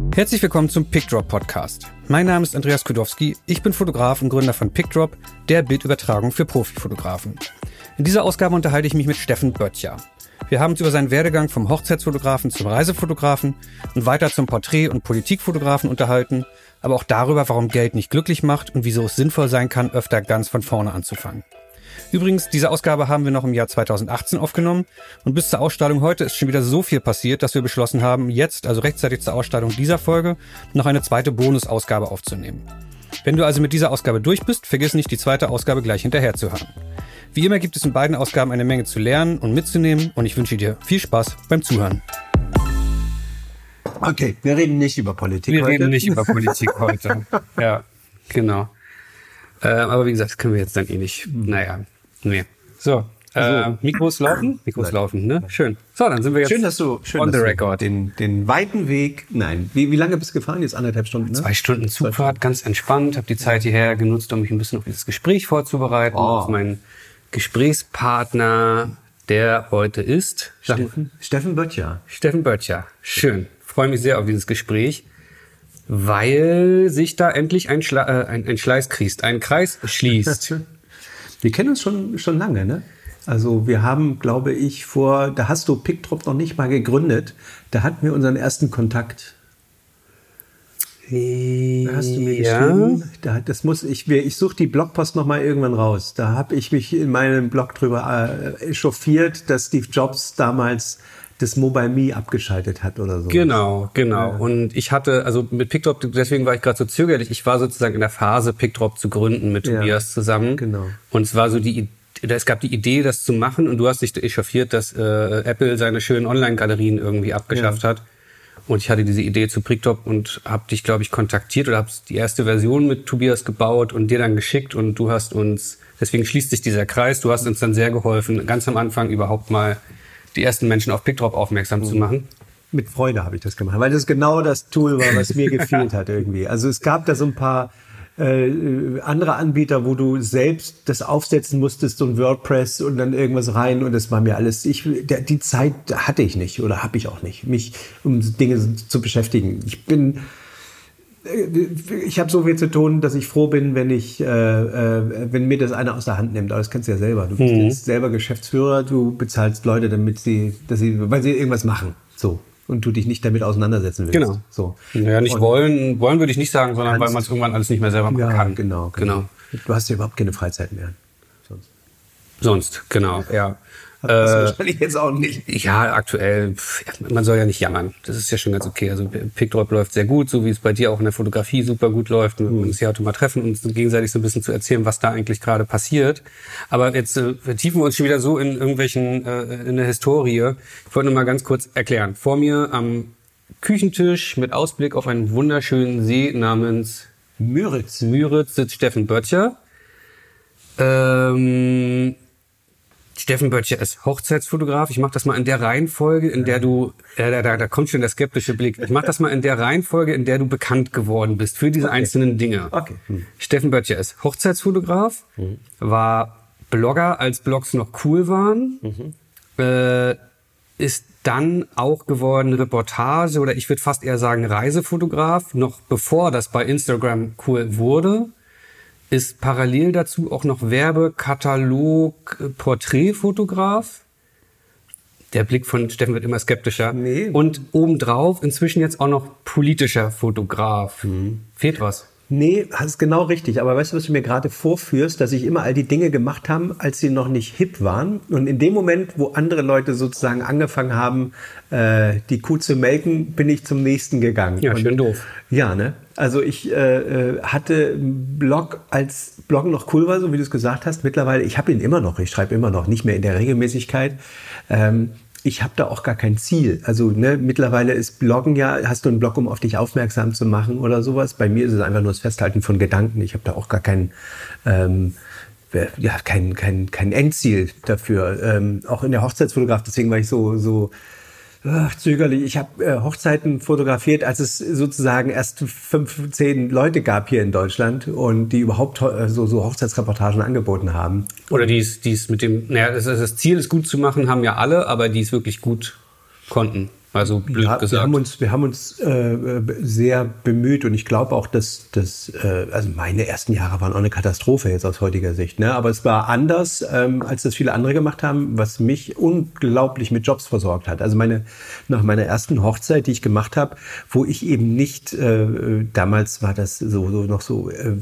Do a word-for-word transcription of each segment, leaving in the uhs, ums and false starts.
Herzlich willkommen zum PicDrop Podcast. Mein Name ist Andreas Kudowski, ich bin Fotograf und Gründer von PicDrop, der Bildübertragung für Profifotografen. In dieser Ausgabe unterhalte ich mich mit Steffen Böttcher. Wir haben uns über seinen Werdegang vom Hochzeitsfotografen zum Reisefotografen und weiter zum Porträt- und Politikfotografen unterhalten, aber auch darüber, warum Geld nicht glücklich macht und wieso es sinnvoll sein kann, öfter ganz von vorne anzufangen. Übrigens, diese Ausgabe haben wir noch im Jahr zweitausendachtzehn aufgenommen und bis zur Ausstrahlung heute ist schon wieder so viel passiert, dass wir beschlossen haben, jetzt, also rechtzeitig zur Ausstrahlung dieser Folge, noch eine zweite Bonusausgabe aufzunehmen. Wenn du also mit dieser Ausgabe durch bist, vergiss nicht, die zweite Ausgabe gleich hinterher zu hören. Wie immer gibt es in beiden Ausgaben eine Menge zu lernen und mitzunehmen und ich wünsche dir viel Spaß beim Zuhören. Okay, wir reden nicht über Politik wir heute. Wir reden nicht über Politik heute. Ja, genau. Äh, aber wie gesagt, das können wir jetzt dann eh nicht. Naja, nee. So, äh, so. Mikros laufen? Mikros laufen, ne? Schön. So, dann sind wir jetzt schön, dass du, schön, on dass the record. Du den, den weiten Weg, nein, wie, wie lange bist du gefahren? Jetzt anderthalb Stunden, ne? Zwei Stunden Zugfahrt, ganz entspannt. Habe die Zeit hierher genutzt, um mich ein bisschen auf dieses Gespräch vorzubereiten. Oh. Auf meinen Gesprächspartner, der heute ist Steffen, Steffen Böttcher. Steffen Böttcher. Schön. Freue mich sehr auf dieses Gespräch, weil sich da endlich ein, Schla- äh, ein, ein Schleiß kriegt, ein Kreis schließt. Wir kennen uns schon, schon lange, ne? Also wir haben, glaube ich, vor, da hast du PicDrop noch nicht mal gegründet, da hatten wir unseren ersten Kontakt. Da hast du mir ja. geschrieben, da, das muss ich, ich suche die Blogpost noch mal irgendwann raus. Da habe ich mich in meinem Blog drüber äh, echauffiert, dass Steve Jobs damals das Mobile Me abgeschaltet hat oder so. Genau, genau. Ja. Und ich hatte, also mit PicDrop, deswegen war ich gerade so zögerlich, ich war sozusagen in der Phase, PicDrop zu gründen mit ja. Tobias zusammen. Genau. Und es war so die Idee, es gab die Idee, das zu machen und du hast dich echauffiert, dass äh, Apple seine schönen Online-Galerien irgendwie abgeschafft ja. hat. Und ich hatte diese Idee zu PicDrop und habe dich, glaube ich, kontaktiert oder habe die erste Version mit Tobias gebaut und dir dann geschickt und du hast uns, deswegen schließt sich dieser Kreis, du hast uns dann sehr geholfen, ganz am Anfang überhaupt mal die ersten Menschen auf PicDrop aufmerksam mhm. zu machen. Mit Freude habe ich das gemacht, weil das genau das Tool war, was mir gefehlt hat irgendwie. Also es gab da so ein paar äh, andere Anbieter, wo du selbst das aufsetzen musstest, so ein WordPress und dann irgendwas rein und das war mir alles, ich, der, die Zeit hatte ich nicht oder habe ich auch nicht, mich um Dinge zu beschäftigen. Ich bin Ich habe so viel zu tun, dass ich froh bin, wenn ich, äh, äh, wenn mir das einer aus der Hand nimmt. Aber das kennst du ja selber. Du bist mhm. jetzt selber Geschäftsführer, du bezahlst Leute, damit sie, dass sie, weil sie irgendwas machen. So. Und du dich nicht damit auseinandersetzen willst. Genau. So. Ja, nicht und wollen, wollen würde ich nicht sagen, sondern weil man es irgendwann alles nicht mehr selber machen ja, kann. Genau, genau. genau. Du hast ja überhaupt keine Freizeit mehr. Sonst. Sonst, genau, ja. Das äh, wahrscheinlich jetzt auch nicht. Ja, aktuell, pff, man soll ja nicht jammern. Das ist ja schon ganz okay. Also PicDrop läuft sehr gut, so wie es bei dir auch in der Fotografie super gut läuft. Wir mhm. uns hier heute mal treffen und uns gegenseitig so ein bisschen zu erzählen, was da eigentlich gerade passiert. Aber jetzt äh, vertiefen wir uns schon wieder so in irgendwelchen, äh, in der Historie. Ich wollte nur mal ganz kurz erklären. Vor mir am Küchentisch mit Ausblick auf einen wunderschönen See namens Müritz. Müritz sitzt Steffen Böttcher. Ähm... Steffen Böttcher ist Hochzeitsfotograf. Ich mache das mal in der Reihenfolge, in der du, äh, da, da, da kommt schon der skeptische Blick. Ich mache das mal in der Reihenfolge, in der du bekannt geworden bist für diese okay. einzelnen Dinge. Okay. Hm. Steffen Böttcher ist Hochzeitsfotograf, mhm. war Blogger, als Blogs noch cool waren, mhm. äh, ist dann auch geworden Reportage oder ich würde fast eher sagen Reisefotograf, noch bevor das bei Instagram cool wurde. Ist parallel dazu auch noch Werbekatalog, Porträtfotograf. Der Blick von Steffen wird immer skeptischer. Nee. Und obendrauf inzwischen jetzt auch noch politischer Fotograf. Mhm. Fehlt was? Nee, das ist genau richtig. Aber weißt du, was du mir gerade vorführst, dass ich immer all die Dinge gemacht habe, als sie noch nicht hip waren. Und in dem Moment, wo andere Leute sozusagen angefangen haben, äh, die Kuh zu melken, bin ich zum nächsten gegangen. Ja, schön und, doof. Ja, ne? Also ich äh, hatte einen Blog, als Bloggen noch cool war, so wie du es gesagt hast. Mittlerweile, ich habe ihn immer noch, ich schreibe immer noch, nicht mehr in der Regelmäßigkeit. Ähm, ich habe da auch gar kein Ziel. Also ne, mittlerweile ist Bloggen ja, hast du einen Blog, um auf dich aufmerksam zu machen oder sowas. Bei mir ist es einfach nur das Festhalten von Gedanken. Ich habe da auch gar kein, ähm, ja, kein, kein, kein Endziel dafür. Ähm, auch in der Hochzeitsfotograf, deswegen war ich so, so ach, zögerlich. Ich habe äh, Hochzeiten fotografiert, als es sozusagen erst fünf, zehn Leute gab hier in Deutschland und die überhaupt äh, so, so Hochzeitsreportagen angeboten haben. Oder die es, die es mit dem, naja, das, das Ziel, es gut zu machen, haben ja alle, aber die es wirklich gut konnten. Also blöd ja, gesagt. Wir haben uns, wir haben uns äh, sehr bemüht und ich glaube auch, dass, dass äh, also meine ersten Jahre waren auch eine Katastrophe jetzt aus heutiger Sicht. Ne? Aber es war anders, ähm, als das viele andere gemacht haben, was mich unglaublich mit Jobs versorgt hat. Also meine nach meiner ersten Hochzeit, die ich gemacht habe, wo ich eben nicht, äh, damals war das so, so noch so äh,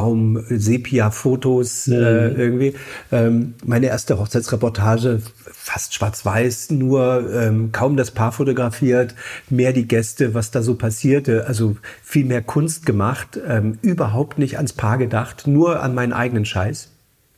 Weidenbaum-Sepia-Fotos mhm. äh, irgendwie. Ähm, meine erste Hochzeitsreportage, fast schwarz-weiß, nur ähm, kaum das Paar fotografiert, mehr die Gäste, was da so passierte, also viel mehr Kunst gemacht, ähm, überhaupt nicht ans Paar gedacht, nur an meinen eigenen Scheiß.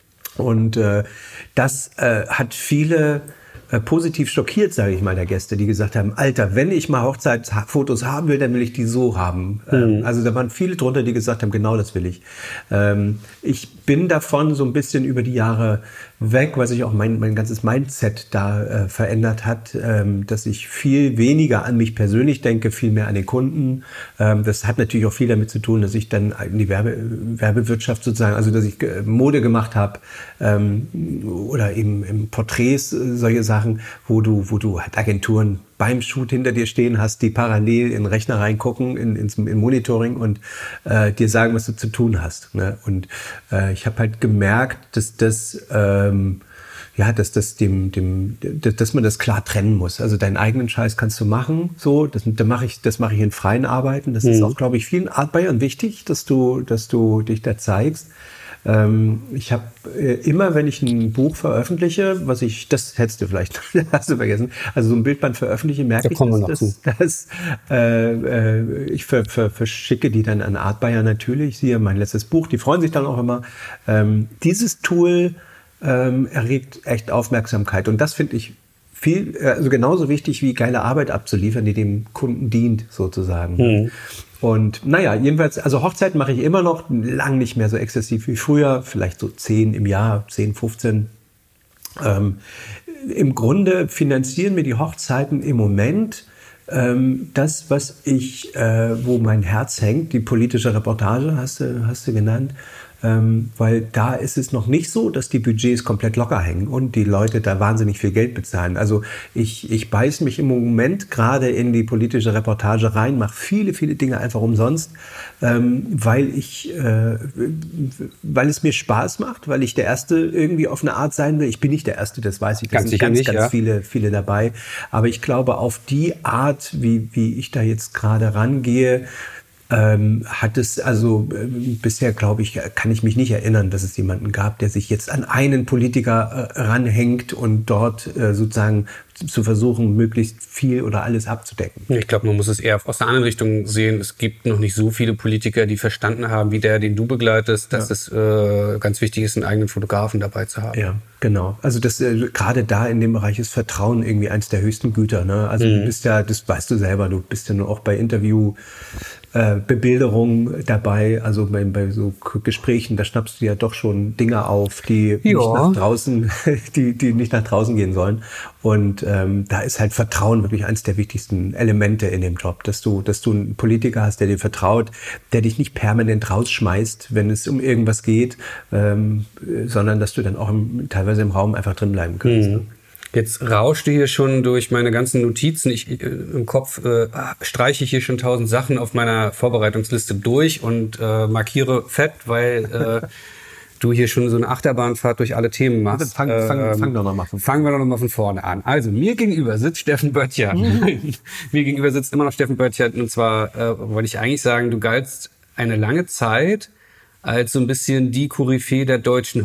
Und äh, das äh, hat viele äh, positiv schockiert, sage ich mal, der Gäste, die gesagt haben, Alter, wenn ich mal Hochzeitsfotos haben will, dann will ich die so haben. Mhm. Ähm, also da waren viele drunter, die gesagt haben, genau das will ich. Ähm, ich bin davon so ein bisschen über die Jahre weg, weil sich auch mein, mein ganzes Mindset da äh, verändert hat, ähm, dass ich viel weniger an mich persönlich denke, viel mehr an den Kunden. Ähm, das hat natürlich auch viel damit zu tun, dass ich dann in die Werbe, Werbewirtschaft sozusagen, also dass ich äh, Mode gemacht habe ähm, oder eben im Porträts, äh, solche Sachen, wo du, wo du halt Agenturen beim Shoot hinter dir stehen hast, die parallel in den Rechner reingucken, in, ins in Monitoring und äh, dir sagen, was du zu tun hast. Ne? Und äh, ich habe halt gemerkt, dass das ähm, ja, dass das dem, dem, dass man das klar trennen muss. Also deinen eigenen Scheiß kannst du machen, so, das, das mache ich, das mache ich in freien Arbeiten. Das mhm. ist auch, glaube ich, vielen Artbayern wichtig, dass du, dass du dich da zeigst. Ähm, ich habe äh, immer, wenn ich ein Buch veröffentliche, was ich, das hättest du vielleicht, hast du vergessen, also so ein Bildband veröffentliche, merke da ich, dass, dass, dass äh, äh, ich ver, ver, verschicke die dann an Artbayer natürlich. Siehe mein letztes Buch, die freuen sich dann auch immer. Ähm, dieses Tool ähm, erregt echt Aufmerksamkeit und das finde ich viel, also genauso wichtig wie geile Arbeit abzuliefern, die dem Kunden dient sozusagen. Mhm. Und naja, jedenfalls, also Hochzeiten mache ich immer noch, lang nicht mehr so exzessiv wie früher, vielleicht so zehn im Jahr, zehn, fünfzehn. Ähm, im Grunde finanzieren mir die Hochzeiten im Moment ähm, das, was ich, äh, wo mein Herz hängt, die politische Reportage, hast du, hast du genannt. Ähm, weil da ist es noch nicht so, dass die Budgets komplett locker hängen und die Leute da wahnsinnig viel Geld bezahlen. Also ich, ich beiß mich im Moment gerade in die politische Reportage rein, mache viele, viele Dinge einfach umsonst, ähm, weil ich, äh, weil es mir Spaß macht, weil ich der Erste irgendwie auf eine Art sein will. Ich bin nicht der Erste, das weiß ich. Da sind ganz, nicht, ganz ja. viele, viele dabei. Aber ich glaube, auf die Art, wie, wie ich da jetzt gerade rangehe, Ähm, hat es also äh, bisher, glaube ich, kann ich mich nicht erinnern, dass es jemanden gab, der sich jetzt an einen Politiker äh, ranhängt und dort äh, sozusagen zu versuchen, möglichst viel oder alles abzudecken. Ich glaube, man muss es eher aus einer anderen Richtung sehen. Es gibt noch nicht so viele Politiker, die verstanden haben, wie der, den du begleitest, dass ja. es äh, ganz wichtig ist, einen eigenen Fotografen dabei zu haben. Ja, genau. Also das äh, gerade da in dem Bereich ist Vertrauen irgendwie eins der höchsten Güter. Ne? Also mhm. du bist ja, das weißt du selber, du bist ja nur auch bei Interview Äh, Bebilderung dabei, also bei, bei so Gesprächen, da schnappst du ja doch schon Dinge auf, die ja. nicht nach draußen, die, die nicht nach draußen gehen sollen. Und ähm, da ist halt Vertrauen wirklich eines der wichtigsten Elemente in dem Job, dass du, dass du einen Politiker hast, der dir vertraut, der dich nicht permanent rausschmeißt, wenn es um irgendwas geht, ähm, sondern dass du dann auch im, teilweise im Raum einfach drin bleiben kannst. Mhm. Jetzt rauschte hier schon durch meine ganzen Notizen. Ich, äh, im Kopf äh, streiche ich hier schon tausend Sachen auf meiner Vorbereitungsliste durch und äh, markiere fett, weil äh, du hier schon so eine Achterbahnfahrt durch alle Themen machst. Fang, fang, ähm, fang doch noch mal von Fangen wir doch noch mal von vorne an. Also, mir gegenüber sitzt Steffen Böttcher. Mhm. Mir gegenüber sitzt immer noch Steffen Böttcher. Und zwar äh, wollte ich eigentlich sagen, du galtst eine lange Zeit als so ein bisschen die Koryphäe der deutschen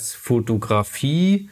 Hochzeitsfotografie.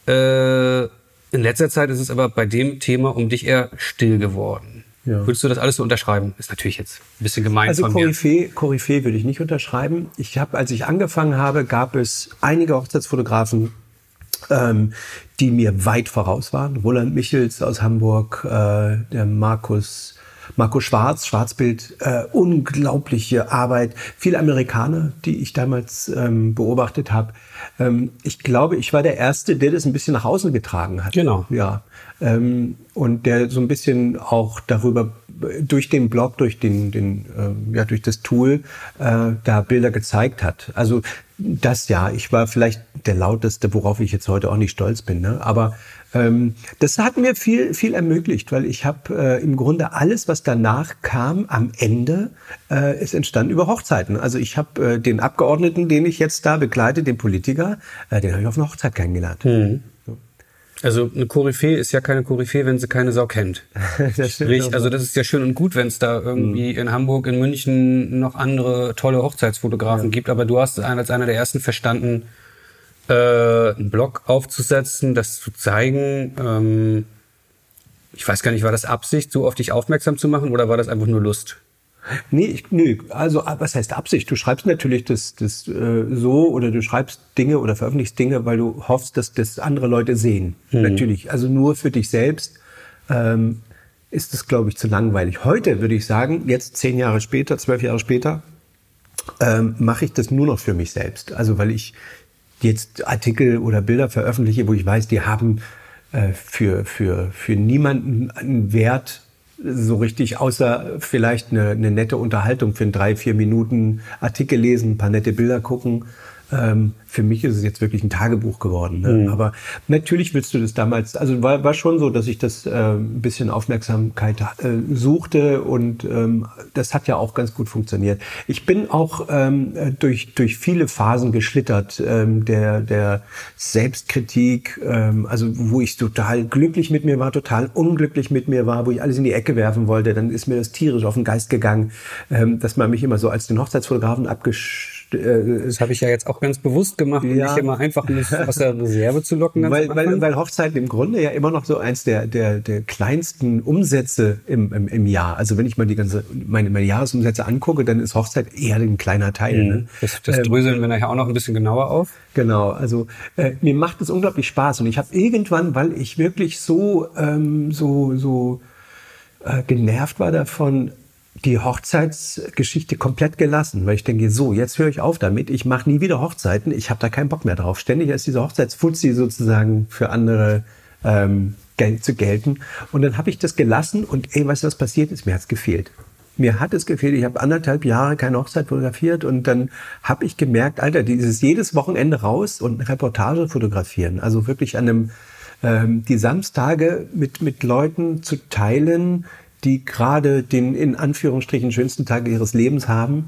Äh, In letzter Zeit ist es aber bei dem Thema um dich eher still geworden. Ja. Würdest du das alles so unterschreiben? Ist natürlich jetzt ein bisschen gemein also von Koryphäe, mir. Koryphäe würde ich nicht unterschreiben. Ich habe, als ich angefangen habe, gab es einige Hochzeitsfotografen, ähm, die mir weit voraus waren. Roland Michels aus Hamburg, äh, der Markus Marco Schwarz, Schwarzbild, äh, unglaubliche Arbeit. Viele Amerikaner, die ich damals ähm, beobachtet habe. Ähm, ich glaube, ich war der Erste, der das ein bisschen nach außen getragen hat. Genau. Ja. Ähm, und der so ein bisschen auch darüber durch den Blog, durch den, den äh, ja durch das Tool äh, da Bilder gezeigt hat. Also das ja, ich war vielleicht der lauteste, worauf ich jetzt heute auch nicht stolz bin, ne? Aber ähm, das hat mir viel viel ermöglicht, weil ich habe äh, im Grunde alles, was danach kam, am Ende äh, ist entstanden über Hochzeiten. Also ich habe äh, den Abgeordneten, den ich jetzt da begleite, den Politiker, äh, den habe ich auf einer Hochzeit kennengelernt. Mhm. Also eine Koryphäe ist ja keine Koryphäe, wenn sie keine Sau kennt. Das Sprich, also das ist ja schön und gut, wenn es da irgendwie mhm. in Hamburg, in München noch andere tolle Hochzeitsfotografen ja. gibt. Aber du hast als einer der ersten verstanden, äh, einen Blog aufzusetzen, das zu zeigen. Ähm, ich weiß gar nicht, war das Absicht, so auf dich aufmerksam zu machen oder war das einfach nur Lust? Nee, ich, nee, also was heißt Absicht? Du schreibst natürlich das, das äh, so oder du schreibst Dinge oder veröffentlichst Dinge, weil du hoffst, dass das andere Leute sehen. Hm. Natürlich, also nur für dich selbst ähm, ist es, glaube ich, zu langweilig. Heute würde ich sagen, jetzt zehn Jahre später, zwölf Jahre später, ähm, mache ich das nur noch für mich selbst. Also weil ich jetzt Artikel oder Bilder veröffentliche, wo ich weiß, die haben äh, für, für, für niemanden einen Wert, so richtig, außer vielleicht eine, eine nette Unterhaltung für einen drei, vier Minuten Artikel lesen, ein paar nette Bilder gucken. Ähm, für mich ist es jetzt wirklich ein Tagebuch geworden. Ne? Mhm. Aber natürlich willst du das damals, also war, war schon so, dass ich das äh, ein bisschen Aufmerksamkeit äh, suchte und ähm, das hat ja auch ganz gut funktioniert. Ich bin auch ähm, durch, durch viele Phasen geschlittert, ähm, der, der Selbstkritik, ähm, also wo ich total glücklich mit mir war, total unglücklich mit mir war, wo ich alles in die Ecke werfen wollte, dann ist mir das tierisch auf den Geist gegangen, ähm, dass man mich immer so als den Hochzeitsfotografen abgesch Das habe ich ja jetzt auch ganz bewusst gemacht, um ja. nicht immer einfach aus der Reserve zu locken. Weil, weil, weil Hochzeiten im Grunde ja immer noch so eins der, der, der kleinsten Umsätze im, im, im Jahr. Also wenn ich mal die ganze, meine, meine Jahresumsätze angucke, dann ist Hochzeit eher ein kleiner Teil. Mhm. Ne? Das, das dröseln ähm, wir nachher auch noch ein bisschen genauer auf. Genau, also äh, mir macht es unglaublich Spaß und ich habe irgendwann, weil ich wirklich so, ähm, so, so äh, genervt war davon, die Hochzeitsgeschichte komplett gelassen, weil ich denke, so, jetzt höre ich auf damit, ich mache nie wieder Hochzeiten, ich habe da keinen Bock mehr drauf. Ständig ist diese Hochzeitsfuzzi sozusagen für andere ähm, Geld zu gelten. Und dann habe ich das gelassen und ey, weißt du, was passiert ist? Mir hat's gefehlt. Mir hat es gefehlt, ich habe anderthalb Jahre keine Hochzeit fotografiert und dann habe ich gemerkt, Alter, dieses jedes Wochenende raus und eine Reportage fotografieren, also wirklich an einem, ähm, die Samstage mit, mit Leuten zu teilen, die gerade den in Anführungsstrichen schönsten Tag ihres Lebens haben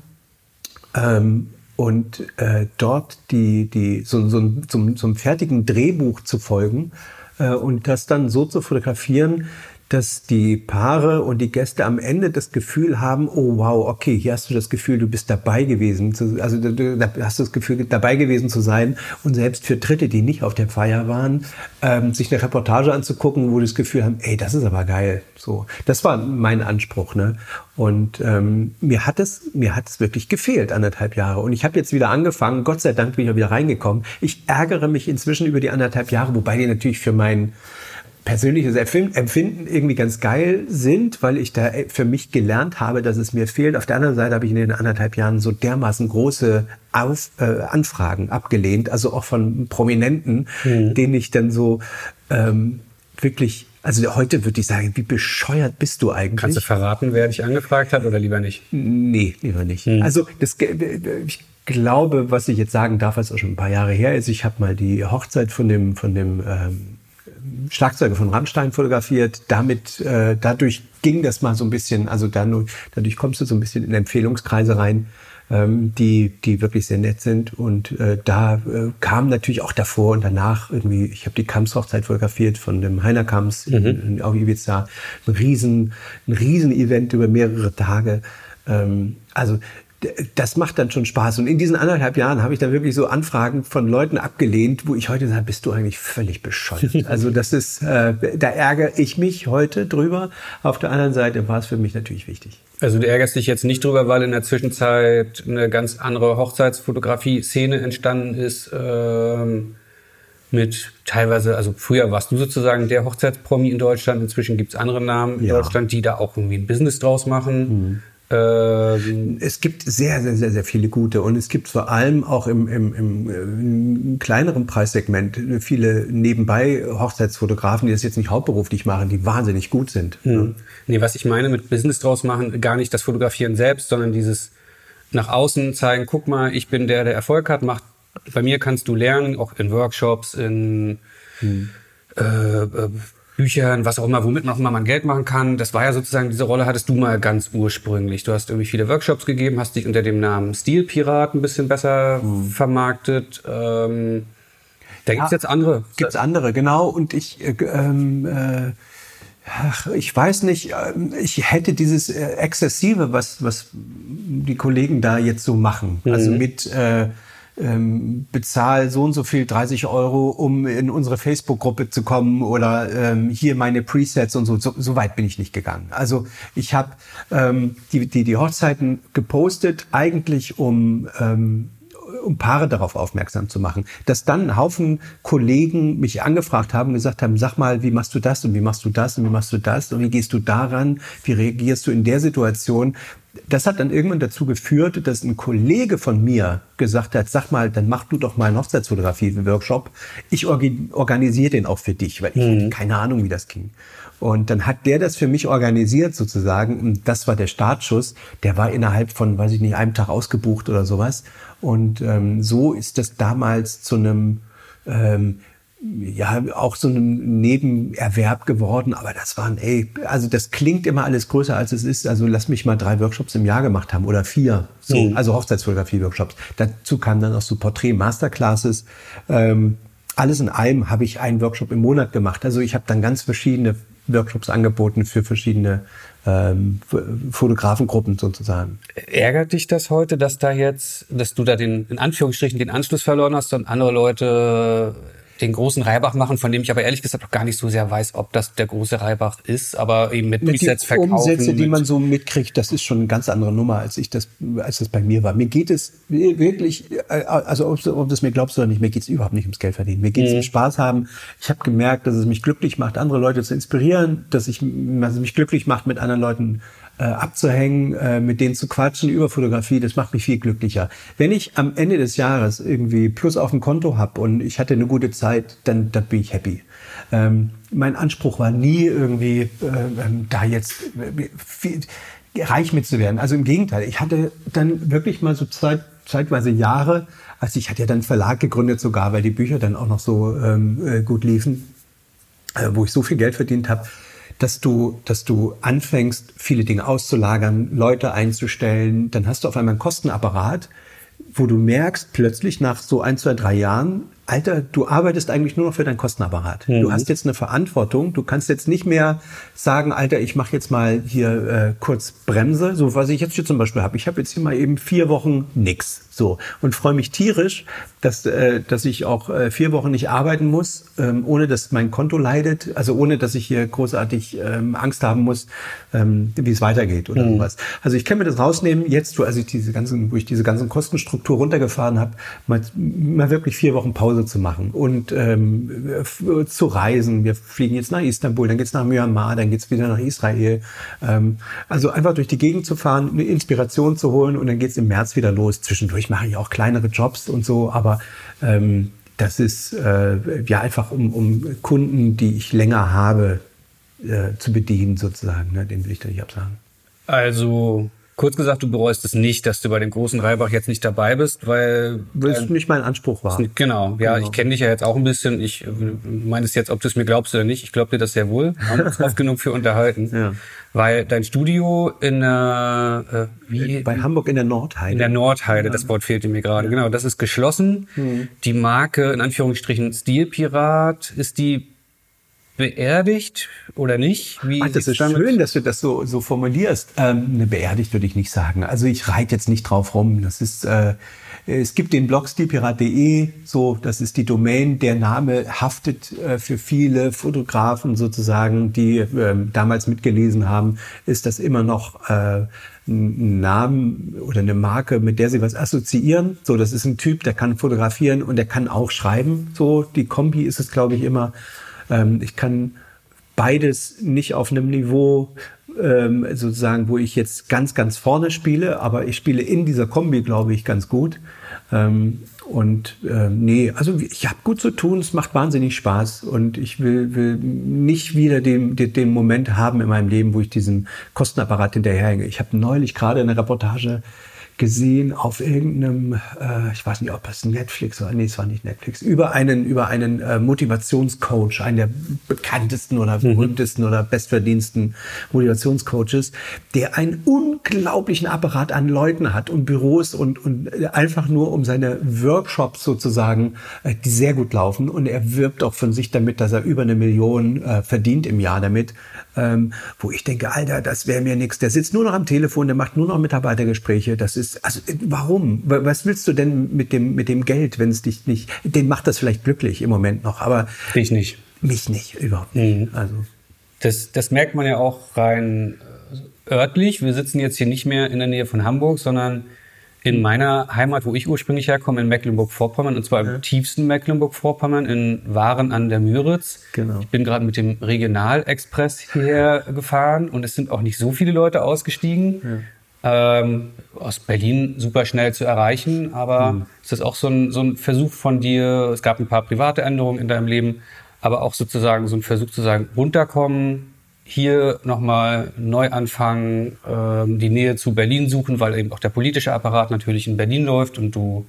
ähm, und äh, dort die die so so zum zum fertigen Drehbuch zu folgen äh, und das dann so zu fotografieren, dass die Paare und die Gäste am Ende das Gefühl haben, oh wow, okay, hier hast du das Gefühl, du bist dabei gewesen, zu, also da hast du das Gefühl, dabei gewesen zu sein und selbst für Dritte, die nicht auf der Feier waren, ähm, sich eine Reportage anzugucken, wo die das Gefühl haben, ey, das ist aber geil. So, das war mein Anspruch, ne? Und ähm, mir hat es mir hat es wirklich gefehlt, anderthalb Jahre. Und ich habe jetzt wieder angefangen, Gott sei Dank bin ich wieder reingekommen. Ich ärgere mich inzwischen über die anderthalb Jahre, wobei die natürlich für mein persönliches Empfinden irgendwie ganz geil sind, weil ich da für mich gelernt habe, dass es mir fehlt. Auf der anderen Seite habe ich in den anderthalb Jahren so dermaßen große Auf, äh, Anfragen abgelehnt, also auch von Prominenten, mhm. denen ich dann so ähm, wirklich, also heute würde ich sagen, wie bescheuert bist du eigentlich? Kannst du verraten, wer dich angefragt hat oder lieber nicht? Nee, lieber nicht. Mhm. Also das, ich glaube, was ich jetzt sagen darf, was auch schon ein paar Jahre her ist, ich habe mal die Hochzeit von dem, von dem ähm, Schlagzeuger von Rammstein fotografiert. Damit, äh, dadurch ging das mal so ein bisschen, also dadurch, dadurch kommst du so ein bisschen in Empfehlungskreise rein, ähm, die, die wirklich sehr nett sind. Und äh, da äh, kam natürlich auch davor und danach irgendwie, ich habe die Kams-Hochzeit fotografiert von dem Heiner Kams mhm. in, in, auf Ibiza. Ein riesen, ein riesen Event über mehrere Tage. Ähm, also das macht dann schon Spaß. Und in diesen anderthalb Jahren habe ich dann wirklich so Anfragen von Leuten abgelehnt, wo ich heute sage, bist du eigentlich völlig bescheuert. Also das ist, äh, da ärgere ich mich heute drüber. Auf der anderen Seite war es für mich natürlich wichtig. Also du ärgerst dich jetzt nicht drüber, weil in der Zwischenzeit eine ganz andere Hochzeitsfotografie-Szene entstanden ist, ähm, mit teilweise, also früher warst du sozusagen der Hochzeitspromi in Deutschland, inzwischen gibt es andere Namen in ja. Deutschland, die da auch irgendwie ein Business draus machen. Mhm. Ähm, es gibt sehr, sehr, sehr, sehr viele gute und es gibt vor allem auch im, im, im, im kleineren Preissegment viele nebenbei Hochzeitsfotografen, die das jetzt nicht hauptberuflich machen, die wahnsinnig gut sind. Hm. Nee, was ich meine mit Business draus machen, gar nicht das Fotografieren selbst, sondern dieses nach außen zeigen, guck mal, ich bin der, der Erfolg hat, macht, bei mir kannst du lernen, auch in Workshops, in hm. äh, äh, Büchern, was auch immer, womit man auch immer mal Geld machen kann. Das war ja sozusagen, diese Rolle hattest du mal ganz ursprünglich. Du hast irgendwie viele Workshops gegeben, hast dich unter dem Namen Stilpirat ein bisschen besser hm. vermarktet. Ähm, da ja, gibt's jetzt andere. Gibt's andere, genau. Und ich, äh, äh, ach, ich weiß nicht, ich hätte dieses äh, Exzessive, was, was die Kollegen da jetzt so machen. Mhm. Also mit äh, Ähm, bezahl so und so viel dreißig Euro, um in unsere Facebook-Gruppe zu kommen oder ähm, hier meine Presets und so. so. So weit bin ich nicht gegangen. Also ich habe ähm, die, die, die Hochzeiten gepostet, eigentlich um, ähm, um Paare darauf aufmerksam zu machen. Dass dann ein Haufen Kollegen mich angefragt haben und gesagt haben, sag mal, wie machst du das und wie machst du das und wie machst du das und wie gehst du daran, wie reagierst du in der Situation? Das hat dann irgendwann dazu geführt, dass ein Kollege von mir gesagt hat, sag mal, dann mach du doch mal einen Hochzeitsfotografie-Workshop. Ich organisiere den auch für dich, weil ich mhm. hatte keine Ahnung, wie das ging. Und dann hat der das für mich organisiert sozusagen und das war der Startschuss. Der war innerhalb von, weiß ich nicht, einem Tag ausgebucht oder sowas. Und ähm, so ist das damals zu einem... Ähm, ja, auch so ein Nebenerwerb geworden, aber das waren, ey, also das klingt immer alles größer, als es ist. Also lass mich mal drei Workshops im Jahr gemacht haben oder vier, so, mhm. also Hochzeitsfotografie-Workshops. Dazu kamen dann auch so Porträt-Masterclasses. Ähm, alles in allem habe ich einen Workshop im Monat gemacht. Also ich habe dann ganz verschiedene Workshops angeboten für verschiedene ähm, Fotografengruppen sozusagen. Ärgert dich das heute, dass da jetzt, dass du da den, in Anführungsstrichen, den Anschluss verloren hast und andere Leute den großen Reibach machen, von dem ich aber ehrlich gesagt auch gar nicht so sehr weiß, ob das der große Reibach ist, aber eben mit Presets verkaufen. Die Umsätze, die man so mitkriegt, das ist schon eine ganz andere Nummer, als ich das, als das bei mir war. Mir geht es wirklich, also ob, ob das mir glaubst oder nicht, mir geht es überhaupt nicht ums Geld verdienen. Mir geht es mhm. ums Spaß haben. Ich habe gemerkt, dass es mich glücklich macht, andere Leute zu inspirieren, dass, ich, dass es mich glücklich macht, mit anderen Leuten Äh, abzuhängen, äh, mit denen zu quatschen über Fotografie, das macht mich viel glücklicher. Wenn ich am Ende des Jahres irgendwie Plus auf dem Konto habe und ich hatte eine gute Zeit, dann, dann bin ich happy. Ähm, mein Anspruch war nie irgendwie äh, da jetzt äh, viel, reich mit zu werden. Also im Gegenteil, ich hatte dann wirklich mal so Zeit, zeitweise Jahre, also ich hatte ja dann einen Verlag gegründet sogar, weil die Bücher dann auch noch so ähm, äh, gut liefen, äh, wo ich so viel Geld verdient habe, dass du, dass du anfängst, viele Dinge auszulagern, Leute einzustellen, dann hast du auf einmal einen Kostenapparat, wo du merkst, plötzlich nach so ein, zwei, drei Jahren, Alter, du arbeitest eigentlich nur noch für deinen Kostenapparat. Mhm. Du hast jetzt eine Verantwortung. Du kannst jetzt nicht mehr sagen, Alter, ich mache jetzt mal hier äh, kurz Bremse, so was ich jetzt hier zum Beispiel habe. Ich habe jetzt hier mal eben vier Wochen nix, so, und freue mich tierisch, dass äh, dass ich auch äh, vier Wochen nicht arbeiten muss, ähm, ohne dass mein Konto leidet, also ohne dass ich hier großartig ähm, Angst haben muss, ähm, wie es weitergeht oder mhm. sowas. Also ich kann mir das rausnehmen. Jetzt, wo also ich diese ganzen, wo ich diese ganzen Kostenstruktur runtergefahren habe, mal, mal wirklich vier Wochen Pause zu machen und ähm, zu reisen. Wir fliegen jetzt nach Istanbul, dann geht's nach Myanmar, dann geht's wieder nach Israel. Ähm, also einfach durch die Gegend zu fahren, eine Inspiration zu holen und dann geht's im März wieder los. Zwischendurch mache ich auch kleinere Jobs und so, aber ähm, das ist äh, ja einfach um, um Kunden, die ich länger habe, äh, zu bedienen sozusagen. Ne? Den will ich da nicht absagen. Also kurz gesagt, du bereust es nicht, dass du bei dem großen Reibach jetzt nicht dabei bist, weil das äh, nicht mein Anspruch war. Genau, ja, genau. Ich kenne dich ja jetzt auch ein bisschen. Ich meine es jetzt, ob du es mir glaubst oder nicht. Ich glaube dir das sehr wohl. Wir haben uns oft genug für unterhalten. Ja. Weil dein Studio in der äh, wie bei Hamburg in der Nordheide. In der Nordheide, ja. Das Wort fehlte mir gerade. Ja. Genau, das ist geschlossen. Mhm. Die Marke in Anführungsstrichen Stilpirat, ist die beerdigt oder nicht? Wie Ach, das ist schön, dass du das so, so formulierst. Ähm, eine beerdigt würde ich nicht sagen. Also ich reite jetzt nicht drauf rum. Das ist, äh, es gibt den Blog stilpirat punkt de, so, das ist die Domain. Der Name haftet äh, für viele Fotografen sozusagen, die äh, damals mitgelesen haben. Ist das immer noch äh, ein Namen oder eine Marke, mit der sie was assoziieren? So, das ist ein Typ, der kann fotografieren und der kann auch schreiben. So, die Kombi ist es, glaube ich, immer. Ich kann beides nicht auf einem Niveau ähm, sozusagen, wo ich jetzt ganz, ganz vorne spiele, aber ich spiele in dieser Kombi, glaube ich, ganz gut. Ähm, und äh, nee, also ich habe gut zu tun, es macht wahnsinnig Spaß und ich will, will nicht wieder den, den, den Moment haben in meinem Leben, wo ich diesem Kostenapparat hinterherhänge. Ich habe neulich gerade eine Reportage gesehen auf irgendeinem, äh, ich weiß nicht, ob es Netflix war, nee, es war nicht Netflix, über einen, über einen äh, Motivationscoach, einen der bekanntesten oder berühmtesten mhm. oder bestverdiensten Motivationscoaches, der einen unglaublichen Apparat an Leuten hat und Büros und, und einfach nur um seine Workshops sozusagen, äh, die sehr gut laufen, und er wirbt auch von sich damit, dass er über eine Million äh, verdient im Jahr damit, ähm, wo ich denke, Alter, das wäre mir nichts. Der sitzt nur noch am Telefon, der macht nur noch Mitarbeitergespräche. Das ist, also warum? Was willst du denn mit dem mit dem Geld, wenn es dich nicht? Den macht das vielleicht glücklich im Moment noch, aber ich nicht. Mich nicht, überhaupt nicht. Mhm. Also das, das merkt man ja auch rein örtlich. Wir sitzen jetzt hier nicht mehr in der Nähe von Hamburg, sondern in meiner Heimat, wo ich ursprünglich herkomme, in Mecklenburg-Vorpommern, und zwar ja. im tiefsten Mecklenburg-Vorpommern, in Waren an der Müritz. Genau. Ich bin gerade mit dem Regionalexpress hierher gefahren und es sind auch nicht so viele Leute ausgestiegen. Ja. Ähm, aus Berlin super schnell zu erreichen, aber mhm. ist das auch so ein, so ein Versuch von dir, es gab ein paar private Änderungen in deinem Leben, aber auch sozusagen so ein Versuch zu sagen, runterkommen, hier nochmal neu anfangen, ähm, die Nähe zu Berlin suchen, weil eben auch der politische Apparat natürlich in Berlin läuft und du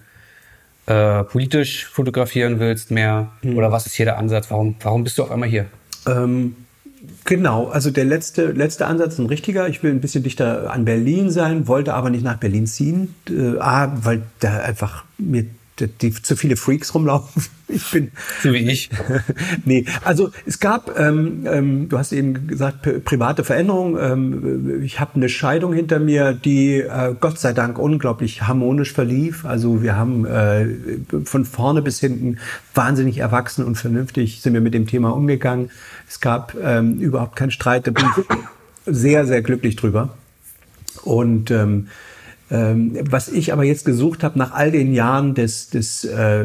äh, politisch fotografieren willst mehr? Mhm. Oder was ist hier der Ansatz? Warum, warum bist du auf einmal hier? Ähm, genau, also der letzte, letzte Ansatz ist ein richtiger. Ich will ein bisschen dichter an Berlin sein, wollte aber nicht nach Berlin ziehen. Äh, A, weil da einfach mir die, die, zu viele Freaks rumlaufen. Ich bin so wie ich. Nee, also es gab, ähm, ähm, du hast eben gesagt, p- private Veränderungen. Ähm, ich habe eine Scheidung hinter mir, die äh, Gott sei Dank unglaublich harmonisch verlief. Also wir haben äh, von vorne bis hinten wahnsinnig erwachsen und vernünftig sind wir mit dem Thema umgegangen. Es gab ähm, überhaupt keinen Streit. Da bin ich sehr, sehr glücklich drüber. Und ähm, Ähm, was ich aber jetzt gesucht habe, nach all den Jahren des, des, äh,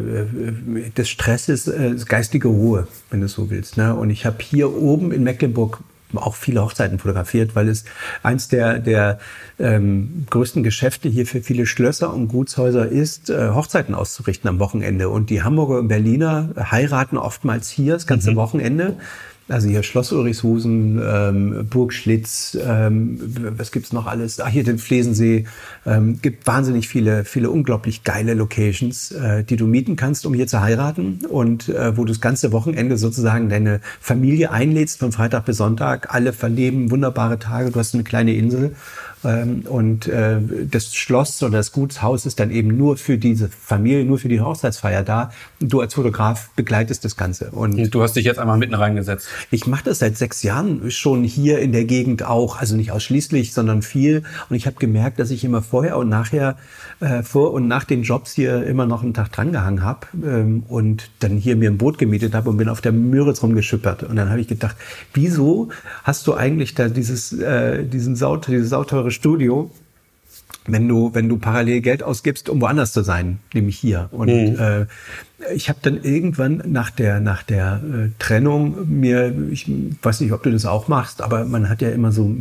des Stresses, äh, geistige Ruhe, wenn du es so willst. Ne? Und ich habe hier oben in Mecklenburg auch viele Hochzeiten fotografiert, weil es eins der, der ähm, größten Geschäfte hier für viele Schlösser und Gutshäuser ist, äh, Hochzeiten auszurichten am Wochenende. Und die Hamburger und Berliner heiraten oftmals hier das ganze mhm. Wochenende. Also hier Schloss Ulrichshusen, ähm, Burg Schlitz, ähm, was gibt's noch alles? Ah, hier den Flesensee. Ähm, gibt wahnsinnig viele, viele unglaublich geile Locations, äh, die du mieten kannst, um hier zu heiraten und äh, wo du das ganze Wochenende sozusagen deine Familie einlädst, von Freitag bis Sonntag. Alle verleben wunderbare Tage. Du hast eine kleine Insel. Ähm, und äh, das Schloss oder das Gutshaus ist dann eben nur für diese Familie, nur für die Hochzeitsfeier da. Und du als Fotograf begleitest das Ganze. Und, und du hast dich jetzt einmal mitten reingesetzt. Ich mache das seit sechs Jahren schon hier in der Gegend auch. Also nicht ausschließlich, sondern viel. Und ich habe gemerkt, dass ich immer vorher und nachher, äh, vor und nach den Jobs hier immer noch einen Tag drangehangen habe. Ähm, und dann hier mir ein Boot gemietet habe und bin auf der Müritz rumgeschippert. Und dann habe ich gedacht, wieso hast du eigentlich da dieses, äh, diesen Saut, dieses sauteure Studio, wenn du wenn du parallel Geld ausgibst, um woanders zu sein, nämlich hier. Und mhm. äh, ich habe dann irgendwann nach der nach der äh, Trennung mir, ich weiß nicht, ob du das auch machst, aber man hat ja immer so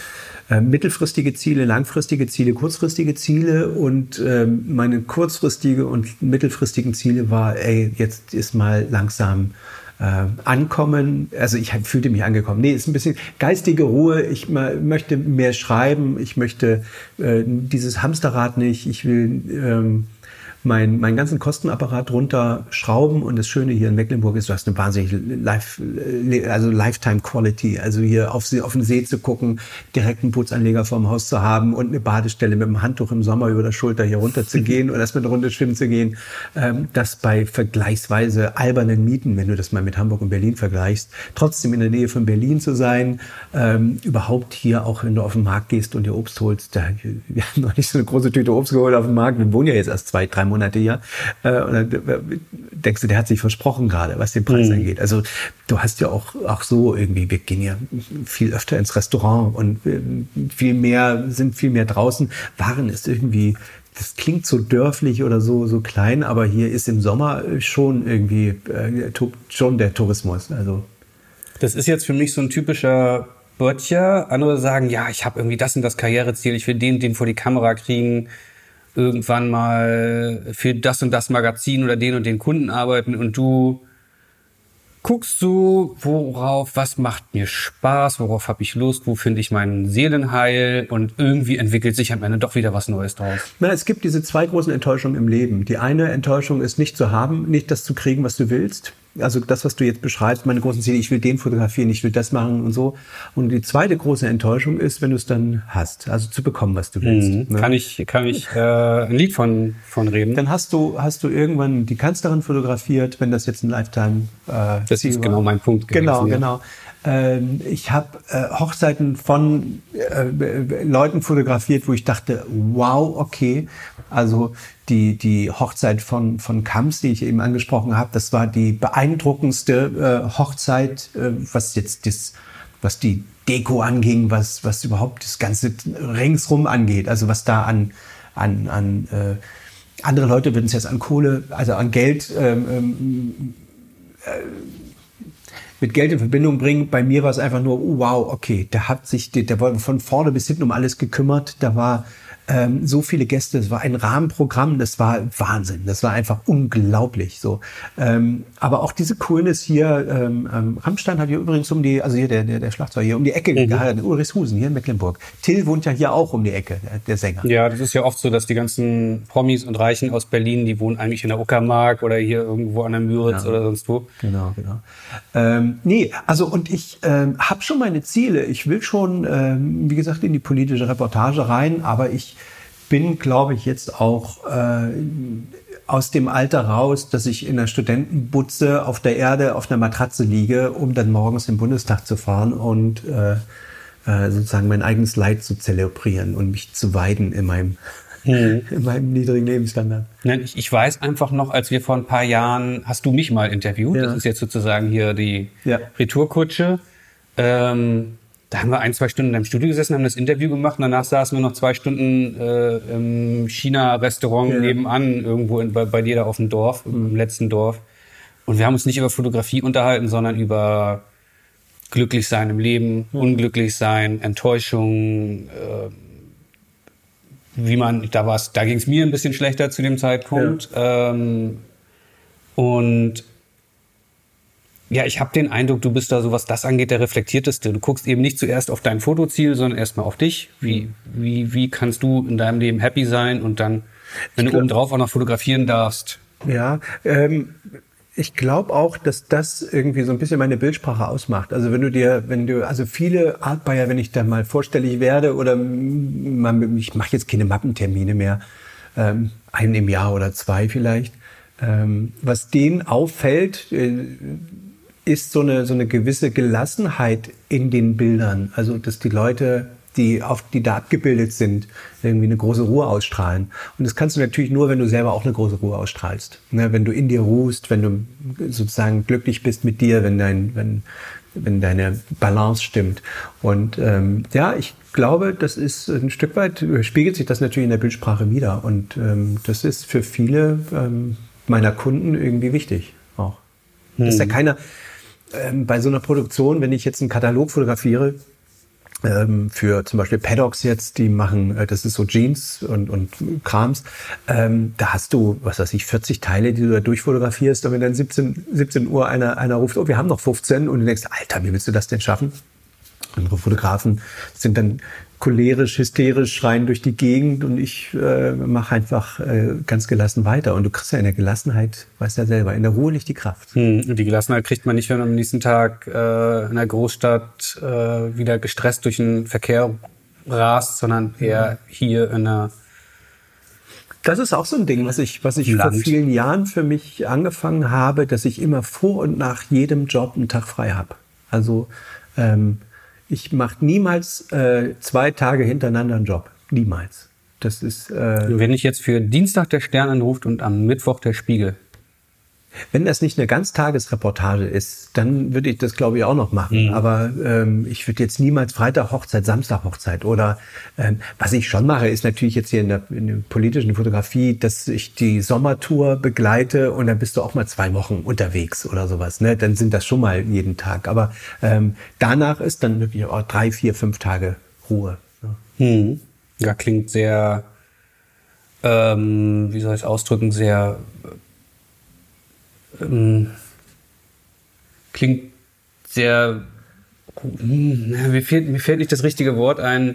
äh, mittelfristige Ziele, langfristige Ziele, kurzfristige Ziele, und äh, meine kurzfristige und mittelfristigen Ziele war, ey, jetzt ist mal langsam Äh, ankommen, also ich fühlte mich angekommen. Nee, ist ein bisschen geistige Ruhe. Ich ma, möchte mehr schreiben. Ich möchte äh, dieses Hamsterrad nicht. Ich will ähm, mein, meinen ganzen Kostenapparat runterschrauben. Und das Schöne hier in Mecklenburg ist, du hast eine wahnsinnige Life, also Lifetime Quality. Also hier auf, auf den See zu gucken, direkt einen Putzanleger vorm Haus zu haben und eine Badestelle mit dem Handtuch im Sommer über der Schulter hier runter zu gehen oder erstmal eine Runde schwimmen zu gehen. Ähm, das bei vergleichsweise albernen Mieten, wenn du das mal mit Hamburg und Berlin vergleichst, trotzdem in der Nähe von Berlin zu sein, ähm, überhaupt hier, auch wenn du auf den Markt gehst und dir Obst holst, da, wir haben noch nicht so eine große Tüte Obst geholt auf dem Markt, wir wohnen ja jetzt erst zwei, drei Monate hier, äh, und dann denkst du, der hat sich versprochen gerade, was den Preis mhm. angeht. Also du hast ja auch, auch so irgendwie, wir gehen ja viel öfter ins Restaurant und viel mehr, sind viel mehr draußen. Waren ist irgendwie, das klingt so dörflich oder so, so klein, aber hier ist im Sommer schon irgendwie, äh, schon der Tourismus. Also das ist jetzt für mich so ein typischer Böttcher, andere sagen, ja, ich habe irgendwie das und das Karriereziel, ich will den, den vor die Kamera kriegen, irgendwann mal für das und das Magazin oder den und den Kunden arbeiten und du guckst so, worauf, was macht mir Spaß, worauf habe ich Lust, wo finde ich meinen Seelenheil und irgendwie entwickelt sich am Ende doch wieder was Neues draus. Na, es gibt diese zwei großen Enttäuschungen im Leben. Die eine Enttäuschung ist, nicht zu haben, nicht das zu kriegen, was du willst. Also das, was du jetzt beschreibst, meine großen Ziele, ich will den fotografieren, ich will das machen und so. Und die zweite große Enttäuschung ist, wenn du es dann hast, also zu bekommen, was du willst. Mhm. Ne? Kann ich, kann ich äh, ein Lied von, von reden? Dann hast du, hast du irgendwann die Kanzlerin fotografiert, wenn das jetzt ein Lifetime äh, Das ist genau mein Punkt gewesen. Genau, ja. genau. Ähm, ich habe äh, Hochzeiten von äh, Leuten fotografiert, wo ich dachte, wow, okay. Also die die Hochzeit von von Kamps, die ich eben angesprochen habe, das war die beeindruckendste äh, Hochzeit, äh, was jetzt das, was die Deko anging, was was überhaupt das ganze ringsrum angeht. Also was da an an an äh, andere Leute würden es jetzt an Kohle, also an Geld ähm, äh, mit Geld in Verbindung bringen. Bei mir war es einfach nur, oh, wow, okay, der hat sich, der, der war von vorne bis hinten um alles gekümmert. Da war ähm, so viele Gäste, es war ein Rahmenprogramm, das war Wahnsinn, das war einfach unglaublich. So, ähm, aber auch diese Coolness hier, ähm, ähm, Rammstein hat hier übrigens um die, also hier der der, der Schlagzeuger hier um die Ecke mhm. geheiratet, Ulrichshusen hier in Mecklenburg. Till wohnt ja hier auch um die Ecke, der, der Sänger. Ja, das ist ja oft so, dass die ganzen Promis und Reichen aus Berlin, die wohnen eigentlich in der Uckermark oder hier irgendwo an der Müritz ja. oder sonst wo. Genau, genau. Ähm, nee, also und ich ähm, habe schon meine Ziele. Ich will schon, ähm, wie gesagt, in die politische Reportage rein, aber ich bin, glaube ich, jetzt auch äh, aus dem Alter raus, dass ich in der Studentenbutze auf der Erde auf einer Matratze liege, um dann morgens im Bundestag zu fahren und äh, äh, sozusagen mein eigenes Leid zu zelebrieren und mich zu weiden in meinem Mhm. in meinem niedrigen Lebensstandard. Ich, ich weiß einfach noch, als wir vor ein paar Jahren, hast du mich mal interviewt, ja. Das ist jetzt sozusagen hier die ja. Retourkutsche. Ähm, da haben wir ein, zwei Stunden in einem Studio gesessen, haben das Interview gemacht und danach saßen wir noch zwei Stunden äh, im China-Restaurant ja. nebenan, irgendwo in, bei, bei dir da auf dem Dorf, mhm. im letzten Dorf. Und wir haben uns nicht über Fotografie unterhalten, sondern über glücklich sein im Leben, mhm. unglücklich sein, Enttäuschung, äh, wie man, da war's, da ging es mir ein bisschen schlechter zu dem Zeitpunkt. Ja. Ähm, und ja, ich habe den Eindruck, du bist da so, was das angeht, der reflektierteste. Du guckst eben nicht zuerst auf dein Fotoziel, sondern erstmal auf dich. Wie, wie, wie kannst du in deinem Leben happy sein und dann, wenn ich du obendrauf auch noch fotografieren darfst? Ja, ähm, ich glaube auch, dass das irgendwie so ein bisschen meine Bildsprache ausmacht. Also wenn du dir, wenn du, also viele Art Buyer, wenn ich da mal vorstellig werde oder man, ich mache jetzt keine Mappentermine mehr, ähm, einen im Jahr oder zwei vielleicht, ähm, was denen auffällt, äh, ist so eine so eine gewisse Gelassenheit in den Bildern. Also dass die Leute, die auf die da abgebildet sind, irgendwie eine große Ruhe ausstrahlen. Und das kannst du natürlich nur, wenn du selber auch eine große Ruhe ausstrahlst. Ne, wenn du in dir ruhst, wenn du sozusagen glücklich bist mit dir, wenn dein, wenn, wenn deine Balance stimmt. Und ähm, ja, ich glaube, das ist ein Stück weit, spiegelt sich das natürlich in der Bildsprache wider. Und ähm, das ist für viele ähm, meiner Kunden irgendwie wichtig auch. Hm. Das ist ja keiner, ähm, bei so einer Produktion, wenn ich jetzt einen Katalog fotografiere, für zum Beispiel Paddocks jetzt, die machen, das ist so Jeans und, und Krams, ähm, da hast du, was weiß ich, vierzig Teile, die du da durchfotografierst und wenn dann siebzehn, siebzehn Uhr einer, einer ruft, oh, wir haben noch fünfzehn und du denkst, Alter, wie willst du das denn schaffen? Andere Fotografen sind dann cholerisch, hysterisch, schreien durch die Gegend und ich äh, mache einfach äh, ganz gelassen weiter. Und du kriegst ja in der Gelassenheit, weißt ja selber, in der Ruhe liegt die Kraft. Hm, und die Gelassenheit kriegt man nicht, wenn man am nächsten Tag äh, in der Großstadt äh, wieder gestresst durch den Verkehr rast, sondern eher hier in der... Das ist auch so ein Ding, was ich, was ich vor vielen Jahren für mich angefangen habe, dass ich immer vor und nach jedem Job einen Tag frei habe. Also ähm, ich mache niemals äh, zwei Tage hintereinander einen Job. Niemals. Das ist. Äh Wenn ich jetzt für Dienstag der Stern anruft und am Mittwoch der Spiegel. Wenn das nicht eine Ganztagesreportage ist, dann würde ich das, glaube ich, auch noch machen. Mhm. Aber ähm, ich würde jetzt niemals Freitag Hochzeit, Samstag Hochzeit oder ähm, was ich schon mache, ist natürlich jetzt hier in der, in der politischen Fotografie, dass ich die Sommertour begleite und dann bist du auch mal zwei Wochen unterwegs oder sowas. Ne? Dann sind das schon mal jeden Tag. Aber ähm, danach ist dann wirklich auch drei, vier, fünf Tage Ruhe. Ne? Mhm. Ja, klingt sehr, ähm, wie soll ich es ausdrücken, sehr klingt sehr, mir fehlt, mir fällt nicht das richtige Wort ein.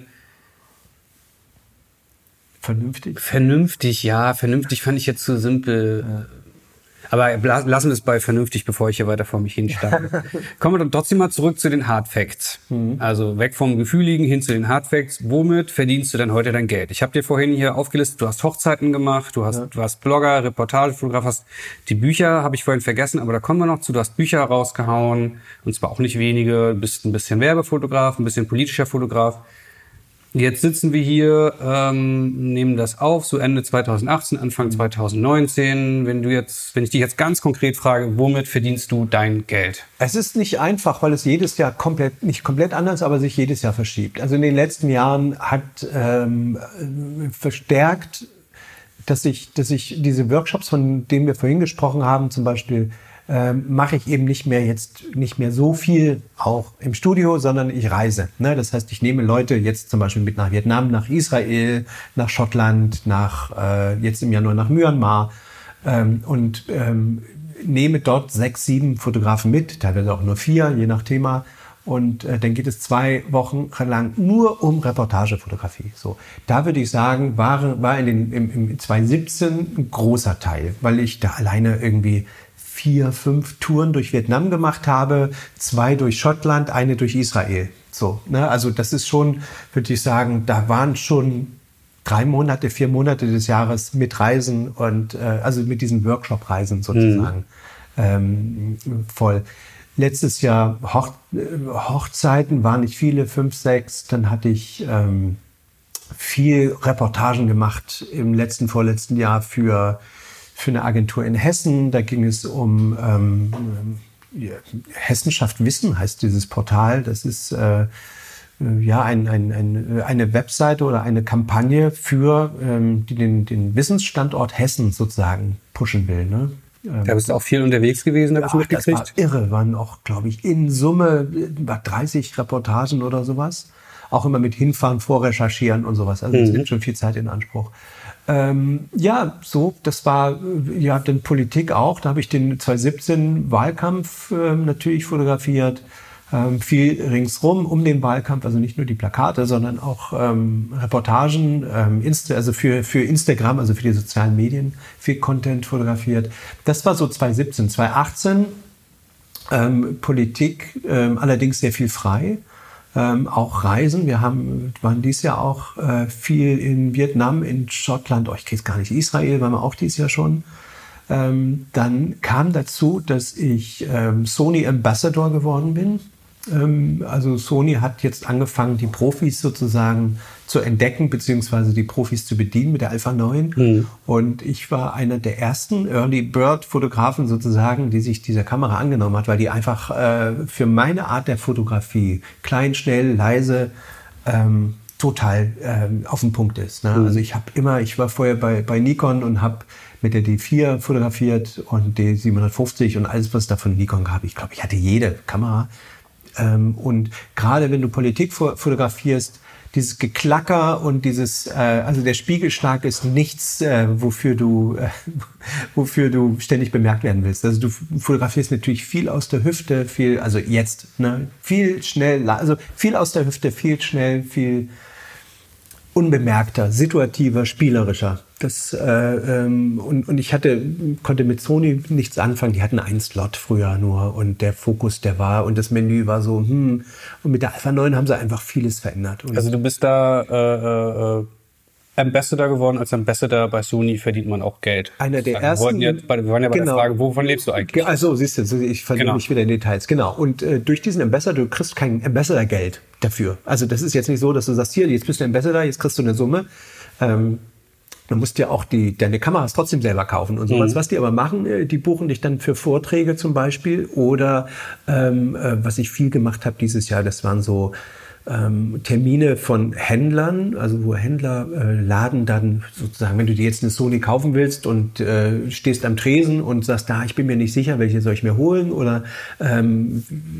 Vernünftig? Vernünftig, ja, vernünftig fand ich jetzt zu simpel. Ja. Aber lassen wir es bei vernünftig, bevor ich hier weiter vor mich hinstarte. Kommen wir dann trotzdem mal zurück zu den Hard Facts. Mhm. Also weg vom Gefühligen hin zu den Hard Facts. Womit verdienst du denn heute dein Geld? Ich habe dir vorhin hier aufgelistet, du hast Hochzeiten gemacht, du hast, ja. du hast Blogger, Reportagefotograf, hast die Bücher, habe ich vorhin vergessen, aber da kommen wir noch zu. Du hast Bücher rausgehauen, und zwar auch nicht wenige. Du bist ein bisschen Werbefotograf, ein bisschen politischer Fotograf. Jetzt sitzen wir hier, ähm, nehmen das auf, so Ende zwanzig achtzehn, Anfang zwanzig neunzehn. Wenn du jetzt, wenn ich dich jetzt ganz konkret frage, womit verdienst du dein Geld? Es ist nicht einfach, weil es jedes Jahr komplett, nicht komplett anders, aber sich jedes Jahr verschiebt. Also in den letzten Jahren hat ähm, verstärkt, dass ich, dass ich diese Workshops, von denen wir vorhin gesprochen haben, zum Beispiel, Ähm, mache ich eben nicht mehr jetzt nicht mehr so viel auch im Studio, sondern ich reise. Ne? Das heißt, ich nehme Leute jetzt zum Beispiel mit nach Vietnam, nach Israel, nach Schottland, nach äh, jetzt im Januar nach Myanmar ähm, und ähm, nehme dort sechs, sieben Fotografen mit, teilweise auch nur vier, je nach Thema. Und äh, dann geht es zwei Wochen lang nur um Reportagefotografie. So, da würde ich sagen, war war in den im, im zwanzig siebzehn ein großer Teil, weil ich da alleine irgendwie vier, fünf Touren durch Vietnam gemacht habe, zwei durch Schottland, eine durch Israel. So, ne? Also das ist schon, würde ich sagen, da waren schon drei Monate, vier Monate des Jahres mit Reisen und äh, also mit diesen Workshop-Reisen sozusagen mhm. ähm, voll. Letztes Jahr Hoch, Hochzeiten waren nicht viele, fünf, sechs. Dann hatte ich ähm, viel Reportagen gemacht im letzten, vorletzten Jahr für für eine Agentur in Hessen. Da ging es um ähm, ja, Hessenschaft Wissen, heißt dieses Portal. Das ist äh, ja ein, ein, ein, eine Webseite oder eine Kampagne für ähm, die den, den Wissensstandort Hessen sozusagen pushen will. Ne? Da bist du auch viel unterwegs gewesen, habe ich mitgekriegt. Das war irre, waren auch, glaube ich, in Summe über dreißig Reportagen oder sowas. Auch immer mit hinfahren, vorrecherchieren und sowas. Also es mhm. nimmt schon viel Zeit in Anspruch. Ähm, ja, so, das war ja dann Politik auch. Da habe ich den zwanzig siebzehn Wahlkampf äh, natürlich fotografiert. Ähm, viel ringsrum um den Wahlkampf, also nicht nur die Plakate, sondern auch ähm, Reportagen, ähm, Insta, also für, für Instagram, also für die sozialen Medien, viel Content fotografiert. Das war so zwanzig siebzehn. zwanzig achtzehn ähm, Politik, ähm, allerdings sehr viel frei. Ähm, auch Reisen. Wir haben, waren dieses Jahr auch äh, viel in Vietnam, in Schottland, oh, ich krieg's gar nicht, Israel waren wir auch dieses Jahr schon. Ähm, dann kam dazu, dass ich ähm, Sony Ambassador geworden bin. Ähm, also Sony hat jetzt angefangen, die Profis sozusagen zu entdecken, beziehungsweise die Profis zu bedienen mit der Alpha neun. Mhm. Und ich war einer der ersten Early Bird Fotografen sozusagen, die sich dieser Kamera angenommen hat, weil die einfach äh, für meine Art der Fotografie klein, schnell, leise, ähm, total ähm, auf den Punkt ist. Ne? Mhm. Also ich habe immer, ich war vorher bei, bei Nikon und habe mit der D vier fotografiert und D siebenhundertfünfzig und alles, was es da von Nikon gab. Ich glaube, ich hatte jede Kamera. Ähm, und gerade wenn du Politik fotografierst, dieses Geklacker und dieses, äh, also der Spiegelschlag ist nichts, äh, wofür du, äh, wofür du ständig bemerkt werden willst. Also du fotografierst natürlich viel aus der Hüfte, viel, also jetzt, ne, viel schnell, also viel aus der Hüfte, viel schnell, viel unbemerkter, situativer, spielerischer. Das, äh, ähm, und, und ich hatte, konnte mit Sony nichts anfangen. Die hatten einen Slot früher nur und der Fokus, der war und das Menü war so, hm. Und mit der Alpha neun haben sie einfach vieles verändert. Und also du bist da äh, äh, Ambassador geworden. Als Ambassador bei Sony verdient man auch Geld. Einer der wir ersten. Jetzt bei, wir waren ja bei genau. der Frage, wovon lebst du eigentlich? Also siehst du, ich verliere genau. mich wieder in Details. Genau. Und äh, durch diesen Ambassador, du kriegst kein Ambassador-Geld dafür. Also das ist jetzt nicht so, dass du sagst, hier, jetzt bist du Ambassador, jetzt kriegst du eine Summe. Ähm, Du musst ja auch die, deine Kameras trotzdem selber kaufen und sowas. Mhm. Was die aber machen, die buchen dich dann für Vorträge zum Beispiel oder ähm, was ich viel gemacht habe dieses Jahr, das waren so ähm, Termine von Händlern, also wo Händler äh, laden dann sozusagen, wenn du dir jetzt eine Sony kaufen willst und äh, stehst am Tresen und sagst, da, ich bin mir nicht sicher, welche soll ich mir holen oder ähm,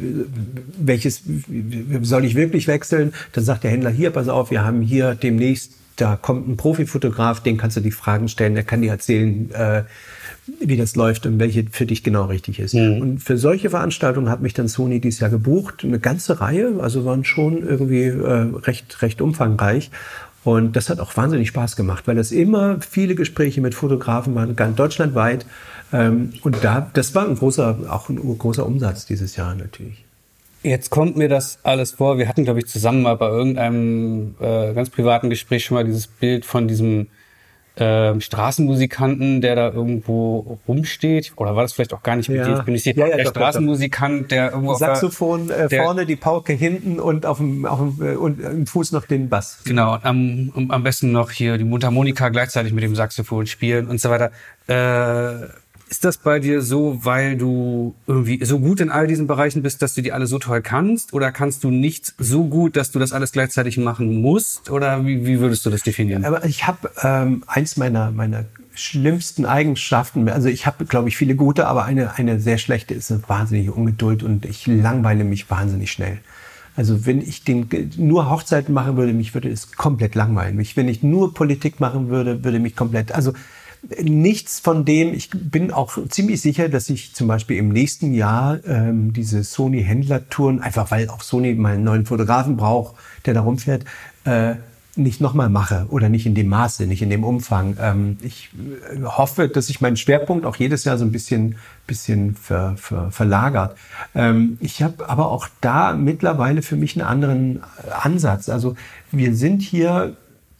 welches soll ich wirklich wechseln, dann sagt der Händler, hier, pass auf, wir haben hier demnächst, da kommt ein Profifotograf, den kannst du die Fragen stellen, der kann dir erzählen, äh, wie das läuft und welche für dich genau richtig ist. Mhm. Und für solche Veranstaltungen hat mich dann Sony dieses Jahr gebucht, eine ganze Reihe, also waren schon irgendwie äh, recht, recht umfangreich. Und das hat auch wahnsinnig Spaß gemacht, weil das immer viele Gespräche mit Fotografen waren, ganz deutschlandweit. Ähm, und da, das war ein großer, auch ein großer Umsatz dieses Jahr natürlich. Jetzt kommt mir das alles vor. Wir hatten, glaube ich, zusammen mal bei irgendeinem äh, ganz privaten Gespräch schon mal dieses Bild von diesem äh, Straßenmusikanten, der da irgendwo rumsteht. Oder war das vielleicht auch gar nicht mit ja. dir? Ich bin nicht sicher. Ja, ja, der doch, Straßenmusikant, doch. Der irgendwo Saxophon auf der, äh, vorne, die Pauke hinten und auf dem, auf dem äh, und im Fuß noch den Bass. Genau, und am, am besten noch hier die Mundharmonika gleichzeitig mit dem Saxophon spielen und so weiter. Äh, Ist das bei dir so, weil du irgendwie so gut in all diesen Bereichen bist, dass du die alle so toll kannst? Oder kannst du nichts so gut, dass du das alles gleichzeitig machen musst? Oder wie, wie würdest du das definieren? Aber ich habe ähm, eins meiner, meiner schlimmsten Eigenschaften, also ich habe, glaube ich, viele gute, aber eine, eine sehr schlechte ist eine wahnsinnige Ungeduld und ich langweile mich wahnsinnig schnell. Also wenn ich den, nur Hochzeiten machen würde, mich würde es komplett langweilen. Mich, wenn ich nur Politik machen würde, würde mich komplett... also nichts von dem, ich bin auch ziemlich sicher, dass ich zum Beispiel im nächsten Jahr ähm, diese Sony-Händlertouren, einfach weil auch Sony mal einen neuen Fotografen braucht, der da rumfährt, äh, nicht nochmal mache oder nicht in dem Maße, nicht in dem Umfang. Ähm, ich hoffe, dass sich mein Schwerpunkt auch jedes Jahr so ein bisschen, bisschen ver, ver, verlagert. Ähm, ich habe aber auch da mittlerweile für mich einen anderen Ansatz. Also wir sind hier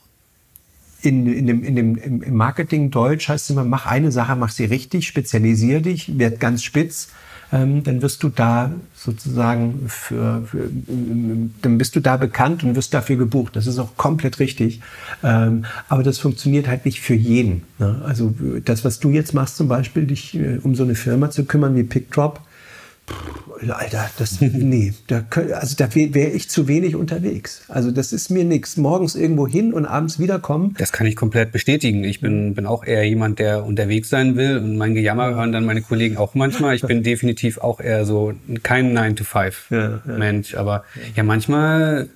In, in dem, in dem, im Marketing Deutsch heißt es immer, mach eine Sache, mach sie richtig, spezialisier dich, werd ganz spitz, ähm, dann wirst du da sozusagen für, für, dann bist du da bekannt und wirst dafür gebucht. Das ist auch komplett richtig. Ähm, aber das funktioniert halt nicht für jeden. Ne? Also das, was du jetzt machst zum Beispiel, dich äh, um so eine Firma zu kümmern wie PicDrop, Alter, das, nee, da, also da wäre wär ich zu wenig unterwegs. Also das ist mir nichts. Morgens irgendwo hin und abends wiederkommen. Das kann ich komplett bestätigen. Ich bin, bin auch eher jemand, der unterwegs sein will und mein Gejammer hören dann meine Kollegen auch manchmal. Ich bin definitiv auch eher so kein nine to five ja, ja. Mensch, aber ja, manchmal...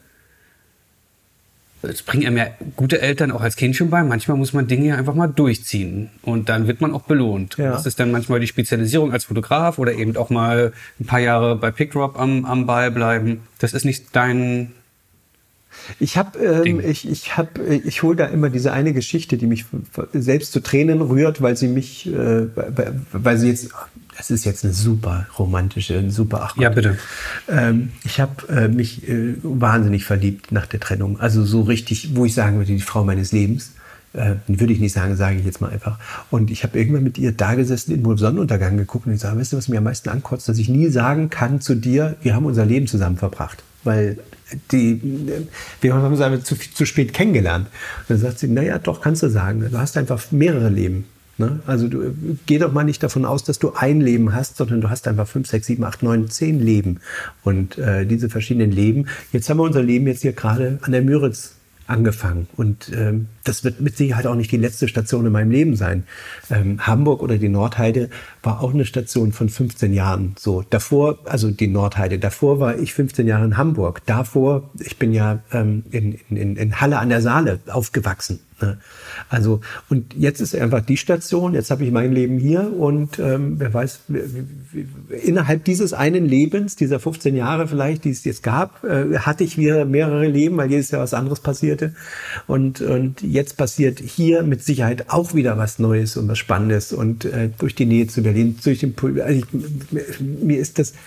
Das bringen einem ja gute Eltern auch als Kind schon bei. Manchmal muss man Dinge ja einfach mal durchziehen und dann wird man auch belohnt. Ja. Das ist dann manchmal die Spezialisierung als Fotograf oder eben auch mal ein paar Jahre bei PicDrop am, am Ball bleiben. Das ist nicht dein... Ich habe, ähm, ich, ich habe, ich hole da immer diese eine Geschichte, die mich selbst zu Tränen rührt, weil sie mich, äh, weil sie jetzt, das ist jetzt eine super romantische, eine super ach Gott. Ja, bitte. Ähm, ich habe äh, mich äh, wahnsinnig verliebt nach der Trennung, also so richtig, wo ich sagen würde, die Frau meines Lebens. Äh, würde ich nicht sagen, sage ich jetzt mal einfach. Und ich habe irgendwann mit ihr da gesessen, in den Sonnenuntergang geguckt und ich sage, weißt du, was mir am meisten ankotzt, dass ich nie sagen kann zu dir, wir haben unser Leben zusammen verbracht, weil die, wir haben uns einfach zu, zu spät kennengelernt. Und dann sagt sie, naja, doch, kannst du sagen, du hast einfach mehrere Leben. Ne? Also du, geh doch mal nicht davon aus, dass du ein Leben hast, sondern du hast einfach fünf, sechs, sieben, acht, neun, zehn Leben. Und äh, diese verschiedenen Leben, jetzt haben wir unser Leben jetzt hier gerade an der Müritz angefangen. Und ähm, das wird mit Sicherheit auch nicht die letzte Station in meinem Leben sein. Ähm, Hamburg oder die Nordheide war auch eine Station von fünfzehn Jahren. So davor, also die Nordheide, davor war ich fünfzehn Jahre in Hamburg. Davor, ich bin ja ähm, in, in, in Halle an der Saale aufgewachsen. Ne? Also, und jetzt ist einfach die Station, jetzt habe ich mein Leben hier und ähm, wer weiß, innerhalb dieses einen Lebens, dieser fünfzehn Jahre vielleicht, die es jetzt gab, äh, hatte ich wieder mehrere Leben, weil jedes Jahr was anderes passierte. Und, und jetzt passiert hier mit Sicherheit auch wieder was Neues und was Spannendes. Und äh, durch die Nähe zu Berlin, durch den Pul- also ich, mir ist das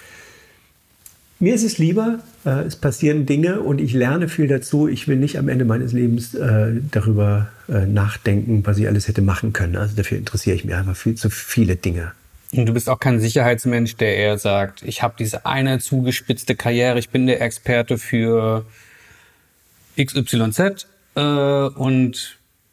Mir ist es lieber, äh, es passieren Dinge und ich lerne viel dazu. Ich will nicht am Ende meines Lebens äh, darüber äh, nachdenken, was ich alles hätte machen können. Also dafür interessiere ich mich einfach viel zu viele Dinge. Und du bist auch kein Sicherheitsmensch, der eher sagt, ich habe diese eine zugespitzte Karriere, ich bin der Experte für X Y Z äh, und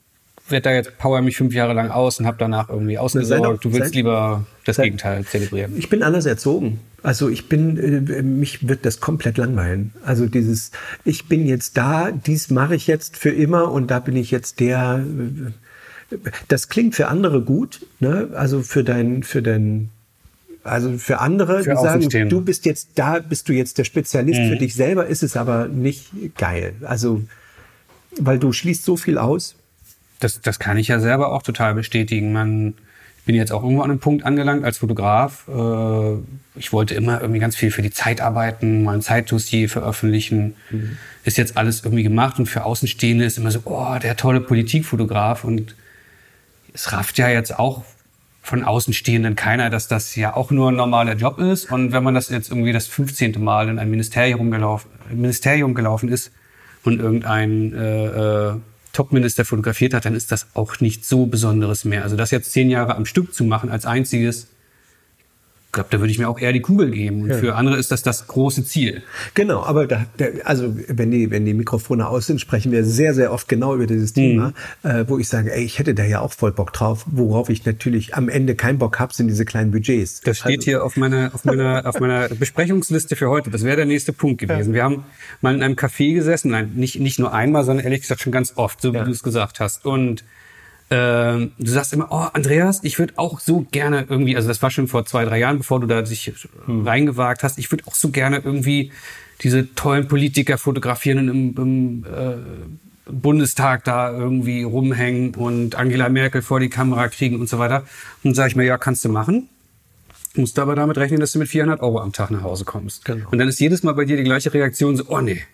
werde da jetzt power mich fünf Jahre lang aus und habe danach irgendwie ausgesorgt. Du willst lieber das sei, Gegenteil zelebrieren. Ich bin anders erzogen. Also ich bin, äh, mich wird das komplett langweilen. Also dieses, ich bin jetzt da, dies mache ich jetzt für immer und da bin ich jetzt der. Äh, das klingt für andere gut, ne? Also für dein, für dein, also für andere, für die sagen, du bist jetzt da, bist du jetzt der Spezialist. Mhm. Für dich selber ist es aber nicht geil. Also weil du schließt so viel aus. Das, das kann ich ja selber auch total bestätigen. Man, ich bin jetzt auch irgendwo an einem Punkt angelangt als Fotograf. Äh, ich wollte immer irgendwie ganz viel für die Zeit arbeiten, mal ein Zeitdossier veröffentlichen. Mhm. Ist jetzt alles irgendwie gemacht und für Außenstehende ist immer so, oh, der tolle Politikfotograf. Und es rafft ja jetzt auch von Außenstehenden keiner, dass das ja auch nur ein normaler Job ist. Und wenn man das jetzt irgendwie das fünfzehnte Mal in ein Ministerium gelaufen, Ministerium gelaufen ist und irgendein äh, äh, Top-Minister fotografiert hat, dann ist das auch nicht so Besonderes mehr. Also das jetzt zehn Jahre am Stück zu machen als einziges, ich glaube, da würde ich mir auch eher die Kugel geben. Und ja. Für andere ist das das große Ziel. Genau, aber da, da, also wenn die, wenn die Mikrofone aus sind, sprechen wir sehr, sehr oft genau über dieses Thema, mhm. äh, wo ich sage, ey, ich hätte da ja auch voll Bock drauf. Worauf ich natürlich am Ende keinen Bock habe, sind diese kleinen Budgets. Das steht also hier auf meiner, auf meiner, auf meiner Besprechungsliste für heute. Das wäre der nächste Punkt gewesen. Ja. Wir haben mal in einem Café gesessen, nein, nicht, nicht nur einmal, sondern ehrlich gesagt schon ganz oft, so wie ja. du es gesagt hast. Und Ähm, du sagst immer, oh, Andreas, ich würde auch so gerne irgendwie, also das war schon vor zwei, drei Jahren, bevor du da dich hm. reingewagt hast, ich würde auch so gerne irgendwie diese tollen Politiker fotografieren und im, im äh, Bundestag da irgendwie rumhängen und Angela Merkel vor die Kamera kriegen und so weiter. Und sage ich mir, ja, kannst du machen. Musst du aber damit rechnen, dass du mit vierhundert Euro am Tag nach Hause kommst. Genau. Und dann ist jedes Mal bei dir die gleiche Reaktion so, oh nee,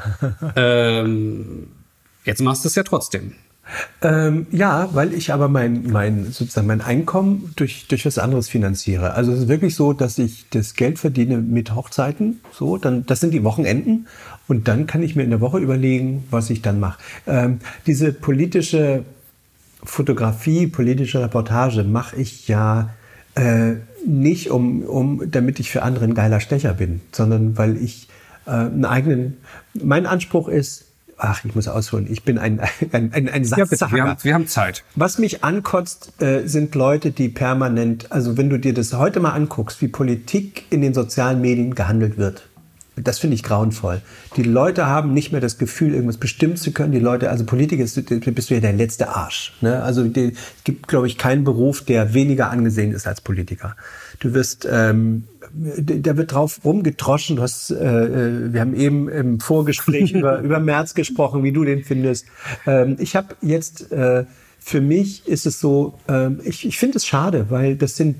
ähm, jetzt machst du es ja trotzdem. Ähm, ja, weil ich aber mein, mein, sozusagen mein Einkommen durch, durch was anderes finanziere. Also es ist wirklich so, dass ich das Geld verdiene mit Hochzeiten. So, dann, das sind die Wochenenden. Und dann kann ich mir in der Woche überlegen, was ich dann mache. Ähm, diese politische Fotografie, politische Reportage mache ich ja äh, nicht, um, um, damit ich für andere ein geiler Stecher bin, sondern weil ich äh, einen eigenen, mein Anspruch ist, ach, ich muss ausholen. Ich bin ein, ein, ein, ein Satzsager. Ja, wir haben, wir haben Zeit. Was mich ankotzt, äh, sind Leute, die permanent, also wenn du dir das heute mal anguckst, wie Politik in den sozialen Medien gehandelt wird, das finde ich grauenvoll. Die Leute haben nicht mehr das Gefühl, irgendwas bestimmen zu können. Die Leute, also Politiker, bist du ja der letzte Arsch. Ne? Also es gibt, glaube ich, keinen Beruf, der weniger angesehen ist als Politiker. Du wirst, ähm, da wird drauf rumgedroschen. Du hast, äh, wir haben eben im Vorgespräch über, über Merz gesprochen, wie du den findest. Ähm, ich habe jetzt, äh, für mich ist es so, äh, ich, ich finde es schade, weil das sind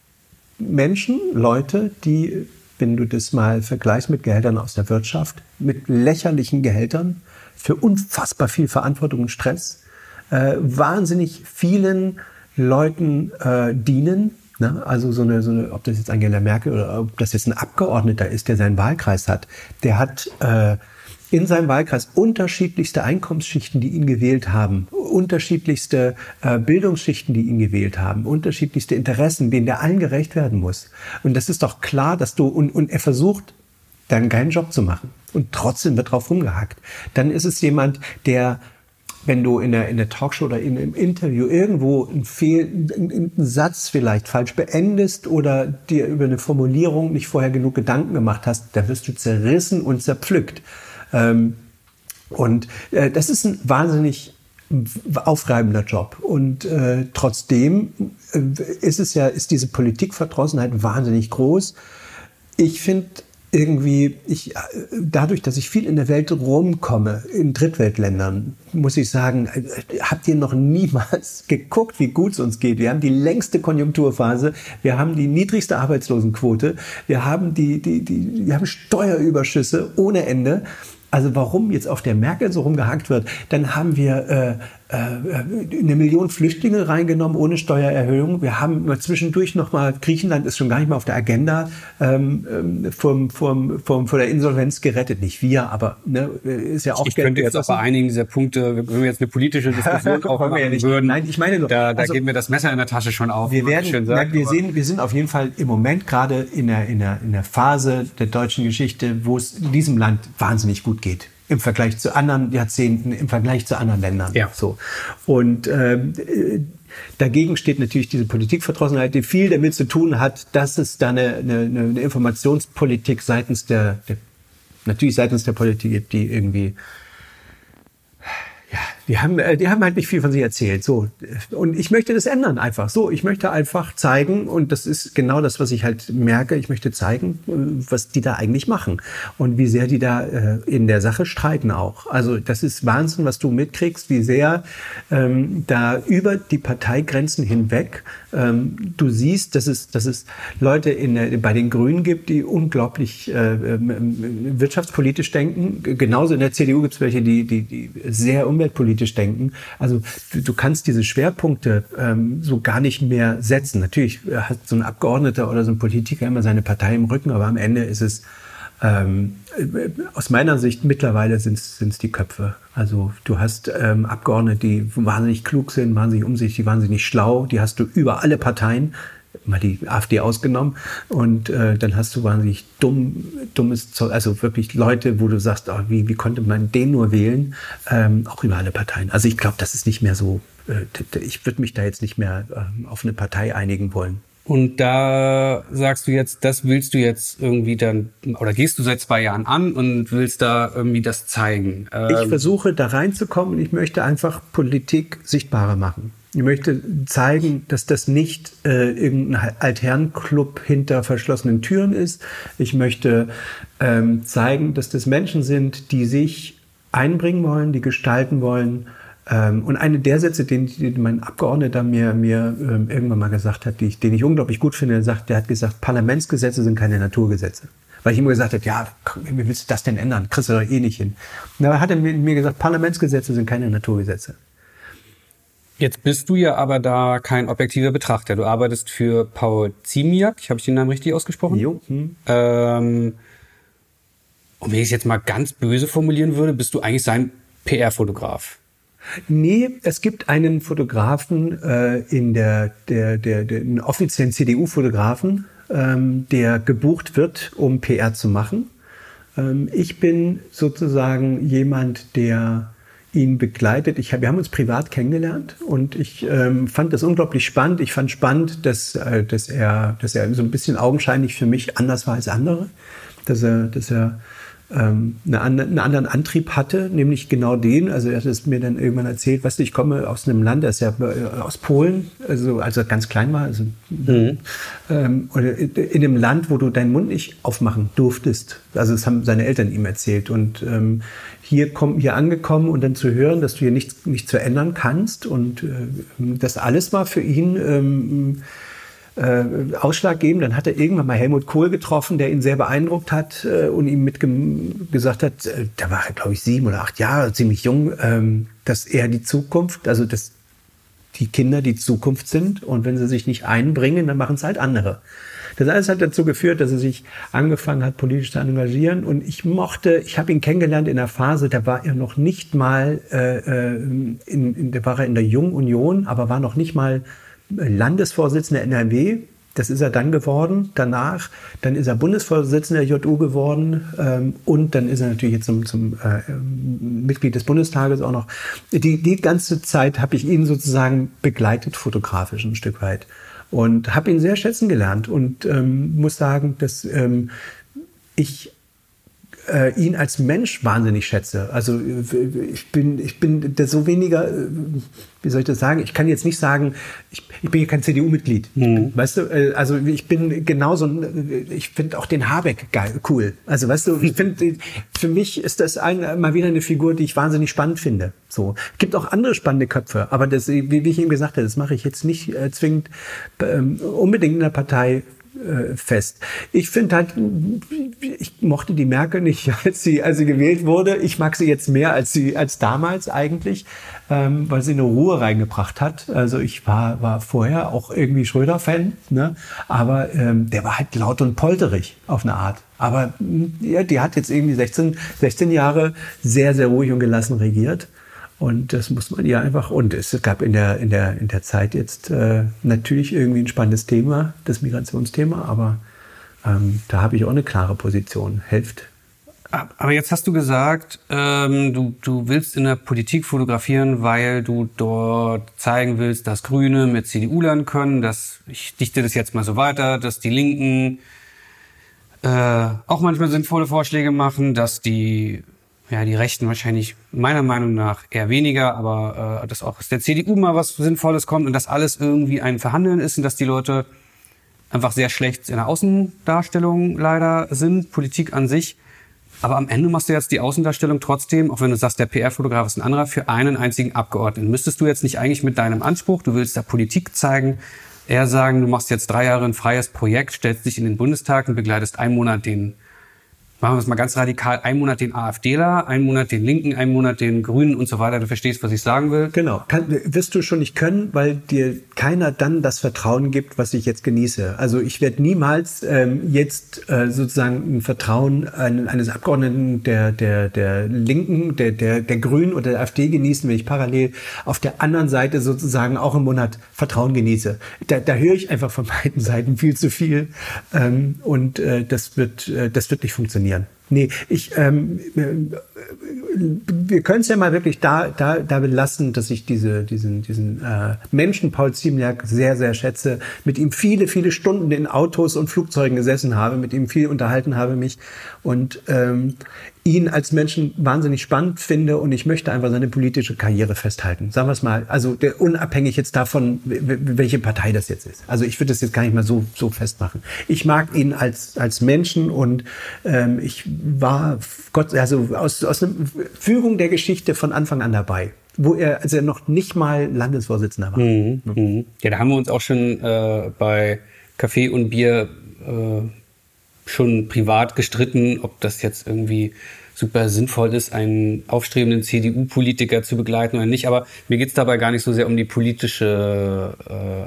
Menschen, Leute, die, wenn du das mal vergleichst mit Gehältern aus der Wirtschaft, mit lächerlichen Gehältern, für unfassbar viel Verantwortung und Stress, äh, wahnsinnig vielen Leuten äh, dienen. Ne? Also so eine, so eine, ob das jetzt Angela Merkel oder ob das jetzt ein Abgeordneter ist, der seinen Wahlkreis hat, der hat äh, in seinem Wahlkreis unterschiedlichste Einkommensschichten, die ihn gewählt haben, unterschiedlichste äh, Bildungsschichten, die ihn gewählt haben, unterschiedlichste Interessen, denen der allen gerecht werden muss. Und das ist doch klar, dass du, und, und er versucht, da einen geilen Job zu machen. Und trotzdem wird drauf rumgehackt. Dann ist es jemand, der, wenn du in der, in der Talkshow oder in, im Interview irgendwo einen, Fehl, einen, einen Satz vielleicht falsch beendest oder dir über eine Formulierung nicht vorher genug Gedanken gemacht hast, da wirst du zerrissen und zerpflückt. Ähm, und äh, das ist ein wahnsinnig aufreibender Job. Und äh, trotzdem äh, ist es ja, ist diese Politikverdrossenheit wahnsinnig groß. Ich finde irgendwie, ich, dadurch, dass ich viel in der Welt rumkomme, in Drittweltländern, muss ich sagen, habt ihr noch niemals geguckt, wie gut es uns geht? Wir haben die längste Konjunkturphase, wir haben die niedrigste Arbeitslosenquote, wir haben die, die, die, wir haben Steuerüberschüsse ohne Ende. Also warum jetzt auf der Merkel so rumgehackt wird, dann haben wir äh, äh, eine Million Flüchtlinge reingenommen ohne Steuererhöhung. Wir haben zwischendurch noch mal, Griechenland ist schon gar nicht mehr auf der Agenda, ähm, vom, vom, vom, vor der Insolvenz gerettet. Nicht wir, aber ne, ist ja auch Ich Geld könnte jetzt auch bei einigen dieser Punkte, wenn wir jetzt eine politische Diskussion aufmachen ja würden, nein, ich meine nur, da, da also, geht mir das Messer in der Tasche schon auf. Wir, werden, schön sagt, nein, wir, sehen, wir sind auf jeden Fall im Moment gerade in der, in, der, in der Phase der deutschen Geschichte, wo es in diesem Land wahnsinnig gut geht. im Vergleich zu anderen Jahrzehnten, im Vergleich zu anderen Ländern. Ja. So. Und ähm, dagegen steht natürlich diese Politikverdrossenheit, die viel damit zu tun hat, dass es da eine, eine, eine Informationspolitik seitens der, der, natürlich seitens der Politik gibt, die irgendwie, ja, die haben, die haben halt nicht viel von sich erzählt. So. Und ich möchte das ändern einfach. So, ich möchte einfach zeigen, und das ist genau das, was ich halt merke, ich möchte zeigen, was die da eigentlich machen und wie sehr die da äh, in der Sache streiten auch. Also das ist Wahnsinn, was du mitkriegst, wie sehr ähm, da über die Parteigrenzen hinweg ähm, du siehst, dass es, dass es Leute in der, bei den Grünen gibt, die unglaublich äh, äh, wirtschaftspolitisch denken. Genauso in der C D U gibt es welche, die, die, die sehr umweltpolitisch denken. Also du, du kannst diese Schwerpunkte ähm, so gar nicht mehr setzen. Natürlich hat so ein Abgeordneter oder so ein Politiker immer seine Partei im Rücken, aber am Ende ist es ähm, aus meiner Sicht mittlerweile sind es die Köpfe. Also du hast ähm, Abgeordnete, die wahnsinnig klug sind, wahnsinnig umsichtig, wahnsinnig schlau. Die hast du über alle Parteien, mal die AfD ausgenommen, und äh, dann hast du wahnsinnig dumm, dummes Zeug, also wirklich Leute, wo du sagst, oh, wie, wie konnte man den nur wählen, ähm, auch über alle Parteien. Also ich glaube, das ist nicht mehr so, äh, ich würde mich da jetzt nicht mehr äh, auf eine Partei einigen wollen. Und da sagst du jetzt, das willst du jetzt irgendwie dann, oder gehst du seit zwei Jahren an und willst da irgendwie das zeigen? Ähm ich versuche da reinzukommen und ich möchte einfach Politik sichtbarer machen. Ich möchte zeigen, dass das nicht äh, irgendein Altherrenclub hinter verschlossenen Türen ist. Ich möchte ähm, zeigen, dass das Menschen sind, die sich einbringen wollen, die gestalten wollen. Ähm, und eine der Sätze, den, den mein Abgeordneter mir, mir ähm, irgendwann mal gesagt hat, die ich, den ich unglaublich gut finde, der, sagt, der hat gesagt, Parlamentsgesetze sind keine Naturgesetze. Weil ich immer gesagt habe, ja, wie willst du das denn ändern? Kriegst du doch eh nicht hin. Und da hat er mir gesagt, Parlamentsgesetze sind keine Naturgesetze. Jetzt bist du ja aber da kein objektiver Betrachter. Du arbeitest für Paul Ziemiak. Ich habe ich den Namen richtig ausgesprochen? Jo. Hm. Ähm, und wenn ich es jetzt mal ganz böse formulieren würde, bist du eigentlich sein P R-Fotograf. Nee, es gibt einen Fotografen äh, in der, der, der, der einen offiziellen C D U-Fotografen, ähm, der gebucht wird, um P R zu machen. Ähm, ich bin sozusagen jemand, der ihn begleitet. Ich hab, wir haben uns privat kennengelernt und ich ähm, fand das unglaublich spannend. Ich fand spannend, dass, äh, dass, er, dass er so ein bisschen augenscheinlich für mich anders war als andere. Dass er, dass er ähm, eine, einen anderen Antrieb hatte, nämlich genau den. Also er hat es mir dann irgendwann erzählt, weißt du, ich komme aus einem Land, das ist ja äh, aus Polen, also als er ganz klein war, also mhm. ähm, oder in einem Land, wo du deinen Mund nicht aufmachen durftest. Also das haben seine Eltern ihm erzählt. Und ähm, hier, komm, hier angekommen und dann zu hören, dass du hier nichts, nichts verändern kannst. Und äh, das alles war für ihn ähm, äh, ausschlaggebend. Dann hat er irgendwann mal Helmut Kohl getroffen, der ihn sehr beeindruckt hat äh, und ihm mitge- gesagt hat, äh, da war er, glaube ich, sieben oder acht Jahre, ziemlich jung, ähm, dass er die Zukunft, also dass die Kinder die Zukunft sind und wenn sie sich nicht einbringen, dann machen es halt andere. Das alles hat dazu geführt, dass er sich angefangen hat, politisch zu engagieren. Und ich mochte, ich habe ihn kennengelernt in einer Phase, da war er noch nicht mal, äh, in, in, da war er in der Jungen Union, aber war noch nicht mal Landesvorsitzender N R W. Das ist er dann geworden, danach. Dann ist er Bundesvorsitzender der J U geworden ähm, und dann ist er natürlich jetzt zum, zum äh, Mitglied des Bundestages auch noch. Die, die ganze Zeit habe ich ihn sozusagen begleitet, fotografisch ein Stück weit. Und habe ihn sehr schätzen gelernt und ähm, muss sagen, dass ähm, ich äh, ihn als Mensch wahnsinnig schätze. Also ich bin, ich bin da so weniger, wie soll ich das sagen? Ich kann jetzt nicht sagen, ich, ich bin hier kein C D U-Mitglied. Mhm. Weißt du, also ich bin genauso, ich finde auch den Habeck geil, cool. Also weißt du, ich finde, für mich ist das ein, mal wieder eine Figur, die ich wahnsinnig spannend finde. So. Es gibt auch andere spannende Köpfe, aber das, wie, wie ich ihm gesagt habe, das mache ich jetzt nicht äh, zwingend ähm, unbedingt in der Partei fest. Ich finde halt, ich mochte die Merkel nicht, als sie, als sie gewählt wurde. Ich mag sie jetzt mehr als sie, als damals eigentlich, ähm, weil sie eine Ruhe reingebracht hat. Also ich war, war vorher auch irgendwie Schröder-Fan, ne? Aber ähm, der war halt laut und polterig auf eine Art. Aber ja, die hat jetzt irgendwie sechzehn, sechzehn Jahre sehr, sehr ruhig und gelassen regiert. Und das muss man ja einfach, und es gab in der, in der, in der Zeit jetzt äh, natürlich irgendwie ein spannendes Thema, das Migrationsthema, aber ähm, da habe ich auch eine klare Position. Helft Aber jetzt hast du gesagt, ähm, du, du willst in der Politik fotografieren, weil du dort zeigen willst, dass Grüne mit C D U-Lern können, dass, ich dichte das jetzt mal so weiter, dass die Linken äh, auch manchmal sinnvolle Vorschläge machen, dass die, ja, die Rechten wahrscheinlich meiner Meinung nach eher weniger, aber äh, dass auch aus der C D U mal was Sinnvolles kommt und dass alles irgendwie ein Verhandeln ist und dass die Leute einfach sehr schlecht in der Außendarstellung leider sind, Politik an sich. Aber am Ende machst du jetzt die Außendarstellung trotzdem, auch wenn du sagst, der P R-Fotograf ist ein anderer, für einen einzigen Abgeordneten. Müsstest du jetzt nicht eigentlich mit deinem Anspruch, du willst da Politik zeigen, eher sagen, du machst jetzt drei Jahre ein freies Projekt, stellst dich in den Bundestag und begleitest einen Monat den, machen wir es mal ganz radikal, einen Monat den AfDler, einen Monat den Linken, einen Monat den Grünen und so weiter. Du verstehst, was ich sagen will? Genau. Kann, wirst du schon nicht können, weil dir keiner dann das Vertrauen gibt, was ich jetzt genieße. Also ich werde niemals ähm, jetzt äh, sozusagen ein Vertrauen ein, eines Abgeordneten der, der, der Linken, der, der, der Grünen oder der AfD genießen, wenn ich parallel auf der anderen Seite sozusagen auch im Monat Vertrauen genieße. Da, da höre ich einfach von beiden Seiten viel zu viel ähm, und äh, das wird, äh, das wird nicht funktionieren. Nee, ich, ähm, wir können es ja mal wirklich da, da, da belassen, dass ich diese, diesen, diesen äh, Menschen, Paul Ziemiak, sehr, sehr schätze, mit ihm viele, viele Stunden in Autos und Flugzeugen gesessen habe, mit ihm viel unterhalten habe mich und ähm, ihn als Menschen wahnsinnig spannend finde und ich möchte einfach seine politische Karriere festhalten. Sagen wir es mal, also der, unabhängig jetzt davon, welche Partei das jetzt ist. Also ich würde das jetzt gar nicht mal so so festmachen. Ich mag ihn als als Menschen und ähm, ich war Gott, also aus aus einer Führung der Geschichte von Anfang an dabei, wo er also noch nicht mal Landesvorsitzender war. Mhm, mhm. Ja, da haben wir uns auch schon äh, bei Kaffee und Bier äh, schon privat gestritten, ob das jetzt irgendwie super sinnvoll ist, einen aufstrebenden C D U-Politiker zu begleiten oder nicht. Aber mir geht's dabei gar nicht so sehr um die politische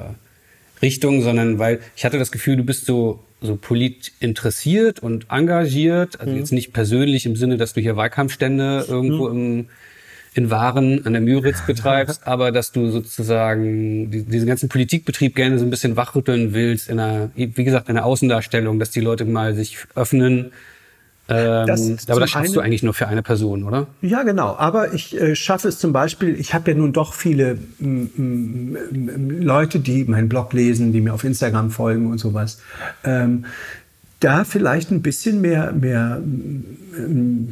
äh, Richtung, sondern weil ich hatte das Gefühl, du bist so so polit interessiert und engagiert. Also mhm. jetzt nicht persönlich im Sinne, dass du hier Wahlkampfstände irgendwo mhm. im in Waren an der Müritz betreibst, aber dass du sozusagen die, diesen ganzen Politikbetrieb gerne so ein bisschen wachrütteln willst, in einer, wie gesagt, in einer Außendarstellung, dass die Leute mal sich öffnen. Ähm, das aber das schaffst einen, du eigentlich nur für eine Person, oder? Ja, genau. Aber ich äh, schaffe es zum Beispiel, ich habe ja nun doch viele m, m, m, Leute, die meinen Blog lesen, die mir auf Instagram folgen und sowas. Ähm, da vielleicht ein bisschen mehr, mehr m,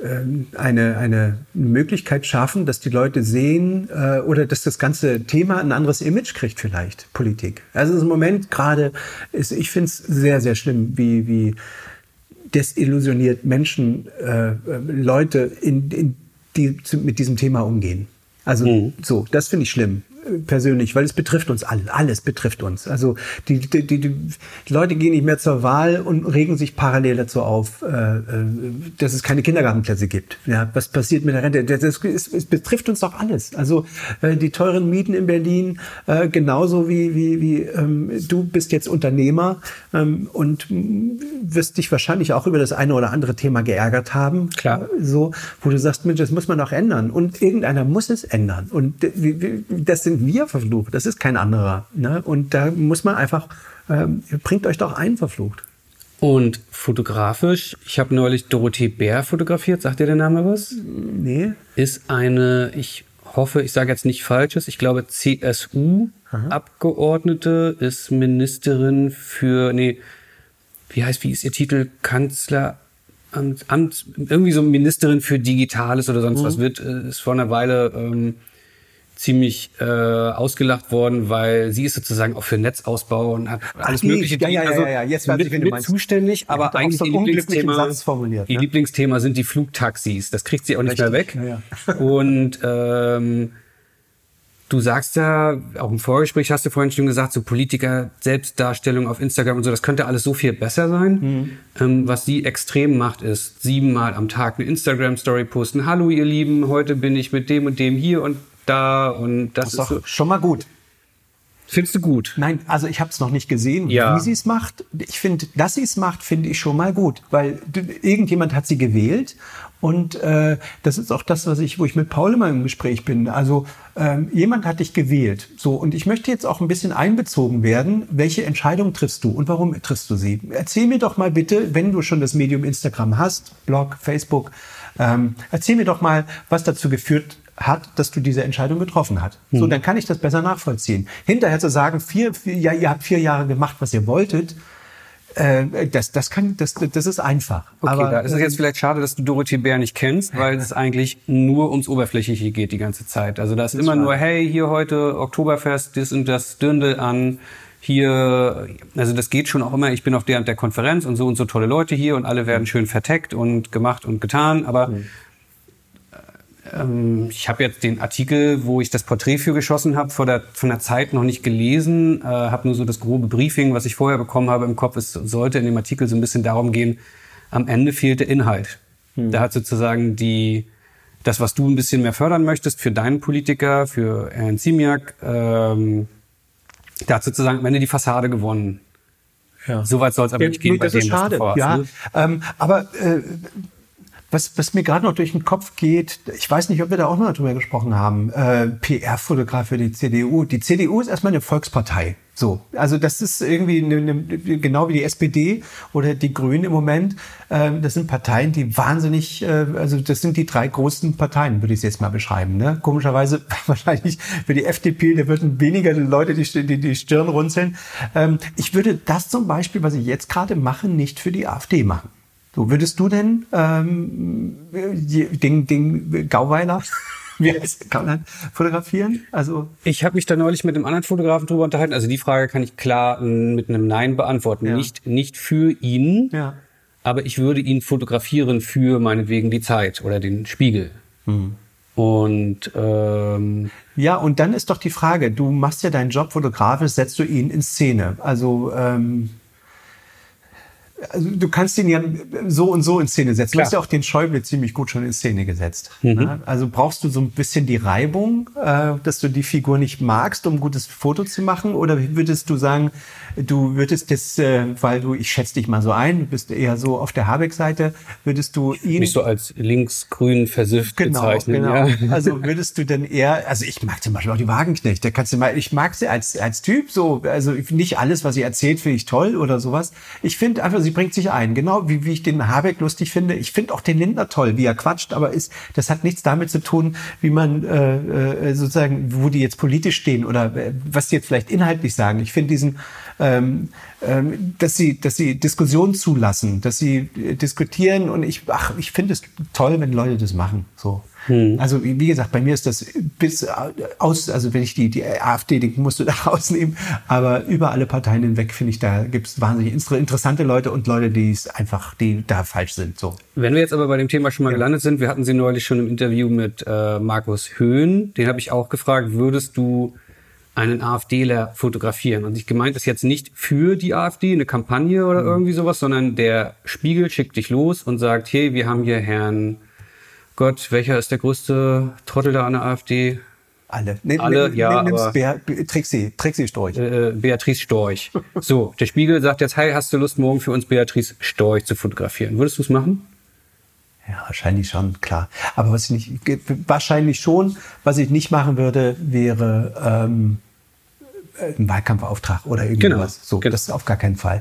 eine eine Möglichkeit schaffen, dass die Leute sehen äh, oder dass das ganze Thema ein anderes Image kriegt vielleicht, Politik. Also im Moment gerade ist, ich finde es sehr, sehr schlimm, wie wie desillusioniert Menschen, äh, Leute in, in die mit diesem Thema umgehen. Also mhm. so, das finde ich schlimm. Persönlich, weil es betrifft uns alle, alles betrifft uns. Also die, die, die, die Leute gehen nicht mehr zur Wahl und regen sich parallel dazu auf, äh, dass es keine Kindergartenplätze gibt. Ja, was passiert mit der Rente? Das, das, es, es betrifft uns doch alles. Also äh, die teuren Mieten in Berlin, äh, genauso wie, wie, wie ähm, du bist jetzt Unternehmer ähm, und wirst dich wahrscheinlich auch über das eine oder andere Thema geärgert haben. Klar. So, wo du sagst, Mensch, das muss man doch ändern. Und irgendeiner muss es ändern. Und das sind wir verflucht, das ist kein anderer. Ne? Und da muss man einfach, ähm, bringt euch doch ein, verflucht. Und fotografisch, ich habe neulich Dorothee Bär fotografiert, sagt dir der Name was? Nee. Ist eine, ich hoffe, ich sage jetzt nicht Falsches, ich glaube C S U-Abgeordnete, ist Ministerin für, nee, wie heißt, wie ist ihr Titel? Kanzler... Amt, Amt, irgendwie so Ministerin für Digitales oder sonst mhm. was wird, ist vor einer Weile ähm, ziemlich äh, ausgelacht worden, weil sie ist sozusagen auch für Netzausbau und hat alles Ach, mögliche. Ja, ja, also ja, ja, jetzt weiß mit, ich, wen du mit meinst. zuständig, aber ja, eigentlich so ihr Lieblingsthema, formuliert, ihr ne? Lieblingsthema sind die Flugtaxis. Das kriegt sie auch nicht Richtig. mehr weg. Ja, ja. Und ähm, du sagst ja, auch im Vorgespräch hast du vorhin schon gesagt, so Politiker, Selbstdarstellung auf Instagram und so, das könnte alles so viel besser sein. Mhm. Ähm, was sie extrem macht, ist siebenmal am Tag eine Instagram-Story posten. Hallo ihr Lieben, heute bin ich mit dem und dem hier und da und das, das ist doch so schon mal gut. Findest du gut? Nein, also ich habe es noch nicht gesehen, ja. wie sie es macht. Ich finde, dass sie es macht, finde ich schon mal gut, weil irgendjemand hat sie gewählt und äh, das ist auch das, was ich, wo ich mit Paul immer im Gespräch bin. Also ähm, jemand hat dich gewählt, so, und ich möchte jetzt auch ein bisschen einbezogen werden. Welche Entscheidung triffst du und warum triffst du sie? Erzähl mir doch mal bitte, wenn du schon das Medium Instagram hast, Blog, Facebook, ähm, erzähl mir doch mal, was dazu geführt hat, dass du diese Entscheidung getroffen hast. Hm. So, dann kann ich das besser nachvollziehen. Hinterher zu sagen, vier, vier, ja, ihr habt vier Jahre gemacht, was ihr wolltet, äh, das, das kann, das, das ist einfach. Okay, aber da ist es jetzt vielleicht schade, dass du Dorothee Bär nicht kennst, weil es eigentlich nur ums Oberflächliche geht die ganze Zeit. Also da ist immer nur, hey, hier heute Oktoberfest, das und das Dirndl an, hier, also das geht schon auch immer, ich bin auf der und der Konferenz und so und so tolle Leute hier und alle werden schön verteckt und gemacht und getan, aber hm. Ich habe jetzt den Artikel, wo ich das Porträt für geschossen habe, von der, von der Zeit noch nicht gelesen, äh, habe nur so das grobe Briefing, was ich vorher bekommen habe im Kopf. Es sollte in dem Artikel so ein bisschen darum gehen, am Ende fehlt der Inhalt. Hm. Da hat sozusagen die, das, was du ein bisschen mehr fördern möchtest für deinen Politiker, für Herrn Ziemiak, ähm, da hat sozusagen am Ende die Fassade gewonnen. Ja. Soweit soll es aber ja, nicht gehen. Das bei ist dem, schade, was du ja. ne? ähm, aber äh, Was, was mir gerade noch durch den Kopf geht, ich weiß nicht, ob wir da auch noch drüber gesprochen haben, äh, P R-Fotograf für die C D U. Die C D U ist erstmal eine Volkspartei. So, also das ist irgendwie eine, eine, genau wie die S P D oder die Grünen im Moment. Äh, das sind Parteien, die wahnsinnig, äh, also das sind die drei großen Parteien, würde ich es jetzt mal beschreiben. Ne? Komischerweise wahrscheinlich für die F D P, da würden weniger Leute die, die, die Stirn runzeln. Ähm, ich würde das zum Beispiel, was ich jetzt gerade mache, nicht für die AfD machen. So, würdest du denn ähm, den, den Gauweiler, wie heißt der, fotografieren? Also ich habe mich da neulich mit einem anderen Fotografen drüber unterhalten. Also die Frage kann ich klar mit einem Nein beantworten. Ja. Nicht, nicht für ihn, ja. aber ich würde ihn fotografieren für meinetwegen die Zeit oder den Spiegel. Hm. Und ähm, ja, und dann ist doch die Frage, du machst ja deinen Job fotografisch, setzt du ihn in Szene. Also ähm, Also du kannst ihn ja so und so in Szene setzen. Klar. Du hast ja auch den Schäuble ziemlich gut schon in Szene gesetzt. Mhm. Ne? Also brauchst du so ein bisschen die Reibung, äh, dass du die Figur nicht magst, um ein gutes Foto zu machen? Oder würdest du sagen, du würdest das, äh, weil du, ich schätze dich mal so ein, du bist eher so auf der Habeck-Seite, würdest du ihn... Nicht so als linksgrün versifft genau, bezeichnen. Genau, ja. Also würdest du denn eher, also ich mag zum Beispiel auch die Wagenknecht, da kannst du mal, ich mag sie als, als Typ so, also nicht alles, was sie erzählt, finde ich toll oder sowas. Ich finde einfach, sie bringt sich ein. Genau wie, wie ich den Habeck lustig finde. Ich finde auch den Lindner toll, wie er quatscht, aber ist, das hat nichts damit zu tun, wie man äh, äh, sozusagen, wo die jetzt politisch stehen oder äh, was die jetzt vielleicht inhaltlich sagen. Ich finde diesen, ähm, ähm, dass sie, dass sie Diskussionen zulassen, dass sie äh, diskutieren und ich, ach, ich finde es toll, wenn Leute das machen. So. Hm. Also wie gesagt, bei mir ist das bis aus, also wenn ich die, die AfD, die musst du da rausnehmen, aber über alle Parteien hinweg finde ich, da gibt es wahnsinnig interessante Leute und Leute, die es einfach, die da falsch sind. So. Wenn wir jetzt aber bei dem Thema schon mal ja. gelandet sind, wir hatten sie neulich schon im Interview mit äh, Markus Höhn, den habe ich auch gefragt, würdest du einen AfDler fotografieren? Und ich gemeint ist jetzt nicht für die AfD, eine Kampagne oder mhm. irgendwie sowas, sondern der Spiegel schickt dich los und sagt, hey, wir haben hier Herrn Gott, welcher ist der größte Trottel da an der AfD? Alle. Nimm, Alle, nimm, ja, nimm, aber... Bea, Trixie, Trixie Storch. Äh, Beatrice Storch. So, der Spiegel sagt jetzt, hey, hast du Lust, morgen für uns Beatrice Storch zu fotografieren? Würdest du es machen? Ja, wahrscheinlich schon, klar. Aber was ich nicht, wahrscheinlich schon, was ich nicht machen würde, wäre ähm, ein Wahlkampfauftrag oder irgendwas. Genau. So, genau. Das ist auf gar keinen Fall.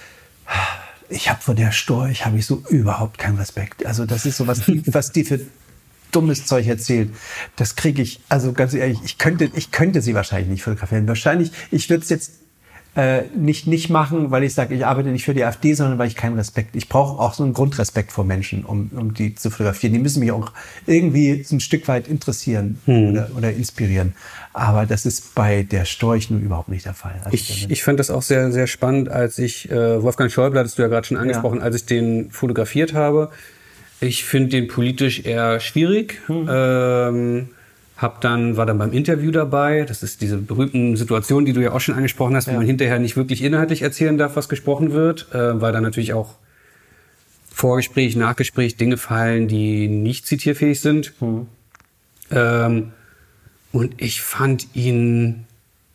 Ich habe vor der Storch, habe ich so überhaupt keinen Respekt. Also das ist so, was die, was die für dummes Zeug erzählt. Das kriege ich, also ganz ehrlich, ich könnte, ich könnte sie wahrscheinlich nicht fotografieren. Wahrscheinlich, ich würde es jetzt äh, nicht, nicht machen, weil ich sage, ich arbeite nicht für die AfD, sondern weil ich keinen Respekt, ich brauche auch so einen Grundrespekt vor Menschen, um, um die zu fotografieren. Die müssen mich auch irgendwie so ein Stück weit interessieren hm. oder, oder inspirieren. Aber das ist bei der Storch nun überhaupt nicht der Fall. Also ich, ich fand das auch sehr, sehr spannend, als ich, äh, Wolfgang Schäuble, hattest du ja gerade schon angesprochen, ja. als ich den fotografiert habe. Ich finde den politisch eher schwierig. Hm. Ähm, hab dann, war dann beim Interview dabei. Das ist diese berühmten Situationen, die du ja auch schon angesprochen hast, wo ja. man hinterher nicht wirklich inhaltlich erzählen darf, was gesprochen wird, äh, weil dann natürlich auch Vorgespräch, Nachgespräch Dinge fallen, die nicht zitierfähig sind. Hm. Ähm, Und ich fand ihn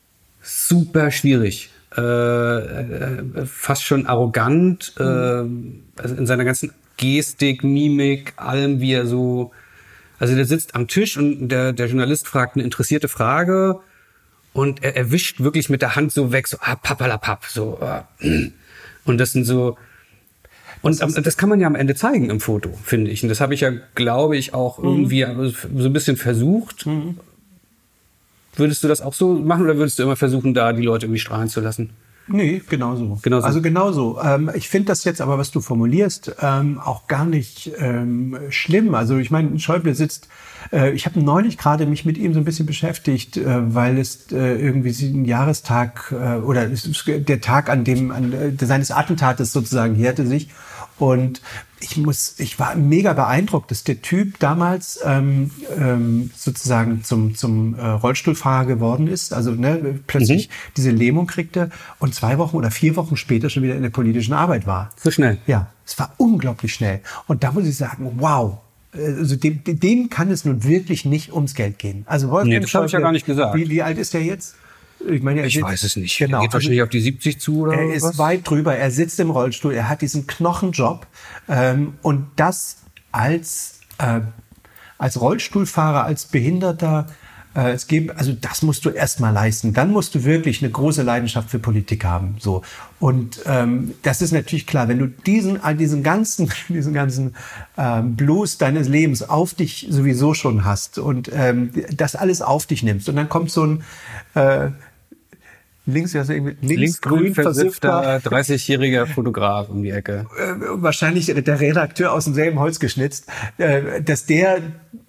super schwierig. Äh, äh, fast schon arrogant, äh, also in seiner ganzen Gestik, Mimik, allem, wie er so... Also der sitzt am Tisch und der, der Journalist fragt eine interessierte Frage und er erwischt wirklich mit der Hand so weg, so ah, papalapap, so. Äh. Und das sind so... Und das, das kann man ja am Ende zeigen im Foto, finde ich. Und das habe ich ja, glaube ich, auch irgendwie mhm. so ein bisschen versucht. Mhm. Würdest du das auch so machen oder würdest du immer versuchen, da die Leute irgendwie strahlen zu lassen? Nee, genauso. genauso. Also genauso. Ähm, ich finde das jetzt aber, was du formulierst, ähm, auch gar nicht ähm, schlimm. Also ich meine, Schäuble sitzt, äh, ich habe neulich gerade mich mit ihm so ein bisschen beschäftigt, äh, weil es äh, irgendwie ein Jahrestag äh, oder es ist der Tag, an dem an, äh, seines Attentates sozusagen jährte sich. Und ich muss, ich war mega beeindruckt, dass der Typ damals ähm, ähm, sozusagen zum zum äh, Rollstuhlfahrer geworden ist, also ne, plötzlich mhm. diese Lähmung kriegte und zwei Wochen oder vier Wochen später schon wieder in der politischen Arbeit war. So schnell? Ja, es war unglaublich schnell. Und da muss ich sagen, wow. Also dem, dem kann es nun wirklich nicht ums Geld gehen. Also Wolfgang nee, das habe ich ja gar nicht gesagt. Wie, wie alt ist der jetzt? Ich meine, ich weiß es nicht. Genau. Er geht wahrscheinlich also, auf die siebzig zu oder Er ist was? weit drüber. Er sitzt im Rollstuhl. Er hat diesen Knochenjob ähm, und das als äh, als Rollstuhlfahrer, als Behinderter. Äh, es gibt, also das musst du erst mal leisten. Dann musst du wirklich eine große Leidenschaft für Politik haben. So und ähm, das ist natürlich klar, wenn du diesen diesen ganzen diesen ganzen ähm, Blues deines Lebens auf dich sowieso schon hast und ähm, das alles auf dich nimmst und dann kommt so ein äh, Links, also irgendwie linksgrün versiffter dreißigjähriger Fotograf um die Ecke. Äh, wahrscheinlich der Redakteur aus demselben Holz geschnitzt, äh, dass der,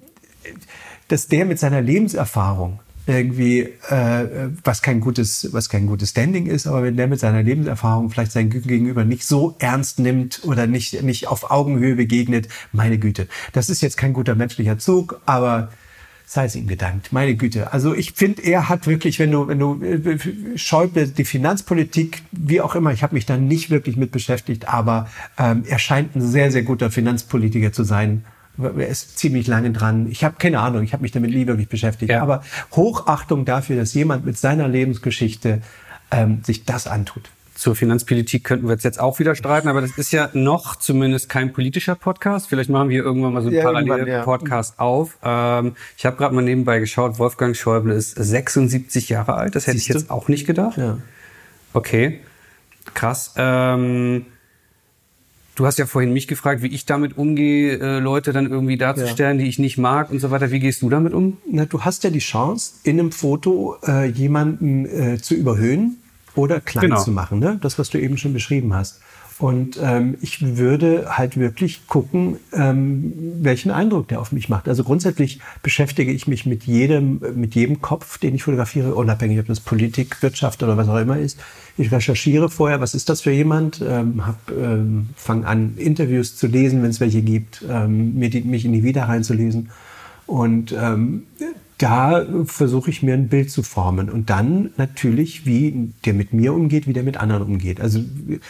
dass der mit seiner Lebenserfahrung irgendwie, äh, was kein gutes, was kein gutes Standing ist, aber wenn der mit seiner Lebenserfahrung vielleicht sein Gegenüber nicht so ernst nimmt oder nicht, nicht auf Augenhöhe begegnet, meine Güte, das ist jetzt kein guter menschlicher Zug, aber sei es ihm gedankt, meine Güte. Also ich finde, er hat wirklich, wenn du, wenn du Schäuble, die Finanzpolitik, wie auch immer, ich habe mich da nicht wirklich mit beschäftigt, aber ähm, er scheint ein sehr, sehr guter Finanzpolitiker zu sein. Er ist ziemlich lange dran. Ich habe keine Ahnung, ich habe mich damit nie wirklich beschäftigt. Ja. Aber Hochachtung dafür, dass jemand mit seiner Lebensgeschichte ähm, sich das antut. Zur Finanzpolitik könnten wir jetzt auch wieder streiten, aber das ist ja noch zumindest kein politischer Podcast. Vielleicht machen wir irgendwann mal so einen ja, Parallel-Podcast ja. auf. Ähm, ich habe gerade mal nebenbei geschaut, Wolfgang Schäuble ist sechsundsiebzig Jahre alt. Das hätte Siehst ich jetzt du? auch nicht gedacht. Ja. Okay, krass. Ähm, du hast ja vorhin mich gefragt, wie ich damit umgehe, äh, Leute dann irgendwie darzustellen, ja. die ich nicht mag und so weiter. Wie gehst du damit um? Na, du hast ja die Chance, in einem Foto äh, jemanden äh, zu überhöhen oder klein genau. zu machen, ne? Das, was du eben schon beschrieben hast. Und ähm, ich würde halt wirklich gucken, ähm, welchen Eindruck der auf mich macht. Also grundsätzlich beschäftige ich mich mit jedem, mit jedem Kopf, den ich fotografiere, unabhängig, ob das Politik, Wirtschaft oder was auch immer ist. Ich recherchiere vorher, was ist das für jemand, ähm, hab, ähm, fange an, Interviews zu lesen, wenn es welche gibt, ähm, mir die, mich in die Vita reinzulesen. Und ähm, da versuche ich mir ein Bild zu formen. Und dann natürlich, wie der mit mir umgeht, wie der mit anderen umgeht. Also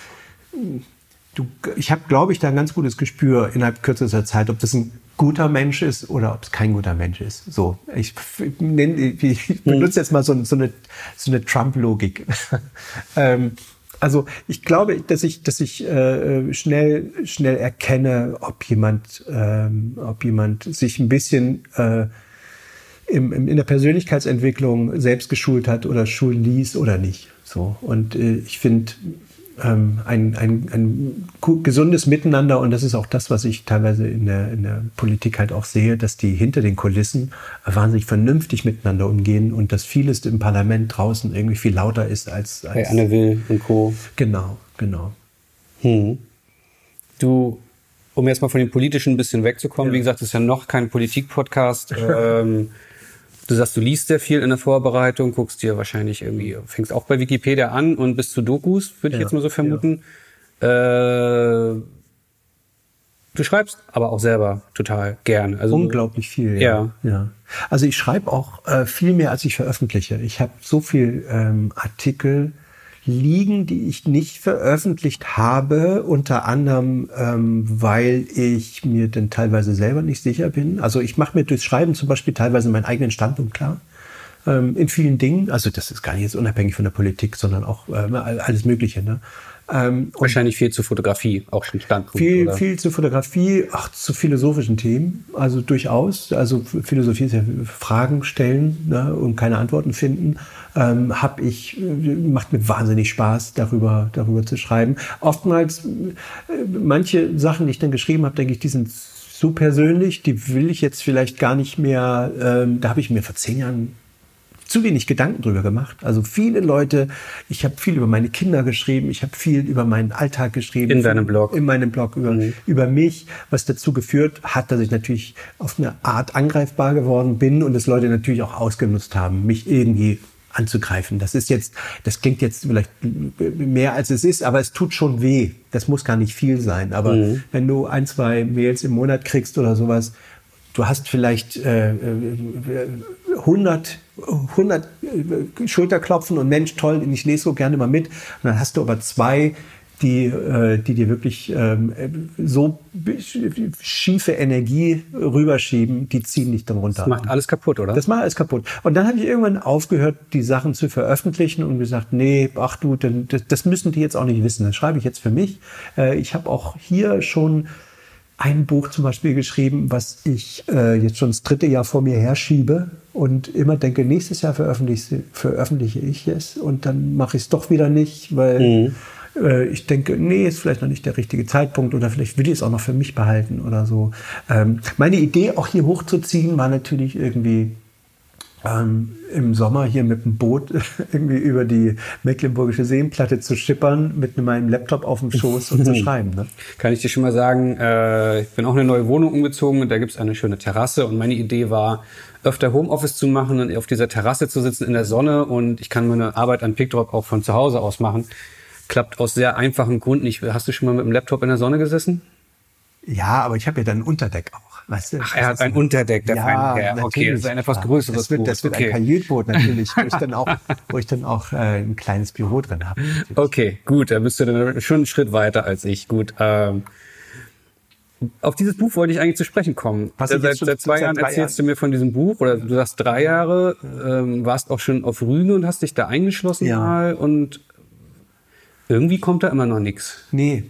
du, ich habe, glaube ich, da ein ganz gutes Gespür innerhalb kürzester Zeit, ob das ein guter Mensch ist oder ob es kein guter Mensch ist. So, ich, nenn, ich benutze jetzt mal so, so eine, so eine Trump-Logik. ähm, also ich glaube, dass ich, dass ich äh, schnell, schnell erkenne, ob jemand, ähm, ob jemand sich ein bisschen äh, im, im, in der Persönlichkeitsentwicklung selbst geschult hat oder schulen ließ oder nicht. So, und äh, ich finde ähm, ein, ein, ein gesundes Miteinander, und das ist auch das, was ich teilweise in der, in der Politik halt auch sehe, dass die hinter den Kulissen wahnsinnig vernünftig miteinander umgehen und dass vieles im Parlament draußen irgendwie viel lauter ist als... als Bei Anne Will und Co. Genau, genau. Hm. Du, um jetzt mal von dem Politischen ein bisschen wegzukommen, ja. wie gesagt, das ist ja noch kein Politik-Podcast. ähm, Du sagst, du liest sehr viel in der Vorbereitung, guckst dir wahrscheinlich irgendwie, fängst auch bei Wikipedia an und bist zu Dokus, würde ich ja, jetzt mal so vermuten. Ja. Äh, du schreibst aber auch selber total gern. Also unglaublich viel, ja. ja. ja. Also ich schreibe auch äh, viel mehr, als ich veröffentliche. Ich habe so viel ähm, Artikel liegen, die ich nicht veröffentlicht habe, unter anderem, ähm, weil ich mir dann teilweise selber nicht sicher bin. Also ich mache mir durchs Schreiben zum Beispiel teilweise meinen eigenen Standpunkt klar. ähm, in vielen Dingen. Also das ist gar nicht jetzt unabhängig von der Politik, sondern auch äh, alles Mögliche. Ne? Ähm, Wahrscheinlich viel zur Fotografie, auch schon Standpunkt. Viel, oder? viel zur Fotografie, ach, zu philosophischen Themen, also durchaus. Also Philosophie ist ja Fragen stellen, ne, und keine Antworten finden. Ähm, hab ich, macht mir wahnsinnig Spaß, darüber, darüber zu schreiben. Oftmals, äh, manche Sachen, die ich dann geschrieben habe, denke ich, die sind so persönlich, die will ich jetzt vielleicht gar nicht mehr, ähm, da habe ich mir vor zehn Jahren zu wenig Gedanken drüber gemacht. Also viele Leute, ich habe viel über meine Kinder geschrieben, ich habe viel über meinen Alltag geschrieben. In deinem Blog. In meinem Blog über, mhm. über mich, was dazu geführt hat, dass ich natürlich auf eine Art angreifbar geworden bin und das Leute natürlich auch ausgenutzt haben, mich irgendwie anzugreifen. Das ist jetzt, das klingt jetzt vielleicht mehr als es ist, aber es tut schon weh. Das muss gar nicht viel sein. Aber mhm. wenn du ein, zwei Mails im Monat kriegst oder sowas, du hast vielleicht äh, hundert, hundert Schulterklopfen und Mensch, toll, ich lese so gerne mal mit. Und dann hast du aber zwei, die, äh, die dir wirklich ähm, so schiefe Energie rüberschieben, die ziehen dich dann runter. Das macht alles kaputt, oder? Das macht alles kaputt. Und dann habe ich irgendwann aufgehört, die Sachen zu veröffentlichen und gesagt, nee, ach du, das, das müssen die jetzt auch nicht wissen. Das schreibe ich jetzt für mich. Äh, ich habe auch hier schon ein Buch zum Beispiel geschrieben, was ich äh, jetzt schon das dritte Jahr vor mir herschiebe und immer denke, nächstes Jahr veröffentliche, veröffentliche ich es und dann mache ich es doch wieder nicht, weil mhm. äh, ich denke, nee, ist vielleicht noch nicht der richtige Zeitpunkt oder vielleicht will ich es auch noch für mich behalten oder so. Ähm, meine Idee, auch hier hochzuziehen, war natürlich irgendwie Ähm, im Sommer hier mit dem Boot irgendwie über die Mecklenburgische Seenplatte zu schippern, mit meinem Laptop auf dem Schoß und zu schreiben. Ne? Kann ich dir schon mal sagen, äh, ich bin auch in eine neue Wohnung umgezogen und da gibt es eine schöne Terrasse und meine Idee war, öfter Homeoffice zu machen und auf dieser Terrasse zu sitzen in der Sonne und ich kann meine Arbeit an PicDrop auch von zu Hause aus machen. Klappt aus sehr einfachen Gründen. Ich, hast du schon mal mit dem Laptop in der Sonne gesessen? Ja, aber ich habe ja dann ein Unterdeck auch. Weißt du, Ach, er hat ein Unterdeck, der ja, feine Herr. Okay, das ist ein etwas größeres das wird, Boot. Das wird okay. ein Kajütboot natürlich, wo ich dann auch, wo ich dann auch äh, ein kleines Büro drin habe. Natürlich. Okay, gut, da bist du dann schon einen Schritt weiter als ich. Gut. Ähm, auf dieses Buch wollte ich eigentlich zu sprechen kommen. Was seit, seit zwei Jahren erzählst Jahren. du mir von diesem Buch, oder du sagst drei Jahre, ähm, warst auch schon auf Rügen und hast dich da eingeschlossen ja. mal und irgendwie kommt da immer noch nichts. Nee.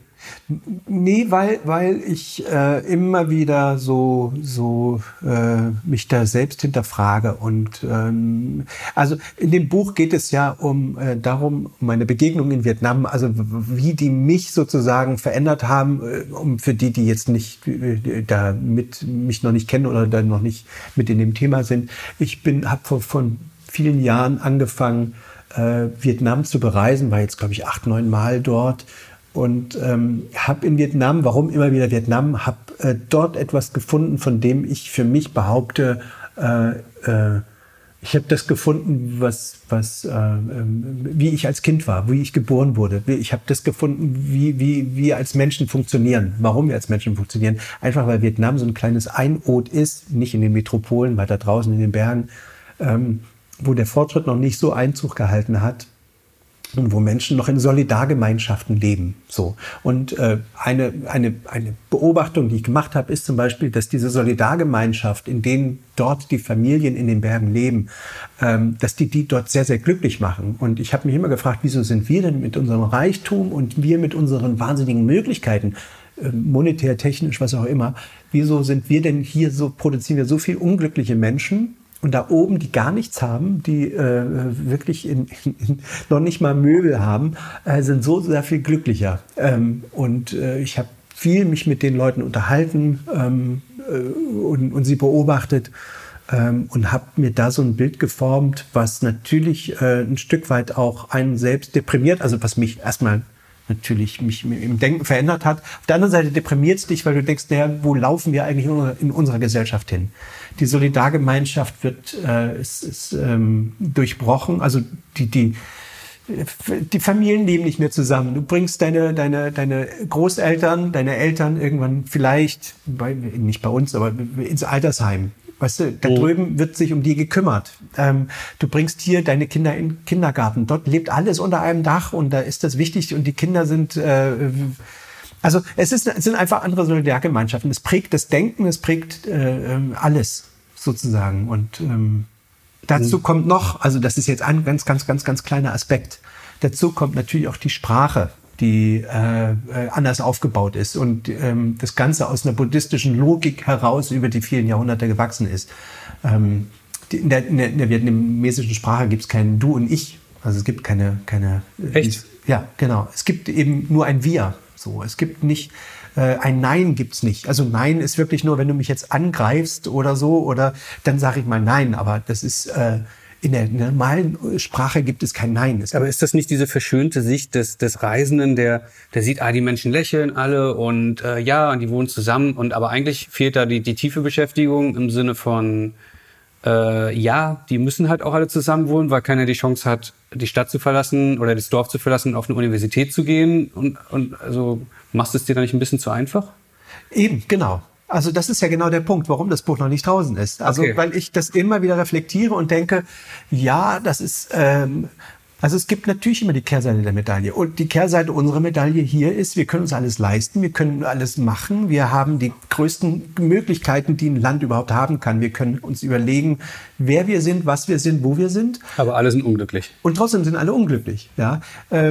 Nee, weil, weil ich äh, immer wieder so, so äh, mich da selbst hinterfrage. Und ähm, also in dem Buch geht es ja um äh, darum, um meine Begegnung in Vietnam, also wie die mich sozusagen verändert haben, äh, um für die, die jetzt nicht äh, da mit mich noch nicht kennen oder da noch nicht mit in dem Thema sind. Ich bin, habe vor von vielen Jahren angefangen, äh, Vietnam zu bereisen, war jetzt glaube ich acht, neun Mal dort. Und ähm, habe in Vietnam, warum immer wieder Vietnam, habe äh, dort etwas gefunden, von dem ich für mich behaupte, äh, äh, ich habe das gefunden, was, was, äh, äh, wie ich als Kind war, wie ich geboren wurde. Ich habe das gefunden, wie, wie wir als Menschen funktionieren, warum wir als Menschen funktionieren. Einfach weil Vietnam so ein kleines Einod ist, nicht in den Metropolen, weiter draußen in den Bergen, ähm, wo der Fortschritt noch nicht so Einzug gehalten hat. Und wo Menschen noch in Solidargemeinschaften leben. So. Und äh, eine, eine, eine Beobachtung, die ich gemacht habe, ist zum Beispiel, dass diese Solidargemeinschaft, in denen dort die Familien in den Bergen leben, ähm, dass die die dort sehr, sehr glücklich machen. Und ich habe mich immer gefragt, wieso sind wir denn mit unserem Reichtum und wir mit unseren wahnsinnigen Möglichkeiten, äh, monetär, technisch, was auch immer, wieso sind wir denn hier so, produzieren wir so viel unglückliche Menschen? Und da oben, die gar nichts haben, die äh, wirklich in, in, in noch nicht mal Möbel haben, äh, sind so sehr viel glücklicher. Ähm, und äh, ich habe viel mich mit den Leuten unterhalten ähm, äh, und, und sie beobachtet ähm, und habe mir da so ein Bild geformt, was natürlich äh, ein Stück weit auch einen selbst deprimiert, also was mich erstmal natürlich mich im Denken verändert hat. Auf der anderen Seite deprimiert es dich, weil du denkst, naja, wo laufen wir eigentlich in unserer Gesellschaft hin? Die Solidargemeinschaft wird äh, ist, ist, ähm, durchbrochen. Also die, die, die Familien leben nicht mehr zusammen. Du bringst deine, deine, deine Großeltern, deine Eltern irgendwann vielleicht, bei, nicht bei uns, aber ins Altersheim. Weißt du, da oh. drüben wird sich um die gekümmert. Ähm, du bringst hier deine Kinder in den Kindergarten. Dort lebt alles unter einem Dach und da ist das wichtig und die Kinder sind, äh, also es, ist, es sind einfach andere Solidargemeinschaften. Es prägt das Denken, es prägt äh, alles sozusagen und ähm, dazu mhm. kommt noch, also das ist jetzt ein ganz, ganz, ganz, ganz kleiner Aspekt. Dazu kommt natürlich auch die Sprache, die äh, anders aufgebaut ist und ähm, das Ganze aus einer buddhistischen Logik heraus über die vielen Jahrhunderte gewachsen ist. Ähm, die, in, der, in, der, in der vietnamesischen Sprache gibt es kein Du und Ich. Also es gibt keine... keine Echt? Ja, genau. Es gibt eben nur ein Wir. So, es gibt nicht... Äh, ein Nein gibt's nicht. Also Nein ist wirklich nur, wenn du mich jetzt angreifst oder so, oder dann sage ich mal Nein. Aber das ist... Äh, In der normalen Sprache gibt es kein Nein. Es Aber ist das nicht diese verschönte Sicht des, des Reisenden, der, der sieht, ah, die Menschen lächeln alle und äh, ja, und die wohnen zusammen. Und aber eigentlich fehlt da die, die tiefe Beschäftigung im Sinne von, äh, ja, die müssen halt auch alle zusammen wohnen, weil keiner die Chance hat, die Stadt zu verlassen oder das Dorf zu verlassen und auf eine Universität zu gehen. Und, und also machst du es dir da nicht ein bisschen zu einfach? Eben, genau. Also das ist ja genau der Punkt, warum das Buch noch nicht draußen ist. Also okay. Weil ich das immer wieder reflektiere und denke, ja, das ist, ähm, also es gibt natürlich immer die Kehrseite der Medaille. Und die Kehrseite unserer Medaille hier ist, wir können uns alles leisten, wir können alles machen, wir haben die größten Möglichkeiten, die ein Land überhaupt haben kann. Wir können uns überlegen, wer wir sind, was wir sind, wo wir sind. Aber alle sind unglücklich. Und trotzdem sind alle unglücklich. Ja.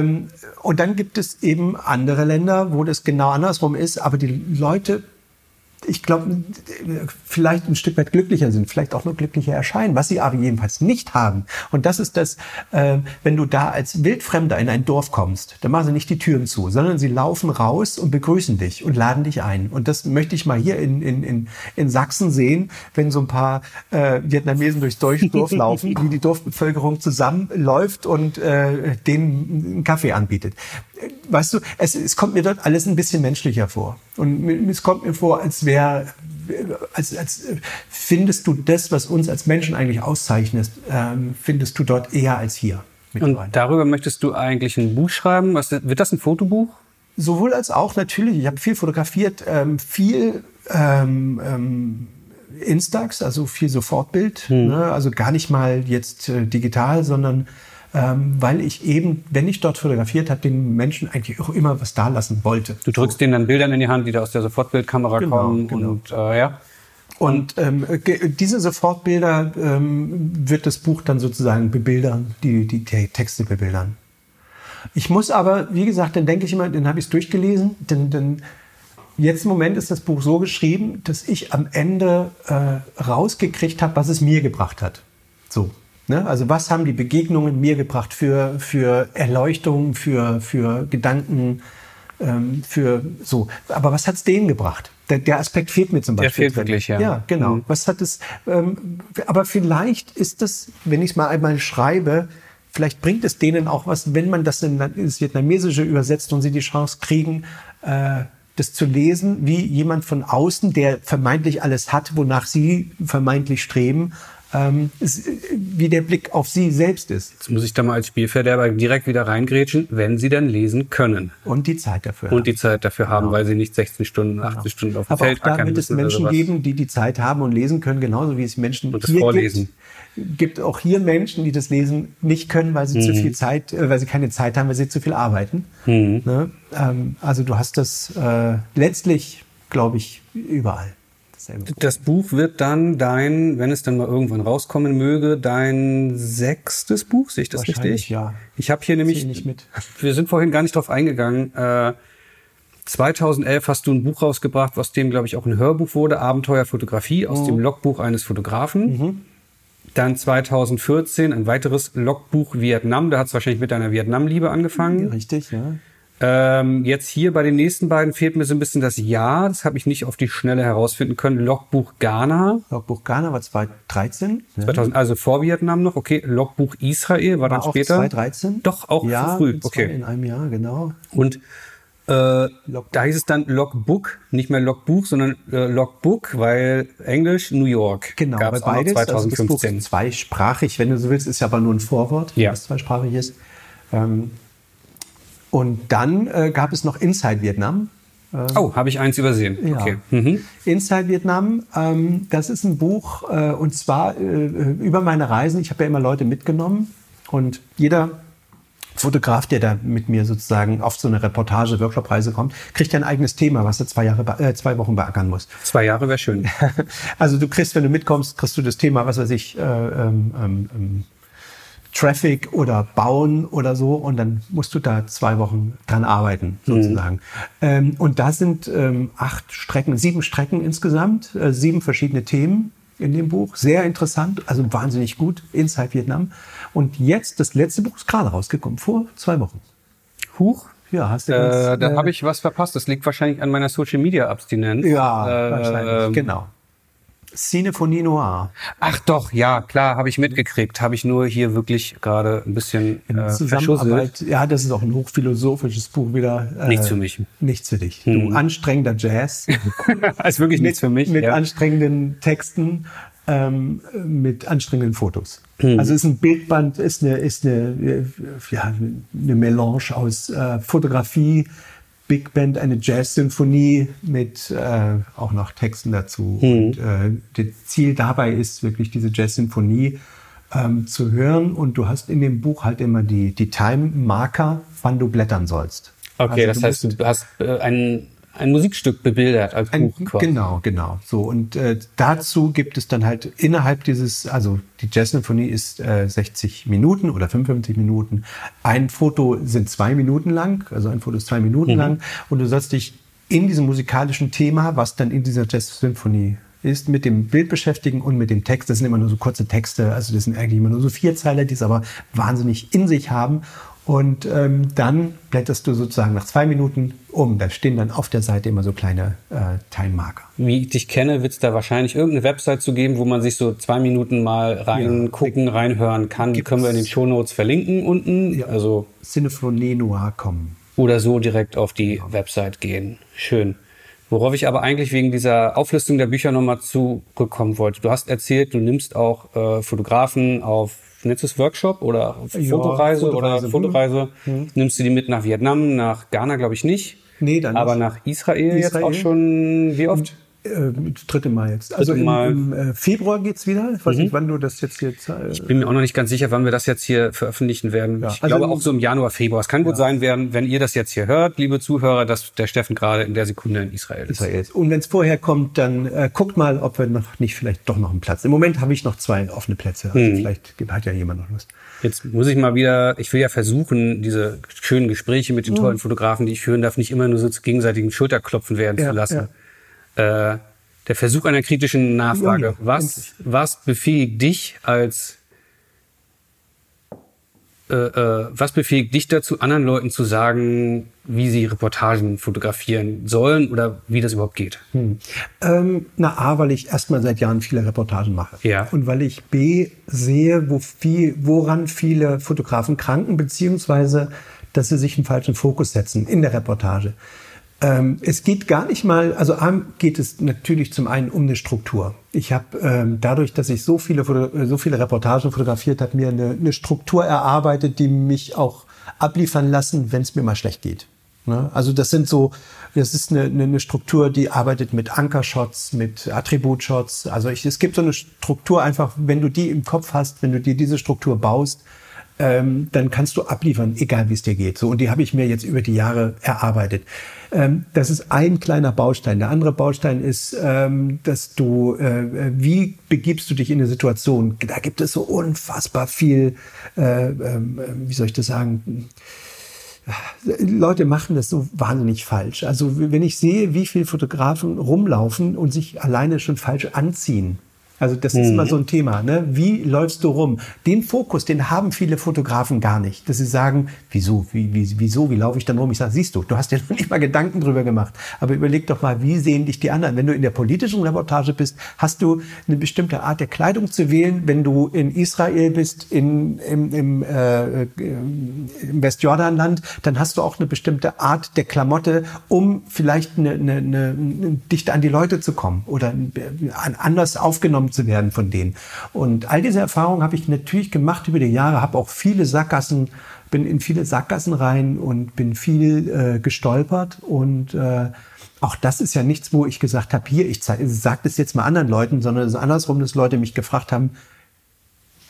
Und dann gibt es eben andere Länder, wo das genau andersrum ist, aber die Leute, ich glaube, vielleicht ein Stück weit glücklicher sind, vielleicht auch nur glücklicher erscheinen, was sie aber jedenfalls nicht haben. Und das ist das, äh, wenn du da als Wildfremder in ein Dorf kommst, dann machen sie nicht die Türen zu, sondern sie laufen raus und begrüßen dich und laden dich ein. Und das möchte ich mal hier in, in, in, in Sachsen sehen, wenn so ein paar äh, Vietnamesen durchs deutsche Dorf laufen, wie die Dorfbevölkerung zusammenläuft und äh, denen einen Kaffee anbietet. Weißt du, es, es kommt mir dort alles ein bisschen menschlicher vor. Und es kommt mir vor, als wäre, als, als findest du das, was uns als Menschen eigentlich auszeichnet, ähm, findest du dort eher als hier. Und darüber möchtest du eigentlich ein Buch schreiben? Was, wird das ein Fotobuch? Sowohl als auch, natürlich. Ich habe viel fotografiert, ähm, viel ähm, ähm, Instax, also viel Sofortbild. Hm. Ne? Also gar nicht mal jetzt äh, digital, sondern Ähm, weil ich eben, wenn ich dort fotografiert habe, den Menschen eigentlich auch immer was da lassen wollte. Du drückst so. denen dann Bildern in die Hand, die da aus der Sofortbildkamera genau, kommen. Genau. Und, äh, ja. und ähm, diese Sofortbilder ähm, wird das Buch dann sozusagen bebildern, die, die Texte bebildern. Ich muss aber, wie gesagt, dann denke ich immer, dann habe ich es durchgelesen, denn, denn jetzt im Moment ist das Buch so geschrieben, dass ich am Ende äh, rausgekriegt habe, was es mir gebracht hat. So. Also was haben die Begegnungen mir gebracht für, für Erleuchtung, für, für Gedanken, ähm, für so. Aber was hat es denen gebracht? Der, der Aspekt fehlt mir zum Beispiel. Der fehlt drin. Wirklich, ja. Ja, genau. Mhm. Was hat es? Ähm, aber vielleicht ist das, wenn ich es mal einmal schreibe, vielleicht bringt es denen auch was, wenn man das in ins Vietnamesische übersetzt und sie die Chance kriegen, äh, das zu lesen, wie jemand von außen, der vermeintlich alles hat, wonach sie vermeintlich streben, Ähm, wie der Blick auf sie selbst ist. Jetzt muss ich da mal als Spielverderber direkt wieder reingrätschen, wenn sie dann lesen können. Und die Zeit dafür Und haben. die Zeit dafür haben, genau. Weil sie nicht sechzehn Stunden, achtzig genau. Stunden auf dem Aber Feld auch da wird es Menschen geben, die die Zeit haben und lesen können, genauso wie es Menschen und das hier Vorlesen. gibt. gibt auch hier Menschen, die das Lesen nicht können, weil sie mhm. zu viel Zeit, äh, weil sie keine Zeit haben, weil sie zu viel arbeiten. Mhm. Ne? Ähm, also du hast das äh, letztlich, glaube ich, überall. Das Buch wird dann dein, wenn es dann mal irgendwann rauskommen möge, dein sechstes Buch, sehe ich das richtig? Ja. Ich habe hier nämlich, nicht mit. Wir sind vorhin gar nicht drauf eingegangen. Äh, zweitausendelf hast du ein Buch rausgebracht, aus dem, glaube ich, auch ein Hörbuch wurde, Abenteuerfotografie, aus oh. dem Logbuch eines Fotografen. Mhm. Dann zweitausendvierzehn ein weiteres Logbuch Vietnam, da hat es wahrscheinlich mit deiner Vietnam-Liebe angefangen. Ja, richtig, ja. Ähm, jetzt hier bei den nächsten beiden fehlt mir so ein bisschen das Jahr. Das habe ich nicht auf die Schnelle herausfinden können. Logbuch Ghana. Logbuch Ghana war zweitausenddreizehn. Ja. zweitausend, also vor Vietnam noch. Okay, Logbuch Israel war, war dann auch später. zweitausenddreizehn? Doch, auch ja, so früh. Okay. In einem Jahr, genau. Und äh, da hieß es dann Logbook, nicht mehr Logbuch, sondern äh, Logbook, weil Englisch New York. Genau, gab's bei beides. zweitausendfünfzehn. Also das Buch ist zweisprachig, wenn du so willst, ist ja aber nur ein Vorwort, ja. das zweisprachig ist. Ähm, Und dann äh, gab es noch Inside Vietnam. Ähm, oh, habe ich eins übersehen. Ja. Okay. Mhm. Inside Vietnam, ähm, das ist ein Buch, äh, und zwar äh, über meine Reisen. Ich habe ja immer Leute mitgenommen und jeder Fotograf, der da mit mir sozusagen auf so eine Reportage-Workshop-Reise kommt, kriegt ja ein eigenes Thema, was er zwei Jahre, äh, zwei Wochen beackern muss. Zwei Jahre wäre schön. Also du kriegst, wenn du mitkommst, kriegst du das Thema, was weiß ich, äh, ähm, ähm, Traffic oder Bauen oder so, und dann musst du da zwei Wochen dran arbeiten, sozusagen. Mhm. Ähm, und da sind ähm, acht Strecken, sieben Strecken insgesamt, äh, sieben verschiedene Themen in dem Buch. Sehr interessant, also wahnsinnig gut, Inside Vietnam. Und jetzt, das letzte Buch ist gerade rausgekommen, vor zwei Wochen. Huch. Ja, hast du ganz, äh, Da äh, habe ich was verpasst. Das liegt wahrscheinlich an meiner Social-Media-Abstinenz. Ja, äh, wahrscheinlich, ähm, genau. Cinephonie Noir. Ach doch, ja, klar, habe ich mitgekriegt. Habe ich nur hier wirklich gerade ein bisschen äh, verschusselt. Ja, das ist auch ein hochphilosophisches Buch wieder. Äh, nichts für mich. Nichts für dich. Hm. Du anstrengender Jazz. Das ist wirklich mit, nichts für mich. Mit ja. anstrengenden Texten, ähm, mit anstrengenden Fotos. Hm. Also ist ein Bildband, ist eine, ist eine, ja, eine Melange aus äh, Fotografie, Big Band, eine Jazz-Symphonie mit äh, auch noch Texten dazu. Mhm. Und äh, das Ziel dabei ist wirklich, diese Jazz-Symphonie ähm, zu hören. Und du hast in dem Buch halt immer die, die Time-Marker, wann du blättern sollst. Okay, also das heißt, du hast äh, ein, ein Musikstück bebildert als ein, Buch quasi. Genau, genau. So, und äh, dazu gibt es dann halt innerhalb dieses, also die Jazz-Symphonie ist äh, sechzig Minuten oder fünfundfünfzig Minuten. Ein Foto sind zwei Minuten lang, also ein Foto ist zwei Minuten mhm. lang. Und du sollst dich in diesem musikalischen Thema, was dann in dieser Jazz-Symphonie ist, mit dem Bild beschäftigen und mit dem Text. Das sind immer nur so kurze Texte, also das sind eigentlich immer nur so Vierzeiler, die es aber wahnsinnig in sich haben. Und ähm, dann blätterst du sozusagen nach zwei Minuten um. Da stehen dann auf der Seite immer so kleine äh, Time-Marker. Wie ich dich kenne, wird es da wahrscheinlich irgendeine Website zu geben, wo man sich so zwei Minuten mal reingucken, ja. reinhören kann. Die können wir in den Shownotes verlinken unten. Ja. Also Cinephonie Noir punkt com. Oder so direkt auf die ja. Website gehen. Schön. Worauf ich aber eigentlich wegen dieser Auflistung der Bücher nochmal zurückkommen wollte. Du hast erzählt, du nimmst auch äh, Fotografen auf Nennst du es Workshop oder ja, Fotoreise, Fotoreise oder Fotoreise? Hm. Nimmst du die mit nach Vietnam, nach Ghana, glaube ich nicht. Nee, dann Aber nicht. nach Israel, Israel jetzt auch schon, wie oft? Äh, dritte Mal jetzt. Also im, Mal. im äh, Februar geht's wieder. Ich weiß Mhm. nicht, wann du das jetzt jetzt. Äh, ich bin mir auch noch nicht ganz sicher, wann wir das jetzt hier veröffentlichen werden. Ja, ich also glaube auch so im Januar, Februar. Es kann gut ja. sein werden, wenn ihr das jetzt hier hört, liebe Zuhörer, dass der Steffen gerade in der Sekunde in Israel ist. Israel ist. Und wenn es vorher kommt, dann äh, guckt mal, ob wir noch nicht vielleicht doch noch einen Platz. Im Moment habe ich noch zwei offene Plätze. Also mhm. vielleicht hat ja jemand noch Lust. Jetzt muss ich mal wieder, ich will ja versuchen, diese schönen Gespräche mit den tollen Fotografen, die ich führen darf, nicht immer nur so zu gegenseitigen Schulterklopfen werden ja, zu lassen. Ja. Äh, der Versuch einer kritischen Nachfrage. Ja, ja, was, was befähigt dich als, äh, äh, was befähigt dich dazu, anderen Leuten zu sagen, wie sie Reportagen fotografieren sollen oder wie das überhaupt geht? Hm. Ähm, na A, weil ich erstmal seit Jahren viele Reportagen mache. Ja. Und weil ich B, sehe, wo viel, woran viele Fotografen kranken, beziehungsweise, dass sie sich einen falschen Fokus setzen in der Reportage. Ähm, es geht gar nicht mal, also A, geht es natürlich zum einen um eine Struktur. Ich habe ähm, dadurch, dass ich so viele, so viele Reportagen fotografiert habe, mir eine, eine Struktur erarbeitet, die mich auch abliefern lassen, wenn es mir mal schlecht geht. Ne? Also das sind so, das ist eine, eine Struktur, die arbeitet mit Ankershots, mit Attributshots. Also ich, es gibt so eine Struktur einfach, wenn du die im Kopf hast, wenn du dir diese Struktur baust, ähm, dann kannst du abliefern, egal wie es dir geht. So, und die habe ich mir jetzt über die Jahre erarbeitet. Ähm, das ist ein kleiner Baustein. Der andere Baustein ist, ähm, dass du, äh, wie begibst du dich in eine Situation? Da gibt es so unfassbar viel, äh, äh, wie soll ich das sagen? Leute machen das so wahnsinnig falsch. Also wenn ich sehe, wie viele Fotografen rumlaufen und sich alleine schon falsch anziehen. Also das ist mhm. immer so ein Thema, ne? Wie läufst du rum? Den Fokus, den haben viele Fotografen gar nicht. Dass sie sagen, wieso, wie, wie, wieso, wie laufe ich dann rum? Ich sage, siehst du, du hast dir noch nicht mal Gedanken drüber gemacht. Aber überleg doch mal, wie sehen dich die anderen? Wenn du in der politischen Reportage bist, hast du eine bestimmte Art der Kleidung zu wählen. Wenn du in Israel bist, in, im, im, äh, im Westjordanland, dann hast du auch eine bestimmte Art der Klamotte, um vielleicht eine, eine, eine, dichter an die Leute zu kommen oder anders aufgenommen zu werden von denen. Und all diese Erfahrungen habe ich natürlich gemacht über die Jahre, habe auch viele Sackgassen, bin in viele Sackgassen rein und bin viel äh, gestolpert. Und äh, auch das ist ja nichts, wo ich gesagt habe, hier, ich sage das jetzt mal anderen Leuten, sondern es ist andersrum, dass Leute mich gefragt haben,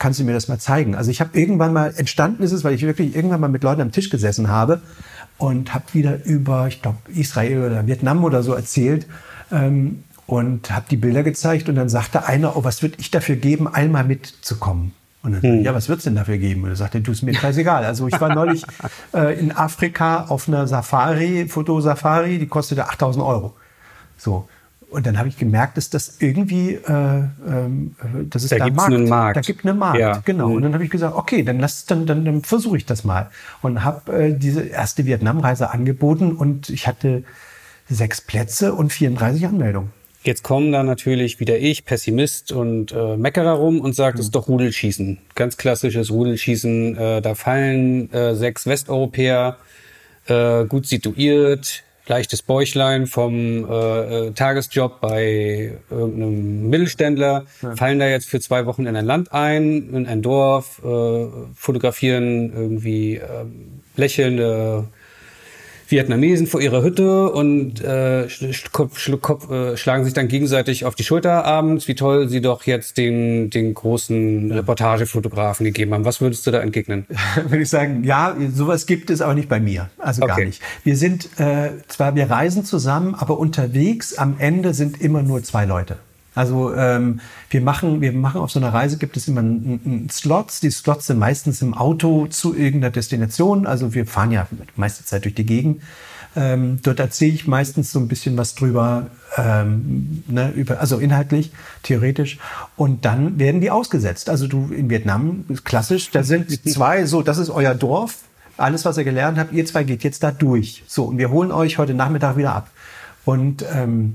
kannst du mir das mal zeigen? Also ich habe irgendwann mal, entstanden ist es, weil ich wirklich irgendwann mal mit Leuten am Tisch gesessen habe und habe wieder über, ich glaube, Israel oder Vietnam oder so erzählt ähm, und habe die Bilder gezeigt und dann sagte einer, oh, was würde ich dafür geben, einmal mitzukommen? Und dann, hm. ja, was wird's denn dafür geben? Und er sagte, du, ist mir scheißegal. Also ich war neulich äh, in Afrika auf einer Safari, Fotosafari, die kostete achttausend Euro. So. Und dann habe ich gemerkt, dass das irgendwie, äh, ähm, dass es da, da gibt's Markt, einen Markt. Da gibt einen Markt, ja. genau. Mhm. Und dann habe ich gesagt, okay, dann lass, dann, dann, dann versuche ich das mal. Und habe äh, diese erste Vietnamreise angeboten und ich hatte sechs Plätze und vierunddreißig Anmeldungen. Jetzt kommen da natürlich wieder ich, Pessimist und äh, Meckerer rum und sagt, es ist doch Rudelschießen. Ganz klassisches Rudelschießen. Äh, da fallen äh, sechs Westeuropäer, äh, gut situiert, leichtes Bäuchlein vom äh, äh, Tagesjob bei irgendeinem Mittelständler, ja. fallen da jetzt für zwei Wochen in ein Land ein, in ein Dorf, äh, fotografieren irgendwie äh, lächelnde Vietnamesen vor ihrer Hütte und äh, sch- sch- sch- äh, schlagen sich dann gegenseitig auf die Schulter abends, wie toll sie doch jetzt den, den großen Reportagefotografen gegeben haben. Was würdest du da entgegnen? Würde ich sagen, ja, sowas gibt es aber nicht bei mir. Also gar Okay. nicht. Wir sind äh, zwar, wir reisen zusammen, aber unterwegs am Ende sind immer nur zwei Leute. Also ähm, wir machen, wir machen auf so einer Reise gibt es immer n- n- Slots. Die Slots sind meistens im Auto zu irgendeiner Destination. Also wir fahren ja die meiste Zeit durch die Gegend. Ähm, dort erzähle ich meistens so ein bisschen was drüber, ähm, ne, über, also inhaltlich, theoretisch. Und dann werden die ausgesetzt. Also du in Vietnam, ist klassisch, da sind zwei, so, das ist euer Dorf. Alles, was ihr gelernt habt, ihr zwei geht jetzt da durch. So, und wir holen euch heute Nachmittag wieder ab. Und ähm,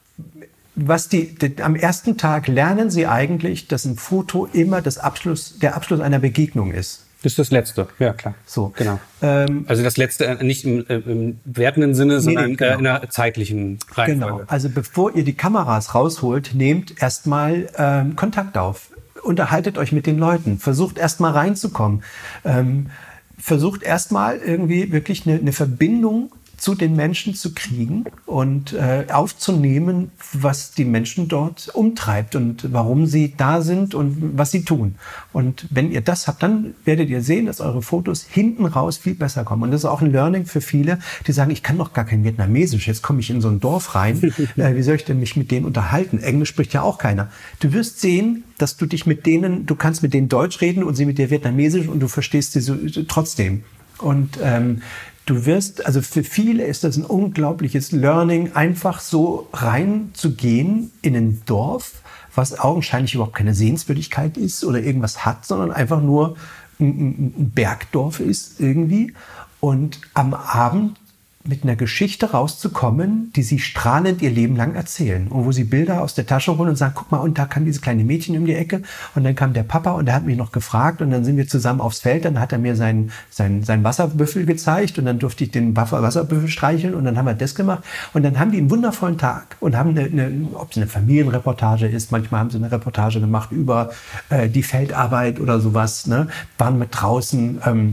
was die, die, am ersten Tag lernen sie eigentlich, dass ein Foto immer das Abschluss, der Abschluss einer Begegnung ist. Das ist das Letzte, ja klar. So. Genau. Ähm, also das Letzte äh, nicht im, äh, im wertenden Sinne, sondern nee, genau. äh, in einer zeitlichen Reihenfolge. Genau. Also bevor ihr die Kameras rausholt, nehmt erstmal ähm, Kontakt auf. Unterhaltet euch mit den Leuten. Versucht erstmal reinzukommen. Ähm, versucht erstmal irgendwie wirklich eine, eine Verbindung zu den Menschen zu kriegen und äh, aufzunehmen, was die Menschen dort umtreibt und warum sie da sind und was sie tun. Und wenn ihr das habt, dann werdet ihr sehen, dass eure Fotos hinten raus viel besser kommen. Und das ist auch ein Learning für viele, die sagen, ich kann doch gar kein Vietnamesisch, jetzt komme ich in so ein Dorf rein, äh, wie soll ich denn mich mit denen unterhalten? Englisch spricht ja auch keiner. Du wirst sehen, dass du dich mit denen, du kannst mit denen Deutsch reden und sie mit dir Vietnamesisch und du verstehst sie so, trotzdem. Und ähm, du wirst, also für viele ist das ein unglaubliches Learning, einfach so reinzugehen in ein Dorf, was augenscheinlich überhaupt keine Sehenswürdigkeit ist oder irgendwas hat, sondern einfach nur ein, ein Bergdorf ist irgendwie. Und am Abend mit einer Geschichte rauszukommen, die sie strahlend ihr Leben lang erzählen. Und wo sie Bilder aus der Tasche holen und sagen, guck mal, und da kam dieses kleine Mädchen um die Ecke und dann kam der Papa und der hat mich noch gefragt und dann sind wir zusammen aufs Feld, dann hat er mir seinen sein, sein Wasserbüffel gezeigt und dann durfte ich den Wasserbüffel streicheln und dann haben wir das gemacht und dann haben die einen wundervollen Tag und haben eine, eine ob es eine Familienreportage ist, manchmal haben sie eine Reportage gemacht über äh, die Feldarbeit oder sowas, ne? Waren mit draußen, ähm,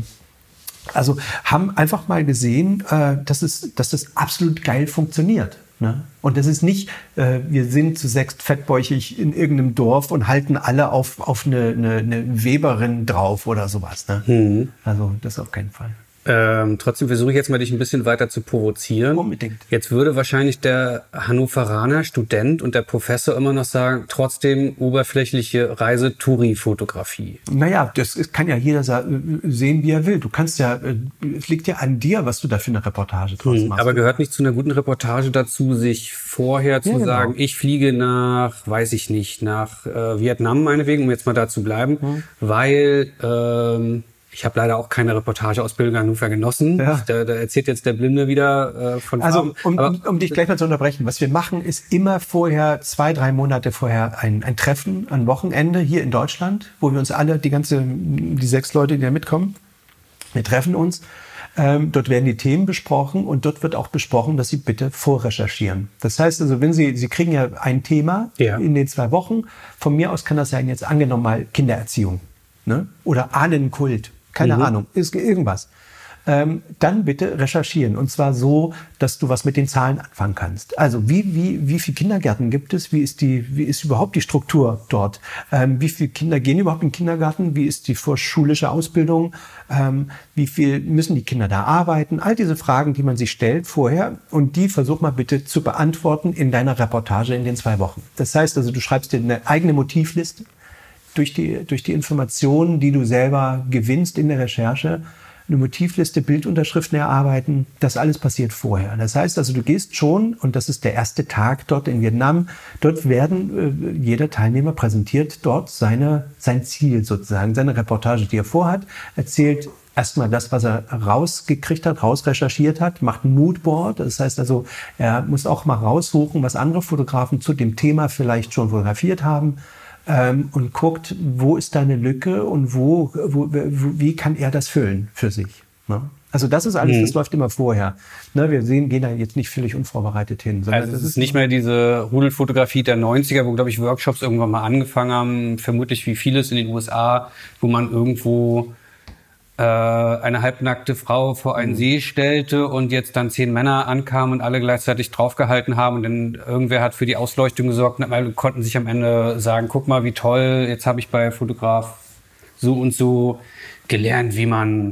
also haben einfach mal gesehen, äh, dass, es, dass das absolut geil funktioniert. Ne? Und das ist nicht, äh, wir sind zu sechst fettbäuchig in irgendeinem Dorf und halten alle auf, auf eine, eine, eine Weberin drauf oder sowas. Ne? Mhm. Also das auf keinen Fall. Ähm, trotzdem versuche ich jetzt mal, dich ein bisschen weiter zu provozieren. Unbedingt. Jetzt würde wahrscheinlich der Hannoveraner Student und der Professor immer noch sagen, trotzdem oberflächliche Reise-Touri-Fotografie. Naja, das ist, kann ja jeder sehen, wie er will. Du kannst ja, es liegt ja an dir, was du da für eine Reportage draus hm, machst. Aber gehört nicht zu einer guten Reportage dazu, sich vorher zu ja, genau. sagen, ich fliege nach, weiß ich nicht, nach äh, Vietnam meinetwegen, um jetzt mal da zu bleiben, hm. weil... Ähm, Ich habe leider auch keine Reportageausbildung in Hannover genossen. Ja. Da, da erzählt jetzt der Blinde wieder äh, von Also, um, Aber, um, um dich gleich mal zu unterbrechen. Was wir machen, ist immer vorher, zwei, drei Monate vorher ein, ein Treffen, ein Wochenende hier in Deutschland, wo wir uns alle, die ganze, die sechs Leute, die da mitkommen, wir treffen uns. Ähm, dort werden die Themen besprochen und dort wird auch besprochen, dass Sie bitte vorrecherchieren. Das heißt also, wenn Sie, Sie kriegen ja ein Thema ja. in den zwei Wochen. Von mir aus kann das sein, jetzt angenommen mal Kindererziehung, ne? Oder Ahnenkult. Keine mhm. Ahnung, ist irgendwas. ähm, dann bitte recherchieren. Und zwar so, dass du was mit den Zahlen anfangen kannst. Also wie, wie, wie viele Kindergärten gibt es? Wie ist die, wie ist überhaupt die Struktur dort? Ähm, wie viele Kinder gehen überhaupt in den Kindergarten? Wie ist die vorschulische Ausbildung? Ähm, wie viel müssen die Kinder da arbeiten? All diese Fragen, die man sich stellt vorher, und die versuch mal bitte zu beantworten in deiner Reportage in den zwei Wochen. Das heißt also, du schreibst dir eine eigene Motivliste durch die, durch die Informationen, die du selber gewinnst in der Recherche, eine Motivliste, Bildunterschriften erarbeiten, das alles passiert vorher. Das heißt also, du gehst schon, und das ist der erste Tag dort in Vietnam, dort werden, äh, jeder Teilnehmer präsentiert dort seine, sein Ziel sozusagen, seine Reportage, die er vorhat, erzählt erstmal das, was er rausgekriegt hat, rausrecherchiert hat, macht ein Moodboard. Das heißt also, er muss auch mal raussuchen, was andere Fotografen zu dem Thema vielleicht schon fotografiert haben, ähm, und guckt, wo ist da eine Lücke und wo, wo, wo wie kann er das füllen für sich. Ne? Also das ist alles, mhm. das läuft immer vorher. Ne, wir sehen, gehen da jetzt nicht völlig unvorbereitet hin. Also das ist nicht mehr diese Rudelfotografie der neunziger, wo, glaube ich, Workshops irgendwann mal angefangen haben, vermutlich wie vieles in den U S A, wo man irgendwo äh, eine halbnackte Frau vor einen mhm. See stellte und jetzt dann zehn Männer ankamen und alle gleichzeitig draufgehalten haben und dann irgendwer hat für die Ausleuchtung gesorgt und alle konnten sich am Ende sagen, guck mal, wie toll, jetzt habe ich bei Fotograf so und so gelernt, wie man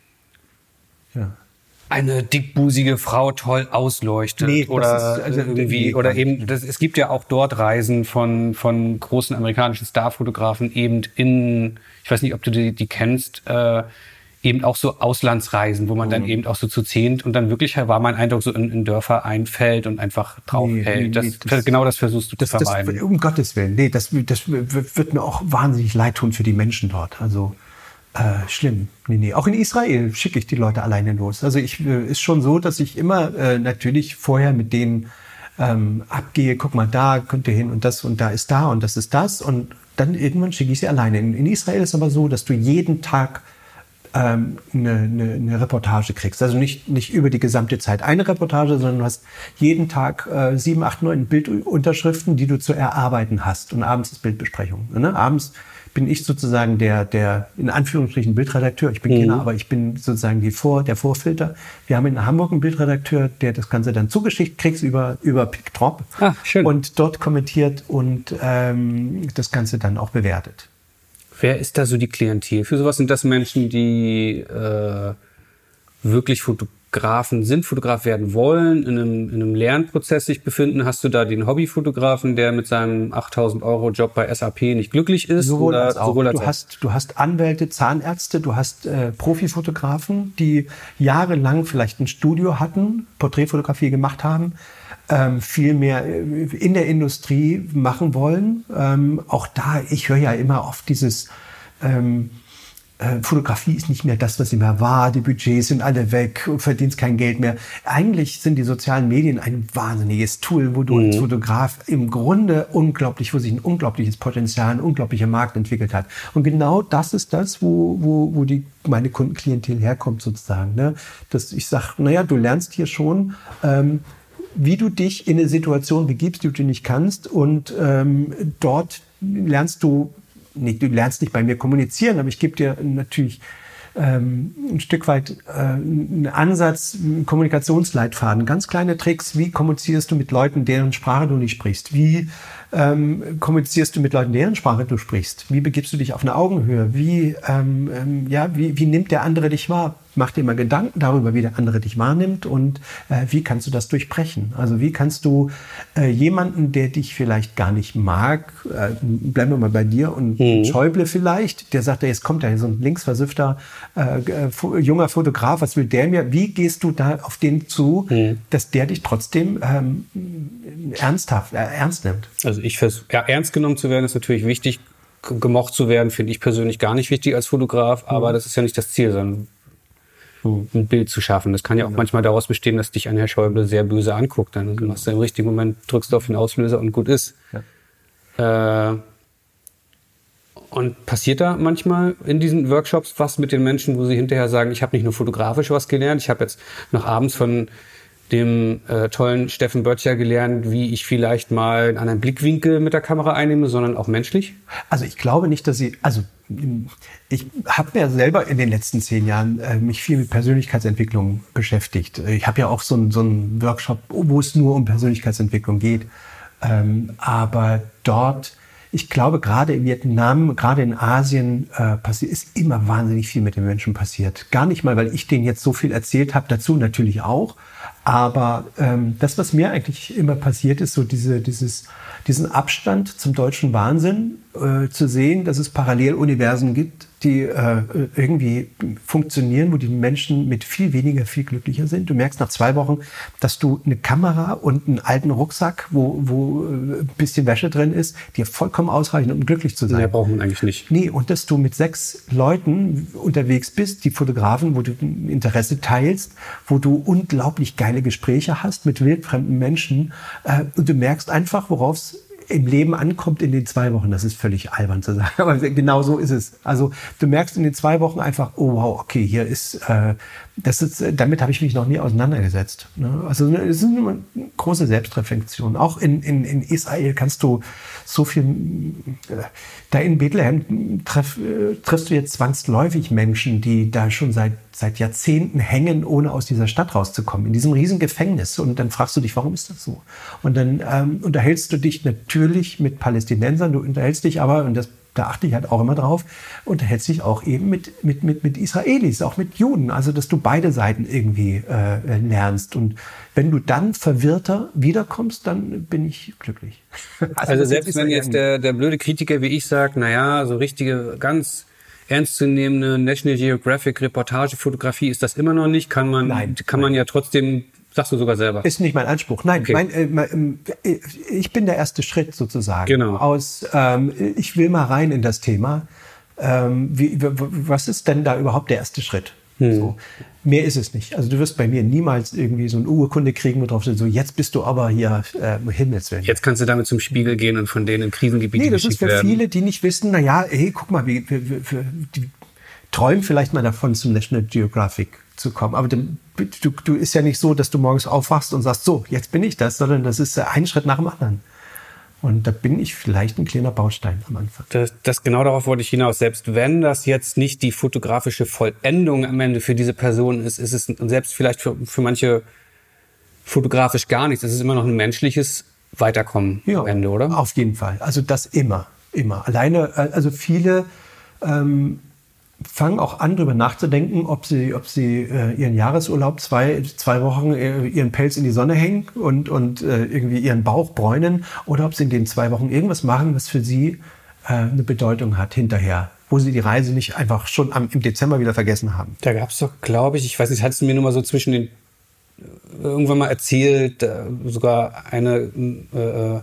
ja. eine dickbusige Frau toll ausleuchtet. Nee, oder ist, also irgendwie nee, oder eben das, es gibt ja auch dort Reisen von von großen amerikanischen Starfotografen eben in, ich weiß nicht, ob du die, die kennst, äh, eben auch so Auslandsreisen, wo man mhm. dann eben auch so zu zehnt und dann wirklich war mein Eindruck so in, in Dörfer einfällt und einfach draufhält. Nee, nee, das, das, genau das versuchst du das, zu vermeiden. Das, um Gottes Willen, nee, das, das wird mir auch wahnsinnig leid tun für die Menschen dort. Also Äh, schlimm. Nee, nee. Auch in Israel schicke ich die Leute alleine los. Also ich äh, ist schon so, dass ich immer äh, natürlich vorher mit denen ähm, abgehe, guck mal, da könnt ihr hin und das und da ist da und das ist das und dann irgendwann schicke ich sie alleine. In, in Israel ist aber so, dass du jeden Tag ähm, eine, eine, eine Reportage kriegst. Also nicht, nicht über die gesamte Zeit eine Reportage, sondern du hast jeden Tag äh, sieben, acht, neun Bildunterschriften, die du zu erarbeiten hast und abends ist Bildbesprechung. Ne? Abends bin ich sozusagen der, der in Anführungsstrichen Bildredakteur. Ich bin mhm. keiner, aber ich bin sozusagen die Vor, der Vorfilter. Wir haben in Hamburg einen Bildredakteur, der das Ganze dann zugeschickt kriegt über, über PicDrop. Ah, schön. Und dort kommentiert und ähm, das Ganze dann auch bewertet. Wer ist da so die Klientel? Für sowas sind das Menschen, die äh, wirklich Fotografen sind, Fotograf werden wollen, in einem, in einem Lernprozess sich befinden. Hast du da den Hobbyfotografen, der mit seinem achttausend Euro Job bei S A P nicht glücklich ist? Sowohl oder als auch. Sowohl als du, hast, du hast Anwälte, Zahnärzte, du hast äh, Profifotografen, die jahrelang vielleicht ein Studio hatten, Porträtfotografie gemacht haben, ähm, viel mehr in der Industrie machen wollen. Ähm, auch da, ich höre ja immer oft dieses ähm, Fotografie ist nicht mehr das, was immer war, die Budgets sind alle weg, du verdienst kein Geld mehr. Eigentlich sind die sozialen Medien ein wahnsinniges Tool, wo du mhm. als Fotograf im Grunde unglaublich, wo sich ein unglaubliches Potenzial, ein unglaublicher Markt entwickelt hat. Und genau das ist das, wo, wo, wo die, meine Kundenklientel herkommt sozusagen. Ne? Dass ich sage, naja, du lernst hier schon, ähm, wie du dich in eine Situation begibst, die du nicht kannst und ähm, dort lernst du nicht, du lernst nicht bei mir kommunizieren, aber ich gebe dir natürlich ähm, ein Stück weit äh, einen Ansatz, einen Kommunikationsleitfaden, ganz kleine Tricks. Wie kommunizierst du mit Leuten, deren Sprache du nicht sprichst? Wie ähm, kommunizierst du mit Leuten, deren Sprache du sprichst? Wie begibst du dich auf eine Augenhöhe? Wie, ähm, ähm, ja, wie, wie nimmt der andere dich wahr? Mach dir mal Gedanken darüber, wie der andere dich wahrnimmt und äh, wie kannst du das durchbrechen? Also wie kannst du äh, jemanden, der dich vielleicht gar nicht mag, äh, bleiben wir mal bei dir und mhm. Schäuble vielleicht, der sagt, jetzt kommt da so ein linksversiffter äh, junger Fotograf, was will der mir? Wie gehst du da auf den zu, mhm. dass der dich trotzdem ähm, ernsthaft, äh, ernst nimmt? Also ich versuche, ja, ernst genommen zu werden ist natürlich wichtig, gemocht zu werden finde ich persönlich gar nicht wichtig als Fotograf, mhm. aber das ist ja nicht das Ziel, sondern ein Bild zu schaffen. Das kann ja auch manchmal daraus bestehen, dass dich ein Herr Schäuble sehr böse anguckt. Dann genau. machst du im richtigen Moment, drückst du auf den Auslöser und gut ist. Ja. Äh, und passiert da manchmal in diesen Workshops was mit den Menschen, wo sie hinterher sagen, ich habe nicht nur fotografisch was gelernt, ich habe jetzt noch abends von dem äh, tollen Steffen Böttcher gelernt, wie ich vielleicht mal einen anderen Blickwinkel mit der Kamera einnehme, sondern auch menschlich? Also ich glaube nicht, dass sie, also ich habe mir selber in den letzten zehn Jahren äh, mich viel mit Persönlichkeitsentwicklung beschäftigt. Ich habe ja auch so einen so einen Workshop, wo es nur um Persönlichkeitsentwicklung geht. Ähm, aber dort, ich glaube, gerade in Vietnam, gerade in Asien äh, passiert, ist immer wahnsinnig viel mit den Menschen passiert. Gar nicht mal, weil ich denen jetzt so viel erzählt habe, dazu natürlich auch. Aber ähm, das, was mir eigentlich immer passiert ist, so diese, dieses, diesen Abstand zum deutschen Wahnsinn äh, zu sehen, dass es Paralleluniversen gibt, die äh, irgendwie funktionieren, wo die Menschen mit viel weniger, viel glücklicher sind. Du merkst nach zwei Wochen, dass du eine Kamera und einen alten Rucksack, wo, wo ein bisschen Wäsche drin ist, dir vollkommen ausreichen, um glücklich zu sein. Mehr braucht man eigentlich nicht. Nee, und dass du mit sechs Leuten unterwegs bist, die Fotografen, wo du ein Interesse teilst, wo du unglaublich geile Gespräche hast mit wildfremden Menschen. Äh, und du merkst einfach, worauf es im Leben ankommt in den zwei Wochen. Das ist völlig albern zu sagen, aber genau so ist es. Also du merkst in den zwei Wochen einfach, oh wow, okay, hier ist, äh, das ist, damit habe ich mich noch nie auseinandergesetzt. Ne? Also es ist eine große Selbstreflexion. Auch in, in, in Israel kannst du so viel, äh, da in Bethlehem treff, äh, triffst du jetzt zwangsläufig Menschen, die da schon seit, seit Jahrzehnten hängen, ohne aus dieser Stadt rauszukommen, in diesem riesen Gefängnis. Und dann fragst du dich, warum ist das so? Und dann ähm, unterhältst du dich natürlich mit Palästinensern, du unterhältst dich aber, und das da achte ich halt auch immer drauf, unterhältst dich auch eben mit, mit, mit, mit Israelis, auch mit Juden. Also, dass du beide Seiten irgendwie äh, lernst. Und wenn du dann verwirrter wiederkommst, dann bin ich glücklich. Also, also selbst wenn jetzt der, der blöde Kritiker wie ich sagt, naja, so richtige, ganz ernstzunehmende National Geographic Reportagefotografie ist das immer noch nicht, kann man, Nein. kann man ja trotzdem... Sagst du sogar selber. Ist nicht mein Anspruch. Nein, okay. mein, äh, ich bin der erste Schritt sozusagen. Genau. Aus, ähm, ich will mal rein in das Thema. Ähm, wie, was ist denn da überhaupt der erste Schritt? Hm. So. Mehr ist es nicht. Also du wirst bei mir niemals irgendwie so eine Urkunde kriegen, wo drauf steht, so jetzt bist du aber hier, äh, Himmels Willen. Jetzt kannst du damit zum Spiegel gehen und von denen in Krisengebieten Nee, das ist für werden. viele, die nicht wissen, na ja, hey, guck mal, wie, wie, wie, die träumen vielleicht mal davon, zum National Geographic zu kommen. Aber du, du, du ist ja nicht so, dass du morgens aufwachst und sagst, so, jetzt bin ich das, sondern das ist ein Schritt nach dem anderen. Und da bin ich vielleicht ein kleiner Baustein am Anfang. Das, das genau darauf wollte ich hinaus. Selbst wenn das jetzt nicht die fotografische Vollendung am Ende für diese Person ist, ist es selbst vielleicht für, für manche fotografisch gar nichts. Es ist immer noch ein menschliches Weiterkommen ja, am Ende, oder? Auf jeden Fall. Also das immer, immer. Alleine, also viele ähm, fangen auch an, darüber nachzudenken, ob sie, ob sie äh, ihren Jahresurlaub zwei, zwei Wochen äh, ihren Pelz in die Sonne hängen und, und äh, irgendwie ihren Bauch bräunen oder ob sie in den zwei Wochen irgendwas machen, was für sie äh, eine Bedeutung hat hinterher, wo sie die Reise nicht einfach schon am, im Dezember wieder vergessen haben. Da gab es doch, glaube ich, ich weiß nicht, hattest du mir nur mal so zwischen den irgendwann mal erzählt, äh, sogar eine äh,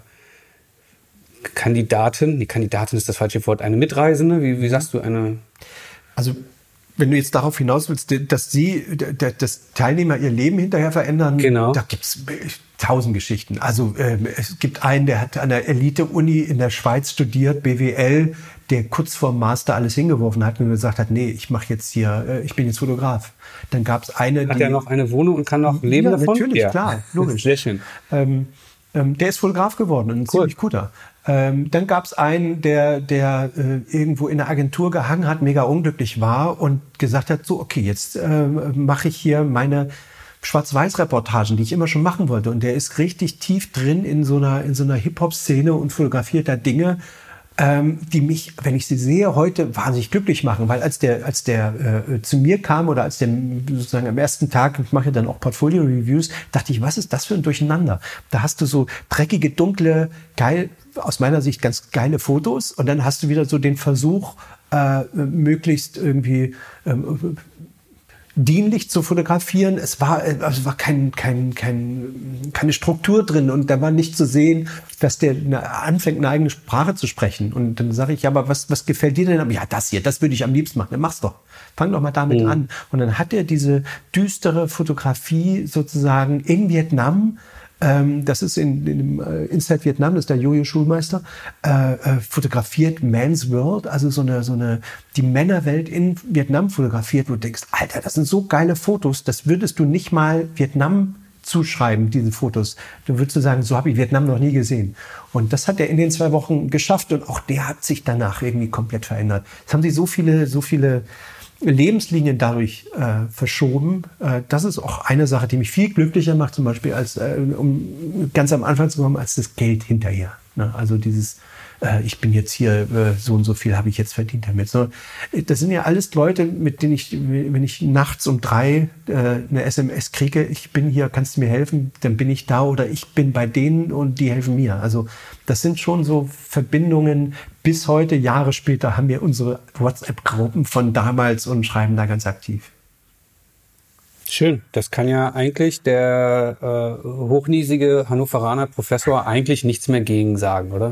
Kandidatin, die Kandidatin ist das falsche Wort, eine Mitreisende, wie, wie sagst du, eine... Also wenn du jetzt darauf hinaus willst, dass sie, dass Teilnehmer ihr Leben hinterher verändern, genau. Da gibt's tausend Geschichten. Also äh, es gibt einen, der hat an der Elite-Uni in der Schweiz studiert, B W L, der kurz vorm Master alles hingeworfen hat und gesagt hat, nee, ich mache jetzt hier, äh, ich bin jetzt Fotograf. Dann gab's eine, hat die... Hat er noch eine Wohnung und kann noch leben ja, davon? Natürlich, ja, klar, logisch. Sehr schön. Ähm, ähm, der ist Fotograf geworden, ein cool. ziemlich guter. Ähm, dann gab's einen, der, der äh, irgendwo in der Agentur gehangen hat, mega unglücklich war und gesagt hat, so, okay, jetzt äh, mache ich hier meine Schwarz-Weiß-Reportagen, die ich immer schon machen wollte. Und der ist richtig tief drin in so einer, in so einer Hip-Hop-Szene und fotografiert da Dinge, ähm, die mich, wenn ich sie sehe, heute wahnsinnig glücklich machen. Weil als der, als der äh, zu mir kam oder als der sozusagen am ersten Tag, ich mache dann auch Portfolio-Reviews, dachte ich, was ist das für ein Durcheinander? Da hast du so dreckige, dunkle, geil, aus meiner Sicht ganz geile Fotos und dann hast du wieder so den Versuch, äh, möglichst irgendwie ähm, dienlich zu fotografieren. Es war, also es war kein, kein, kein, keine Struktur drin und da war nicht zu sehen, dass der anfängt, eine eigene Sprache zu sprechen. Und dann sage ich, ja, aber was, was gefällt dir denn? Ja, das hier, das würde ich am liebsten machen. Dann mach's doch. Fang doch mal damit mhm. an. Und dann hat er diese düstere Fotografie sozusagen in Vietnam. Ähm, das ist in, in dem äh, Inside Vietnam, das ist der Jojo Schulmeister, äh, äh, fotografiert Man's World, also so eine, so eine, die Männerwelt in Vietnam fotografiert, wo du denkst, Alter, das sind so geile Fotos, das würdest du nicht mal Vietnam zuschreiben, diese Fotos. Dann würdest du sagen, so habe ich Vietnam noch nie gesehen. Und das hat er in den zwei Wochen geschafft und auch der hat sich danach irgendwie komplett verändert. Es haben sich so viele, so viele Lebenslinien dadurch äh, verschoben. Äh, das ist auch eine Sache, die mich viel glücklicher macht, zum Beispiel, als äh, um ganz am Anfang zu kommen, als das Geld hinterher. Ne? Also dieses, äh, ich bin jetzt hier, äh, so und so viel habe ich jetzt verdient damit. So, das sind ja alles Leute, mit denen ich, wenn ich nachts um drei äh, eine S M S kriege, ich bin hier, kannst du mir helfen, dann bin ich da oder ich bin bei denen und die helfen mir. Also das sind schon so Verbindungen. Bis heute, Jahre später, haben wir unsere WhatsApp-Gruppen von damals und schreiben da ganz aktiv. Schön. Das kann ja eigentlich der äh, hochnäsige Hannoveraner Professor eigentlich nichts mehr gegen sagen, oder?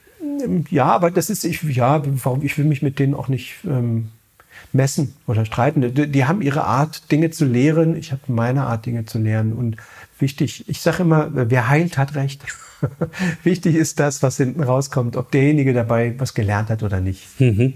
Ja, aber das ist, ich, ja, warum, ich will mich mit denen auch nicht ähm, messen oder streiten. Die, die haben ihre Art, Dinge zu lehren. Ich habe meine Art, Dinge zu lehren. Und wichtig, ich sage immer, wer heilt, hat Recht. Wichtig ist das, was hinten rauskommt, ob derjenige dabei was gelernt hat oder nicht. Mhm.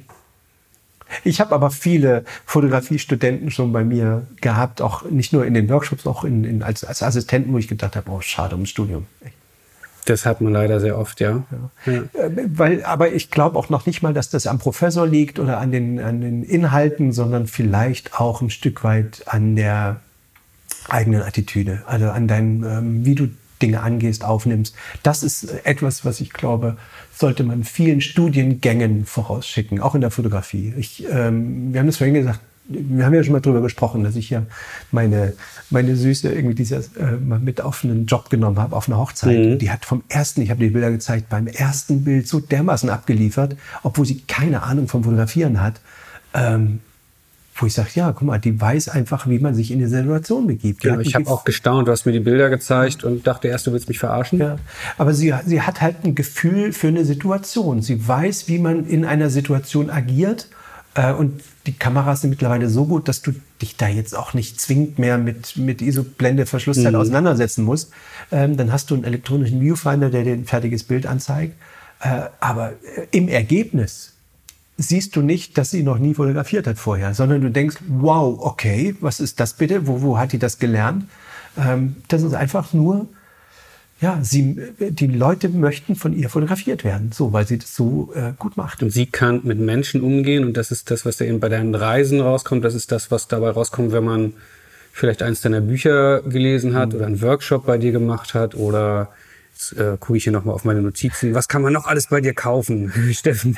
Ich habe aber viele Fotografiestudenten schon bei mir gehabt, auch nicht nur in den Workshops, auch in, in, als, als Assistenten, wo ich gedacht habe, oh, schade ums Studium. Das hat man leider sehr oft, ja. ja. ja. Weil, aber ich glaube auch noch nicht mal, dass das am Professor liegt oder an den, an den Inhalten, sondern vielleicht auch ein Stück weit an der eigenen Attitüde, also an deinem, ähm, wie du Dinge angehst, aufnimmst. Das ist etwas, was ich glaube, sollte man vielen Studiengängen vorausschicken, auch in der Fotografie. Ich, ähm, wir haben das vorhin gesagt, wir haben ja schon mal drüber gesprochen, dass ich ja meine, meine Süße irgendwie dieses, äh, mal mit auf einen Job genommen habe, auf eine Hochzeit. Mhm. Die hat vom ersten, ich habe die Bilder gezeigt, beim ersten Bild so dermaßen abgeliefert, obwohl sie keine Ahnung vom Fotografieren hat. Ähm, Wo ich sage, ja, guck mal, die weiß einfach, wie man sich in die Situation begibt. Ja, ich habe auch gestaunt, du hast mir die Bilder gezeigt und dachte erst, du willst mich verarschen. Ja, aber sie, sie hat halt ein Gefühl für eine Situation. Sie weiß, wie man in einer Situation agiert. Äh, und die Kameras sind mittlerweile so gut, dass du dich da jetzt auch nicht zwingend mehr mit, mit I S O-Blende, Verschlusszeit mhm. auseinandersetzen musst. Ähm, dann hast du einen elektronischen Viewfinder, der dir ein fertiges Bild anzeigt. Äh, aber äh, im Ergebnis siehst du nicht, dass sie noch nie fotografiert hat vorher, sondern du denkst, wow, okay, was ist das bitte? Wo, wo hat die das gelernt? Ähm, das ist einfach nur, ja, sie, die Leute möchten von ihr fotografiert werden, so, weil sie das so äh, gut macht. Und sie kann mit Menschen umgehen und das ist das, was da eben bei deinen Reisen rauskommt. Das ist das, was dabei rauskommt, wenn man vielleicht eins deiner Bücher gelesen hat mhm. oder einen Workshop bei dir gemacht hat oder Jetzt äh, gucke ich hier nochmal auf meine Notizen. Was kann man noch alles bei dir kaufen, Steffen?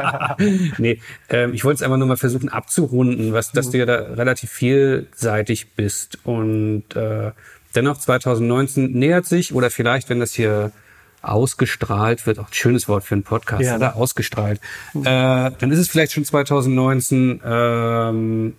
nee, ähm, ich wollte es einfach nur mal versuchen abzurunden, was, dass du ja da relativ vielseitig bist. Und äh, dennoch zwanzig neunzehn nähert sich, oder vielleicht, wenn das hier ausgestrahlt wird, auch ein schönes Wort für einen Podcast, ja, oder? Ausgestrahlt. Mhm. Äh, dann ist es vielleicht schon zwanzig neunzehn. Ähm,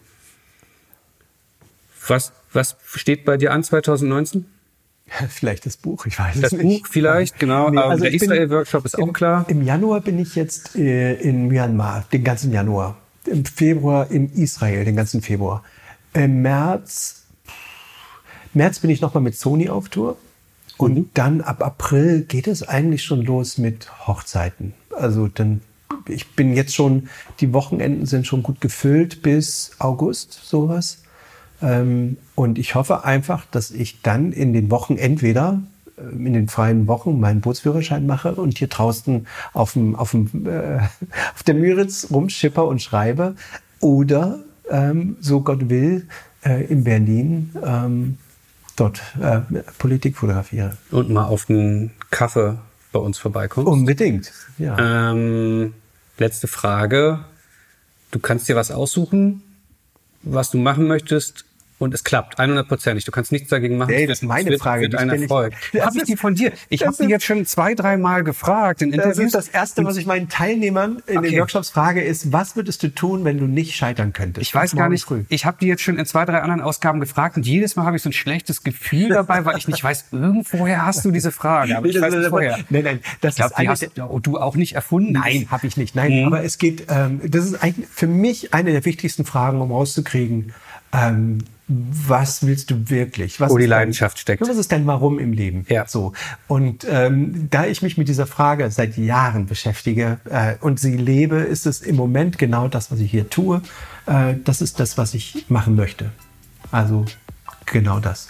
was, was steht bei dir an zwanzig neunzehn? Vielleicht das Buch, ich weiß das es nicht. Das Buch vielleicht, genau. Nee, also der Israel-Workshop ist auch im, klar. Im Januar bin ich jetzt äh, in Myanmar, den ganzen Januar. Im Februar in Israel, den ganzen Februar. Im März, März bin ich nochmal mit Sony auf Tour. Und mhm. dann ab April geht es eigentlich schon los mit Hochzeiten. Also dann, ich bin jetzt schon, die Wochenenden sind schon gut gefüllt bis August, sowas. Und ich hoffe einfach, dass ich dann in den Wochen entweder in den freien Wochen meinen Bootsführerschein mache und hier draußen auf dem, auf dem, äh, auf der Müritz rumschipper und schreibe oder, ähm, so Gott will, äh, in Berlin ähm, dort äh, Politik fotografiere. Und mal auf einen Kaffee bei uns vorbeikommst. Unbedingt, ja. Ähm, letzte Frage. Du kannst dir was aussuchen, was du machen möchtest. Und es klappt, hundertprozentig. Du kannst nichts dagegen machen. Nee, das ist meine wird, Frage. Wird ein Erfolg. Habe ich die von dir? Ich habe die jetzt schon zwei, drei Mal gefragt. In das ist das Erste, was ich meinen Teilnehmern in okay. den Workshops frage, ist, was würdest du tun, wenn du nicht scheitern könntest? Ich weiß gar nicht. Früh. Ich habe die jetzt schon in zwei, drei anderen Ausgaben gefragt und jedes Mal habe ich so ein schlechtes Gefühl dabei, weil ich nicht weiß, irgendwoher hast du diese Frage. Aber ich weiß nicht woher. Nein, nein. Das ich glaube, die hast du auch nicht erfunden. Nein, habe ich nicht. Nein, mhm. aber es geht, ähm, das ist eigentlich für mich eine der wichtigsten Fragen, um rauszukriegen, ähm, was willst du wirklich? Was Wo die Leidenschaft dein, steckt. Was ist dein Warum im Leben? Ja. So. Und ähm, da ich mich mit dieser Frage seit Jahren beschäftige äh, und sie lebe, ist es im Moment genau das, was ich hier tue. Äh, das ist das, was ich machen möchte. Also genau das.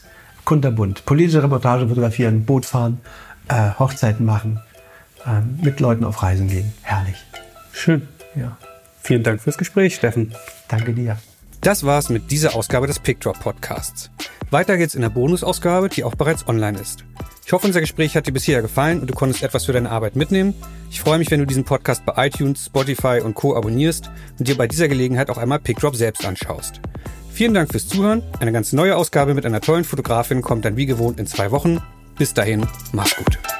kunterbunt. Politische Reportage fotografieren, Boot fahren, äh, Hochzeiten machen, äh, mit Leuten auf Reisen gehen. Herrlich. Schön. Ja. Vielen Dank fürs Gespräch, Steffen. Danke dir. Das war's mit dieser Ausgabe des PickDrop Podcasts. Weiter geht's in der Bonusausgabe, die auch bereits online ist. Ich hoffe, unser Gespräch hat dir bisher gefallen und du konntest etwas für deine Arbeit mitnehmen. Ich freue mich, wenn du diesen Podcast bei iTunes, Spotify und Co. abonnierst und dir bei dieser Gelegenheit auch einmal PickDrop selbst anschaust. Vielen Dank fürs Zuhören. Eine ganz neue Ausgabe mit einer tollen Fotografin kommt dann wie gewohnt in zwei Wochen. Bis dahin, mach's gut.